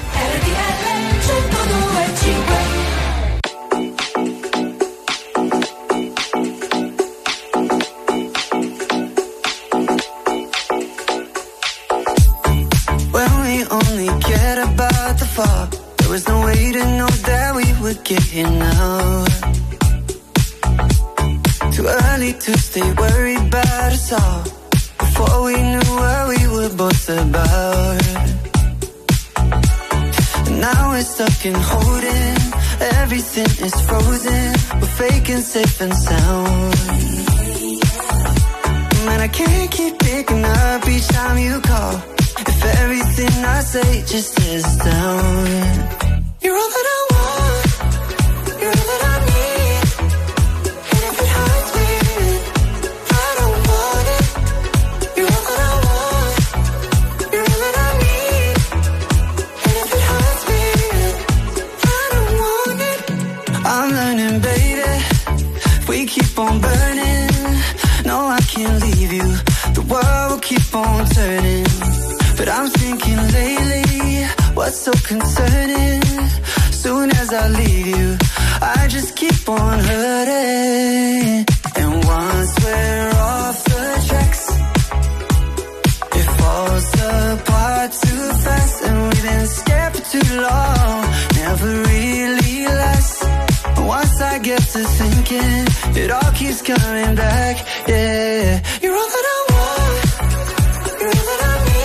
Only cared about the fall. There was no way to know that we would get here now. Too early to stay worried about us all. Before we knew what we were both about. And now we're stuck in holding. Everything is frozen. We're faking safe and sound. Man, I can't keep picking up each time you call. If everything I say just is down. You're all that I want. You're all that I need. And if it hurts me, I don't want it. You're all that I want. You're all that I need. And if it hurts me, I don't want it. I'm learning, baby. We keep on burning. No, I can't leave you. The world will keep on turning. But I'm thinking lately, what's so concerning? Soon as I leave you, I just keep on hurting. And once we're off the tracks, it falls apart too fast. And we've been scared for too long, never really lasts. Once I get to thinking, it all keeps coming back, yeah. You're all that I want, you're all that I need.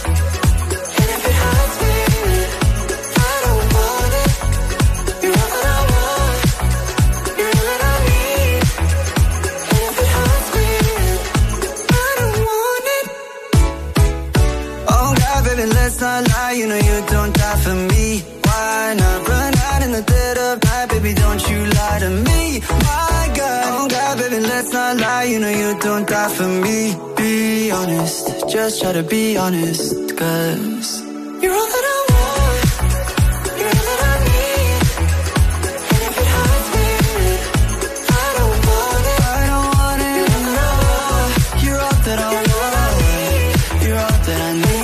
Let's not lie, you know you don't die for me. Why not run out in the dead of night, baby, don't you lie to me. My God, oh God, baby, let's not lie, you know you don't die for me. Be honest, just try to be honest, cause you're all that I want, you're all that I need. And if it hurts me, I don't want it, I don't want it, no. You're all that I want, you're all that I need.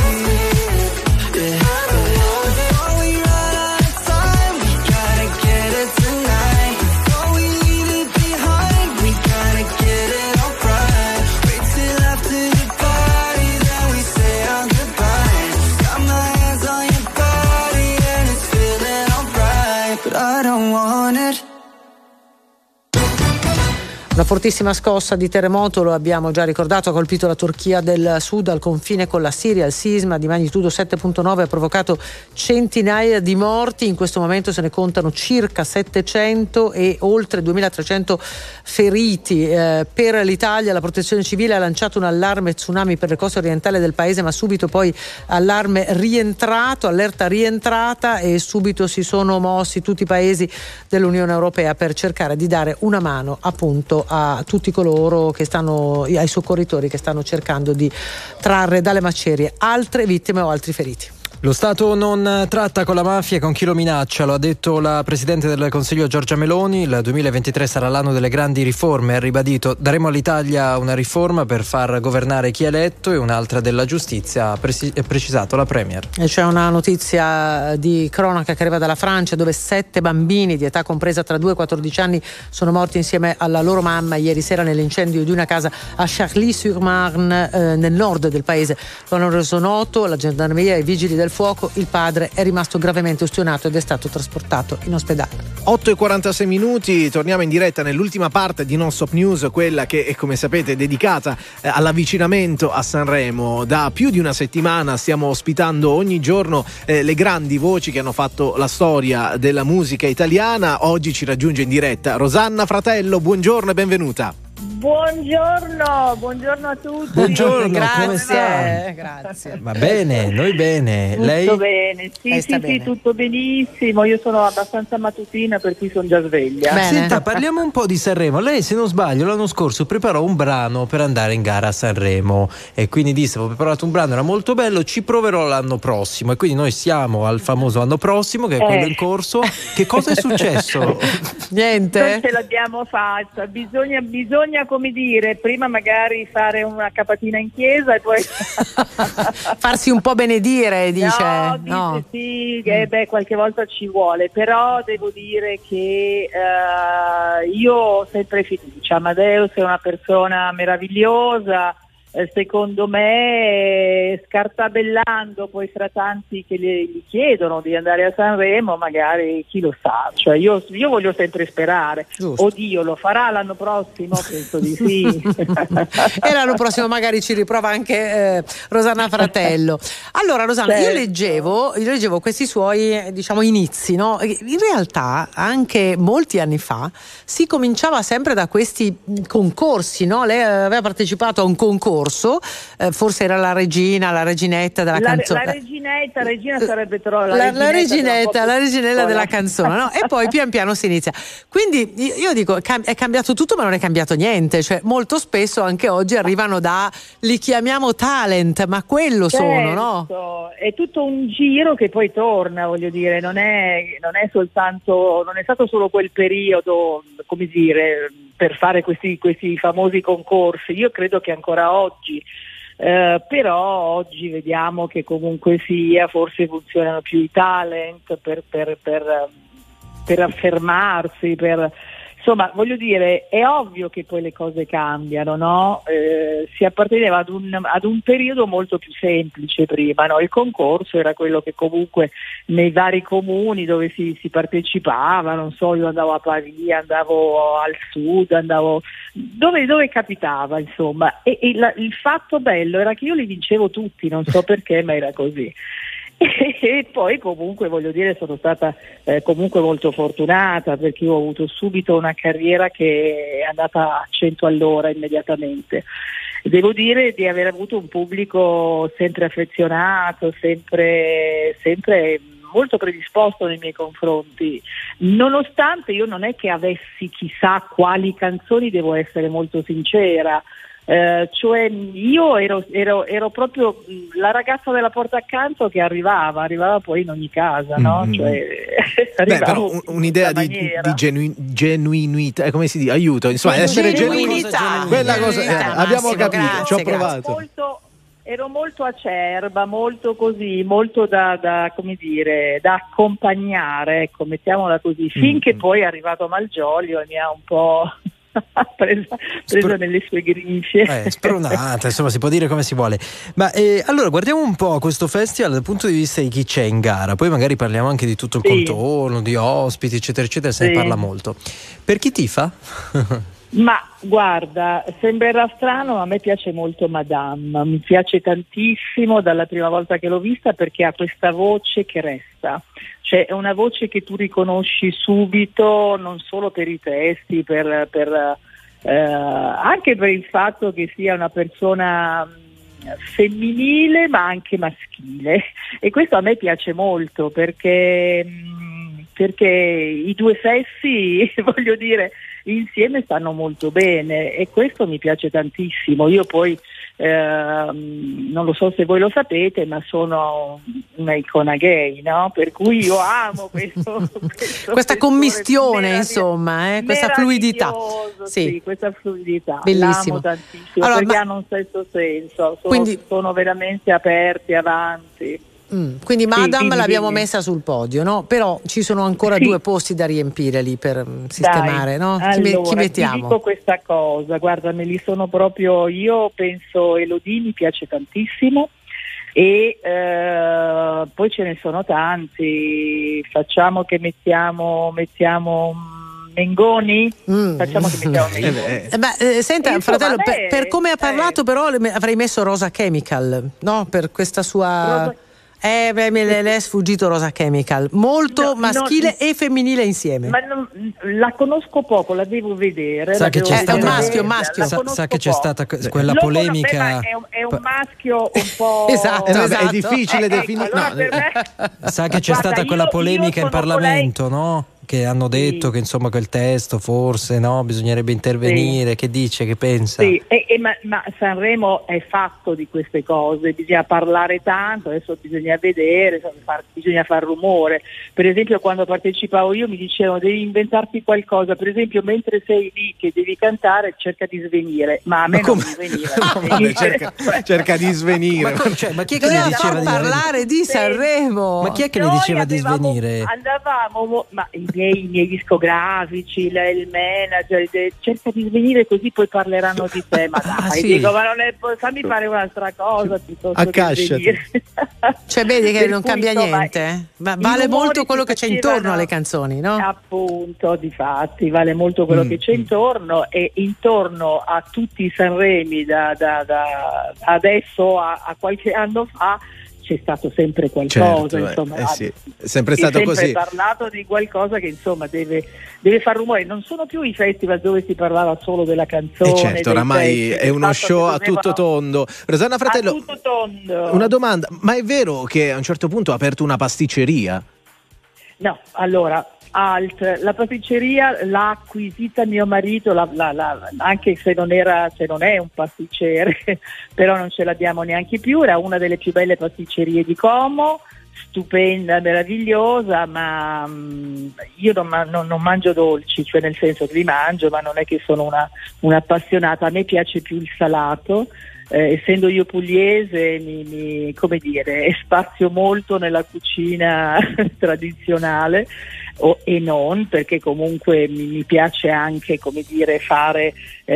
Una fortissima scossa di terremoto, lo abbiamo già ricordato, ha colpito la Turchia del Sud al confine con la Siria. Il sisma di magnitudo sette virgola nove ha provocato centinaia di morti. In questo momento se ne contano circa settecento e oltre duemilatrecento feriti. Eh, per l'Italia la Protezione Civile ha lanciato un allarme tsunami per le coste orientali del paese, ma subito poi allarme rientrato, allerta rientrata, e subito si sono mossi tutti i paesi dell'Unione Europea per cercare di dare una mano appunto a tutti coloro che stanno, ai soccorritori che stanno cercando di trarre dalle macerie altre vittime o altri feriti. Lo Stato non tratta con la mafia e con chi lo minaccia, lo ha detto la Presidente del Consiglio Giorgia Meloni. Il duemilaventitré sarà l'anno delle grandi riforme, ha ribadito: daremo all'Italia una riforma per far governare chi è eletto e un'altra della giustizia, ha presi- precisato la Premier. E c'è una notizia di cronaca che arriva dalla Francia, dove sette bambini di età compresa tra due e quattordici anni sono morti insieme alla loro mamma ieri sera nell'incendio di una casa a Charlie-sur-Marne, eh, nel nord del paese. Lo hanno reso noto la gendarmeria e i vigili del fuoco. Il padre è rimasto gravemente ustionato ed è stato trasportato in ospedale. otto e quarantasei minuti, torniamo in diretta nell'ultima parte di Non Stop News, quella che come sapete è dedicata eh, all'avvicinamento a Sanremo. Da più di una settimana stiamo ospitando ogni giorno eh, le grandi voci che hanno fatto la storia della musica italiana. Oggi ci raggiunge in diretta Rosanna Fratello, buongiorno e benvenuta. Buongiorno, buongiorno a tutti. Buongiorno, grazie, come stai? Grazie. Va bene, noi bene. Tutto Lei? bene, sì, Lei sì, sta sì, bene? tutto benissimo. Io sono abbastanza mattutina, per cui sono già sveglia. Bene. Senta, parliamo un po' di Sanremo. Lei, se non sbaglio, l'anno scorso preparò un brano per andare in gara a Sanremo e quindi disse: ho preparato un brano, era molto bello, ci proverò l'anno prossimo. E quindi noi siamo al famoso anno prossimo, che è quello Eh. in corso. Che cosa è successo? Niente? Non ce l'abbiamo fatta, bisogna, bisogna come dire, prima magari fare una capatina in chiesa e poi Farsi un po' benedire, dice. no, dice No. sì, che beh, qualche volta ci vuole, però devo dire che eh, io ho sempre fiducia. Amadeus è una persona meravigliosa, eh, secondo me, scartabellando poi fra tanti che gli, gli chiedono di andare a Sanremo, magari chi lo sa, cioè io, io voglio sempre sperare. Giusto. Oddio, lo farà l'anno prossimo? Penso di sì. E l'anno prossimo magari ci riprova anche eh, Rosanna Fratello. Allora Rosanna, io Certo. leggevo, io leggevo questi suoi eh, diciamo inizi, no? In realtà anche molti anni fa si cominciava sempre da questi mh, concorsi, no? Lei aveva partecipato a un concorso, eh, forse era la regina, la reginetta della La, canzone. la reginetta, regina sarebbe però la, La, la reginetta, la reginella piccola. della canzone, no? E poi pian piano si inizia. Quindi io io dico, cam- è cambiato tutto, ma non è cambiato niente. Cioè, molto spesso anche oggi arrivano da, li chiamiamo talent, ma quello sono, no? Certo, è tutto un giro che poi torna, voglio dire, non è, non è soltanto, non è stato solo quel periodo, come dire, per fare questi, questi famosi concorsi. Io credo che ancora oggi, eh, però oggi vediamo che comunque sia, forse funzionano più i talent per, per, per, per affermarsi, per... Insomma, voglio dire, è ovvio che poi le cose cambiano, no? Eh, si apparteneva ad un, ad un periodo molto più semplice prima, no? Il concorso era quello che comunque nei vari comuni dove si, si partecipava, non so, io andavo a Pavia, andavo al sud, andavo dove, dove capitava, insomma. E, e la, il fatto bello era che io li vincevo tutti, non so perché, ma era così. E poi comunque voglio dire sono stata eh, comunque molto fortunata, perché io ho avuto subito una carriera che è andata a cento all'ora immediatamente. Devo dire di aver avuto un pubblico sempre affezionato, sempre, sempre molto predisposto nei miei confronti, nonostante io non è che avessi chissà quali canzoni, devo essere molto sincera. Uh, cioè io ero, ero, ero proprio la ragazza della porta accanto che arrivava, arrivava poi in ogni casa, no? Mm. Cioè, Beh, però un- in un'idea questa di, maniera. di genu- genuinità, eh, come si dice? Aiuto, insomma, essere genuini. Genuinità. Quella cosa, eh, Genuinità, abbiamo Massimo, capito, ci ho grazie, provato. Molto, ero molto acerba, molto così, molto da, da come dire, da accompagnare, ecco, mettiamola così, finché Mm. poi è arrivato Malgioglio e mi ha un po' presa, presa Spro- nelle sue grinfie. Eh, spronata, insomma, si può dire come si vuole. Ma eh, allora guardiamo un po' questo festival dal punto di vista di chi c'è in gara, poi magari parliamo anche di tutto il Sì. contorno, di ospiti, eccetera, eccetera, se ne Sì. parla molto. Per chi tifa? Ma guarda, sembrerà strano, ma a me piace molto Madame, mi piace tantissimo dalla prima volta che l'ho vista, perché ha questa voce che resta, cioè è una voce che tu riconosci subito, non solo per i testi, per, per, eh, anche per il fatto che sia una persona mh, femminile ma anche maschile, e questo a me piace molto perché, mh, perché i due sessi, voglio dire, insieme stanno molto bene, e questo mi piace tantissimo. Io poi ehm, non lo so se voi lo sapete, ma sono una icona gay, no? Per cui io amo questo, questo questa commistione, insomma, eh? Questa fluidità. Sì. sì, questa fluidità. Bellissimo. L'amo tantissimo, allora, perché ma... hanno un certo senso, sono, quindi... sono veramente aperti, avanti. Mm, quindi Madame sì, dimmi, l'abbiamo dimmi. messa sul podio, no? Però ci sono ancora sì. due posti da riempire lì per sistemare, Dai, no? Allora, chi, me, chi ti mettiamo? dico questa cosa, guarda, me li sono proprio, io penso Elodie mi piace tantissimo e eh, poi ce ne sono tanti, facciamo che mettiamo mettiamo Mengoni? Mm. Facciamo che mettiamo Mengoni. Eh beh, eh, senta, Insomma, fratello, per, beh, per come ha parlato, eh. però le- avrei messo Rosa Chemical, no? Per questa sua. Rosa- Eh, beh, me le, le è sfuggito Rosa Chemical, molto No, maschile no, e femminile insieme. Ma non, la conosco poco, la devo vedere. Sa la che devo c'è vedere, stata- È un maschio, la maschio. Sa, conosco sa che c'è poco. stata que- quella Lo conosco, polemica. beh, ma è, un, è un maschio un po'. Esatto, Eh, vabbè, esatto. è difficile Eh, definire. ecco, allora no, per me- Sa che c'è Guarda, stata quella io- polemica io in sono Parlamento, no? Che hanno detto Sì. che insomma quel testo forse no, bisognerebbe intervenire. Che dice, che pensa? Sì, e, e ma, ma Sanremo è fatto di queste cose, bisogna parlare tanto, adesso bisogna vedere, insomma, far- bisogna far rumore. Per esempio quando partecipavo io mi dicevano devi inventarti qualcosa, per esempio mentre sei lì che devi cantare cerca di svenire, ma a me Ma non come? mi veniva. Vabbè, cerca, cerca di svenire. Ma, co- cioè, ma chi è che le Doveva diceva di parlare di Sanremo. Ma chi è che le Noi diceva di avevamo- svenire? Andavamo, mo- ma i miei, i miei discografici, la- il manager, de- cerca di svenire così poi parleranno di te. Ma dai, Ah, sì. dico, ma non è, fammi fare un'altra cosa piuttosto che Accasciati. svenire. Cioè, vedi che Per non cui, cambia insomma, niente, eh? Ma i vale rumori molto quello si che c'è facevano- intorno alle canzoni, no? Appunto, difatti, vale molto quello Mm, che c'è intorno e intorno a tutti i Sanremi da, da- da adesso a, a qualche anno fa c'è stato sempre qualcosa, Certo, eh, insomma, eh sì, è sempre si stato è sempre così. parlato di qualcosa che insomma deve, deve far rumore. Non sono più i festival dove si parlava solo della canzone. E certo, dei oramai testi, è del uno fatto show che a tutto dovevano- tondo. Rosanna Fratello, a tutto tondo. una domanda, ma è vero che a un certo punto ha aperto una pasticceria? No, allora, Alt, la pasticceria l'ha acquisita mio marito, la- la- la- anche se non, era, se non è un pasticcere, però non ce l'abbiamo neanche più, era una delle più belle pasticcerie di Como, stupenda, meravigliosa, ma mh, io non, ma- non- non mangio dolci, cioè nel senso che li mangio, ma non è che sono una, un'appassionata, a me piace più il salato. Eh, essendo io pugliese mi, mi- come dire, spazio molto nella cucina tradizionale o- e non, perché comunque mi, mi piace anche, come dire, fare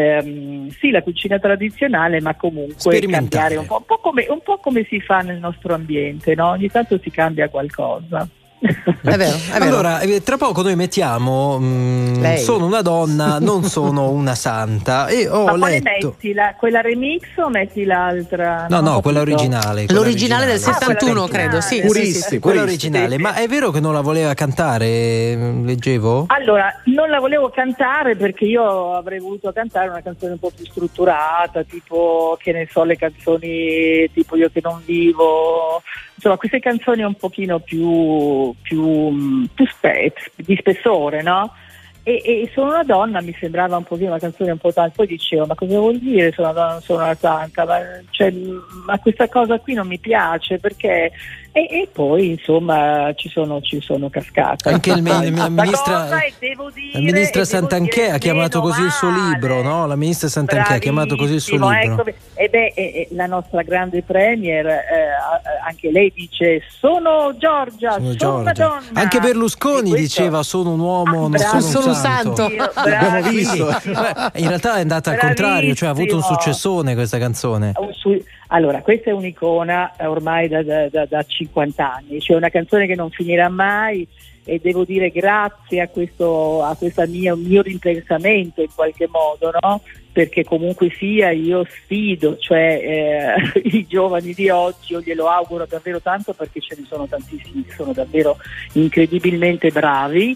ehm, sì la cucina tradizionale, ma comunque Sperimentare. cambiare un po', un po' come, un po' come si fa nel nostro ambiente, no? Ogni tanto si cambia qualcosa. È vero, è vero. Allora, eh, tra poco noi mettiamo mm, Lei. sono una donna, non sono una santa. E ho Ma quale letto. metti? La, quella remix o metti l'altra? No, Non ho no, quella capito. originale. quella L'originale del Ah, quella settantuno, originale. credo, sì. Puristi, sì, sì, sì. Quella puristi. originale, ma è vero che non la voleva cantare? mm, Leggevo? Allora, non la volevo cantare perché io avrei voluto cantare una canzone un po' più strutturata, tipo, che ne so, le canzoni tipo Io che non vivo, insomma, queste canzoni un pochino più, più, più spe- di spessore, no? E, e sono una donna, mi sembrava un pochino una canzone un po' tanto, poi dicevo, ma cosa vuol dire sono una donna, non sono una santa? Ma, cioè, ma questa cosa qui non mi piace perché... E, e poi insomma ci sono, ci sono cascata. Anche il, il- il Questa ministra, cosa, e devo dire- la ministra e devo Santanchè dire ha chiamato meno così il suo male. libro, no? La ministra Santanchè ha chiamato così il suo Bravissimo, libro. ecco, e beh, e- e la nostra grande premier, eh, anche lei dice sono Giorgia, Sono sono, una Giorgia. donna. Anche Berlusconi E questo- diceva sono un uomo, non bravo. sono un Sono un santo. santo. L'abbiamo Bravissimo. visto. Beh, in realtà è andata al contrario, cioè ha avuto un Bravissimo. successone questa canzone. Un su- Allora, questa è un'icona eh, ormai da, da, da, da cinquanta anni, cioè una canzone che non finirà mai e devo dire grazie a questo a questo mio, mio ripensamento in qualche modo, no? Perché comunque sia io sfido, cioè eh, i giovani di oggi, io glielo auguro davvero tanto perché ce ne sono tantissimi che sono davvero incredibilmente bravi.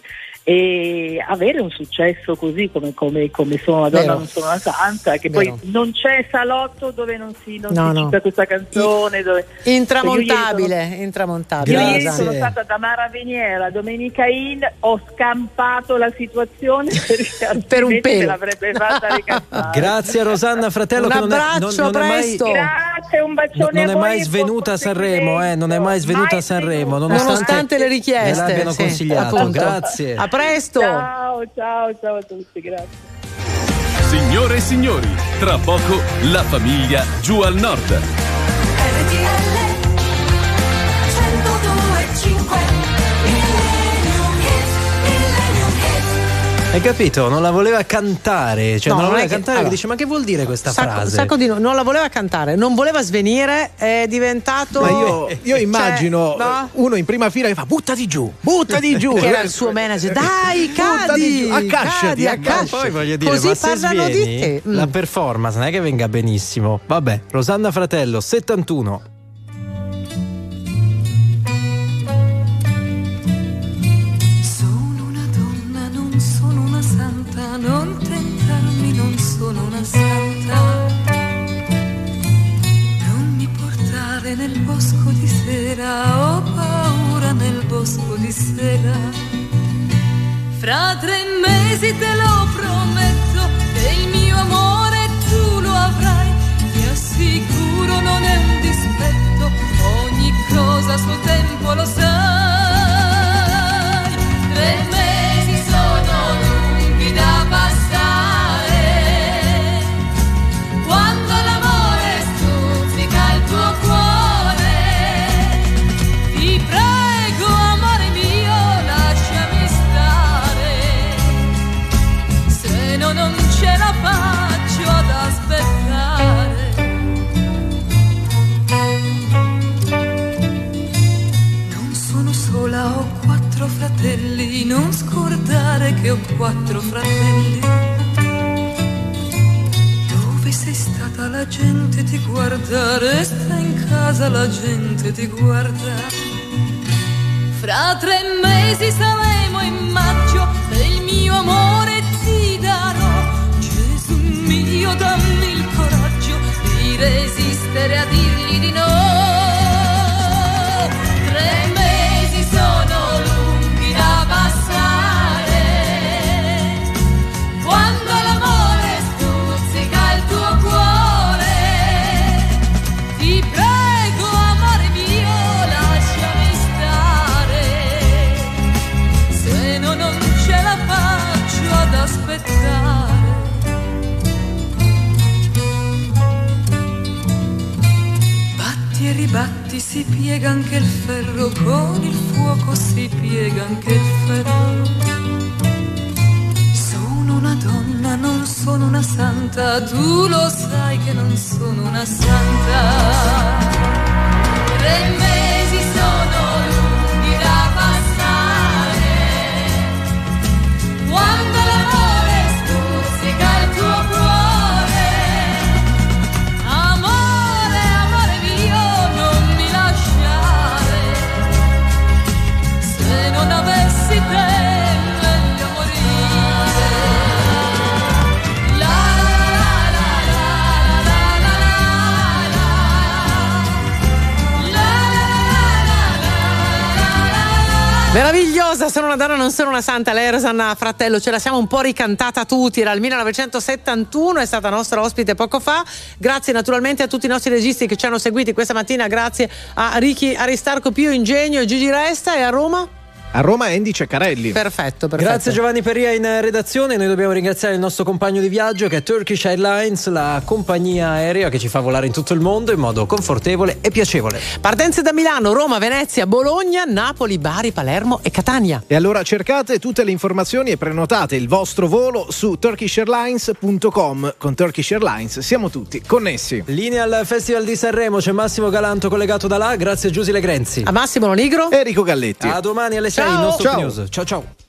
e avere un successo così come, come, come Sono una donna, Vero. non sono una santa, che Vero. poi non c'è salotto dove non si, non No, si no. cita questa canzone, dove... Intramontabile, Io intramontabile. ieri Rosanna. sono stata da Mara Veniera, Domenica In, ho scampato la situazione perché Per un altrimenti pelo. me l'avrebbe fatta ricattare. Grazie a Rosanna Fratello Un che non è, non, abbraccio, non è mai, presto. Grazie, un no- bacione non a è voi mai e svenuta a buon Sanremo, eh, non è mai svenuta a Sanremo, nonostante, Nonostante le richieste, me l'abbiano sì, consigliato. appunto. Grazie. A presto. Ciao, ciao, ciao a tutti, grazie. Signore e signori, tra poco la famiglia giù al nord. Hai capito? Non la voleva cantare, cioè No, non la non voleva è che- cantare, allora, dice ma che vuol dire questa Sacco, frase? sacco di no, non la voleva cantare, non voleva svenire, è diventato. Ma io, io Cioè, immagino no? uno in prima fila che fa buttati giù, buttati giù. Che era il suo manager, dai, Buttati cadi, giù, accasciati, cadi, accasciati. accasciati. Poi voglio dire, Così ma se parlano svieni, di te. Mm. la performance non è che venga benissimo. Vabbè, Rosanna Fratello, settantuno. Sono una donna, non sono una santa, non tentarmi, non sono una santa. Non mi portare nel bosco di sera, ho paura nel bosco di sera. Fra tre mesi te lo prometto, e il mio amore tu lo avrai. Ti assicuro non è un dispetto, ogni cosa a suo tempo lo sai. Tre mesi sono lunghi da passare, quando l'amore stuzzica il tuo cuore. Ti prego, amore mio, lasciami stare, se no non ce la faccio ad aspettare. Non sono sola, ho quattro fratelli, non scordare che ho quattro fratelli. Dove sei stata la gente ti guarda, resta in casa la gente ti guarda. Fra tre mesi saremo in maggio e il mio amore ti darò. Gesù mio, dammi il coraggio di resistere a dirgli di no. Tre mesi sono lunghi da passare, quando l'amore stuzzica il tuo cuore. Ti prego, amore mio, lasciami stare, se no non ce la faccio ad aspettare. Batti e ribatti, si piega anche il ferro, con il fuoco si piega anche il ferro. Sono una donna, non sono una santa, tu lo sai che non sono una santa. Tre mesi sono lunghi da passare, quando l'amore stuzzica il tuo cuore. Amore, amore mio, non mi lasciare, se non avessi te meglio morire. La la la la la la la Meravigliosa, sono una donna, non sono una santa. Lei, Rosanna Fratello, ce la siamo un po' ricantata tutti. Era il millenovecentosettantuno, è stata nostra ospite poco fa. Grazie naturalmente a tutti i nostri registi che ci hanno seguiti questa mattina. Grazie a Ricky Aristarco, Pio Ingegno e Gigi Resta. E a Roma? A Roma Andy Ceccarelli. Perfetto, perfetto. Grazie Giovanni Peria in redazione. Noi dobbiamo ringraziare il nostro compagno di viaggio che è Turkish Airlines, la compagnia aerea che ci fa volare in tutto il mondo in modo confortevole e piacevole. Partenze da Milano, Roma, Venezia, Bologna, Napoli, Bari, Palermo e Catania. E allora cercate tutte le informazioni e prenotate il vostro volo su turkish airlines punto com. Con Turkish Airlines siamo tutti connessi. Linea al Festival di Sanremo, c'è Massimo Galanto collegato da là. Grazie a Giusy Legrenzi. A Massimo Lonigro. Enrico Galletti. A domani alle sei, il nostro News. Ciao ciao.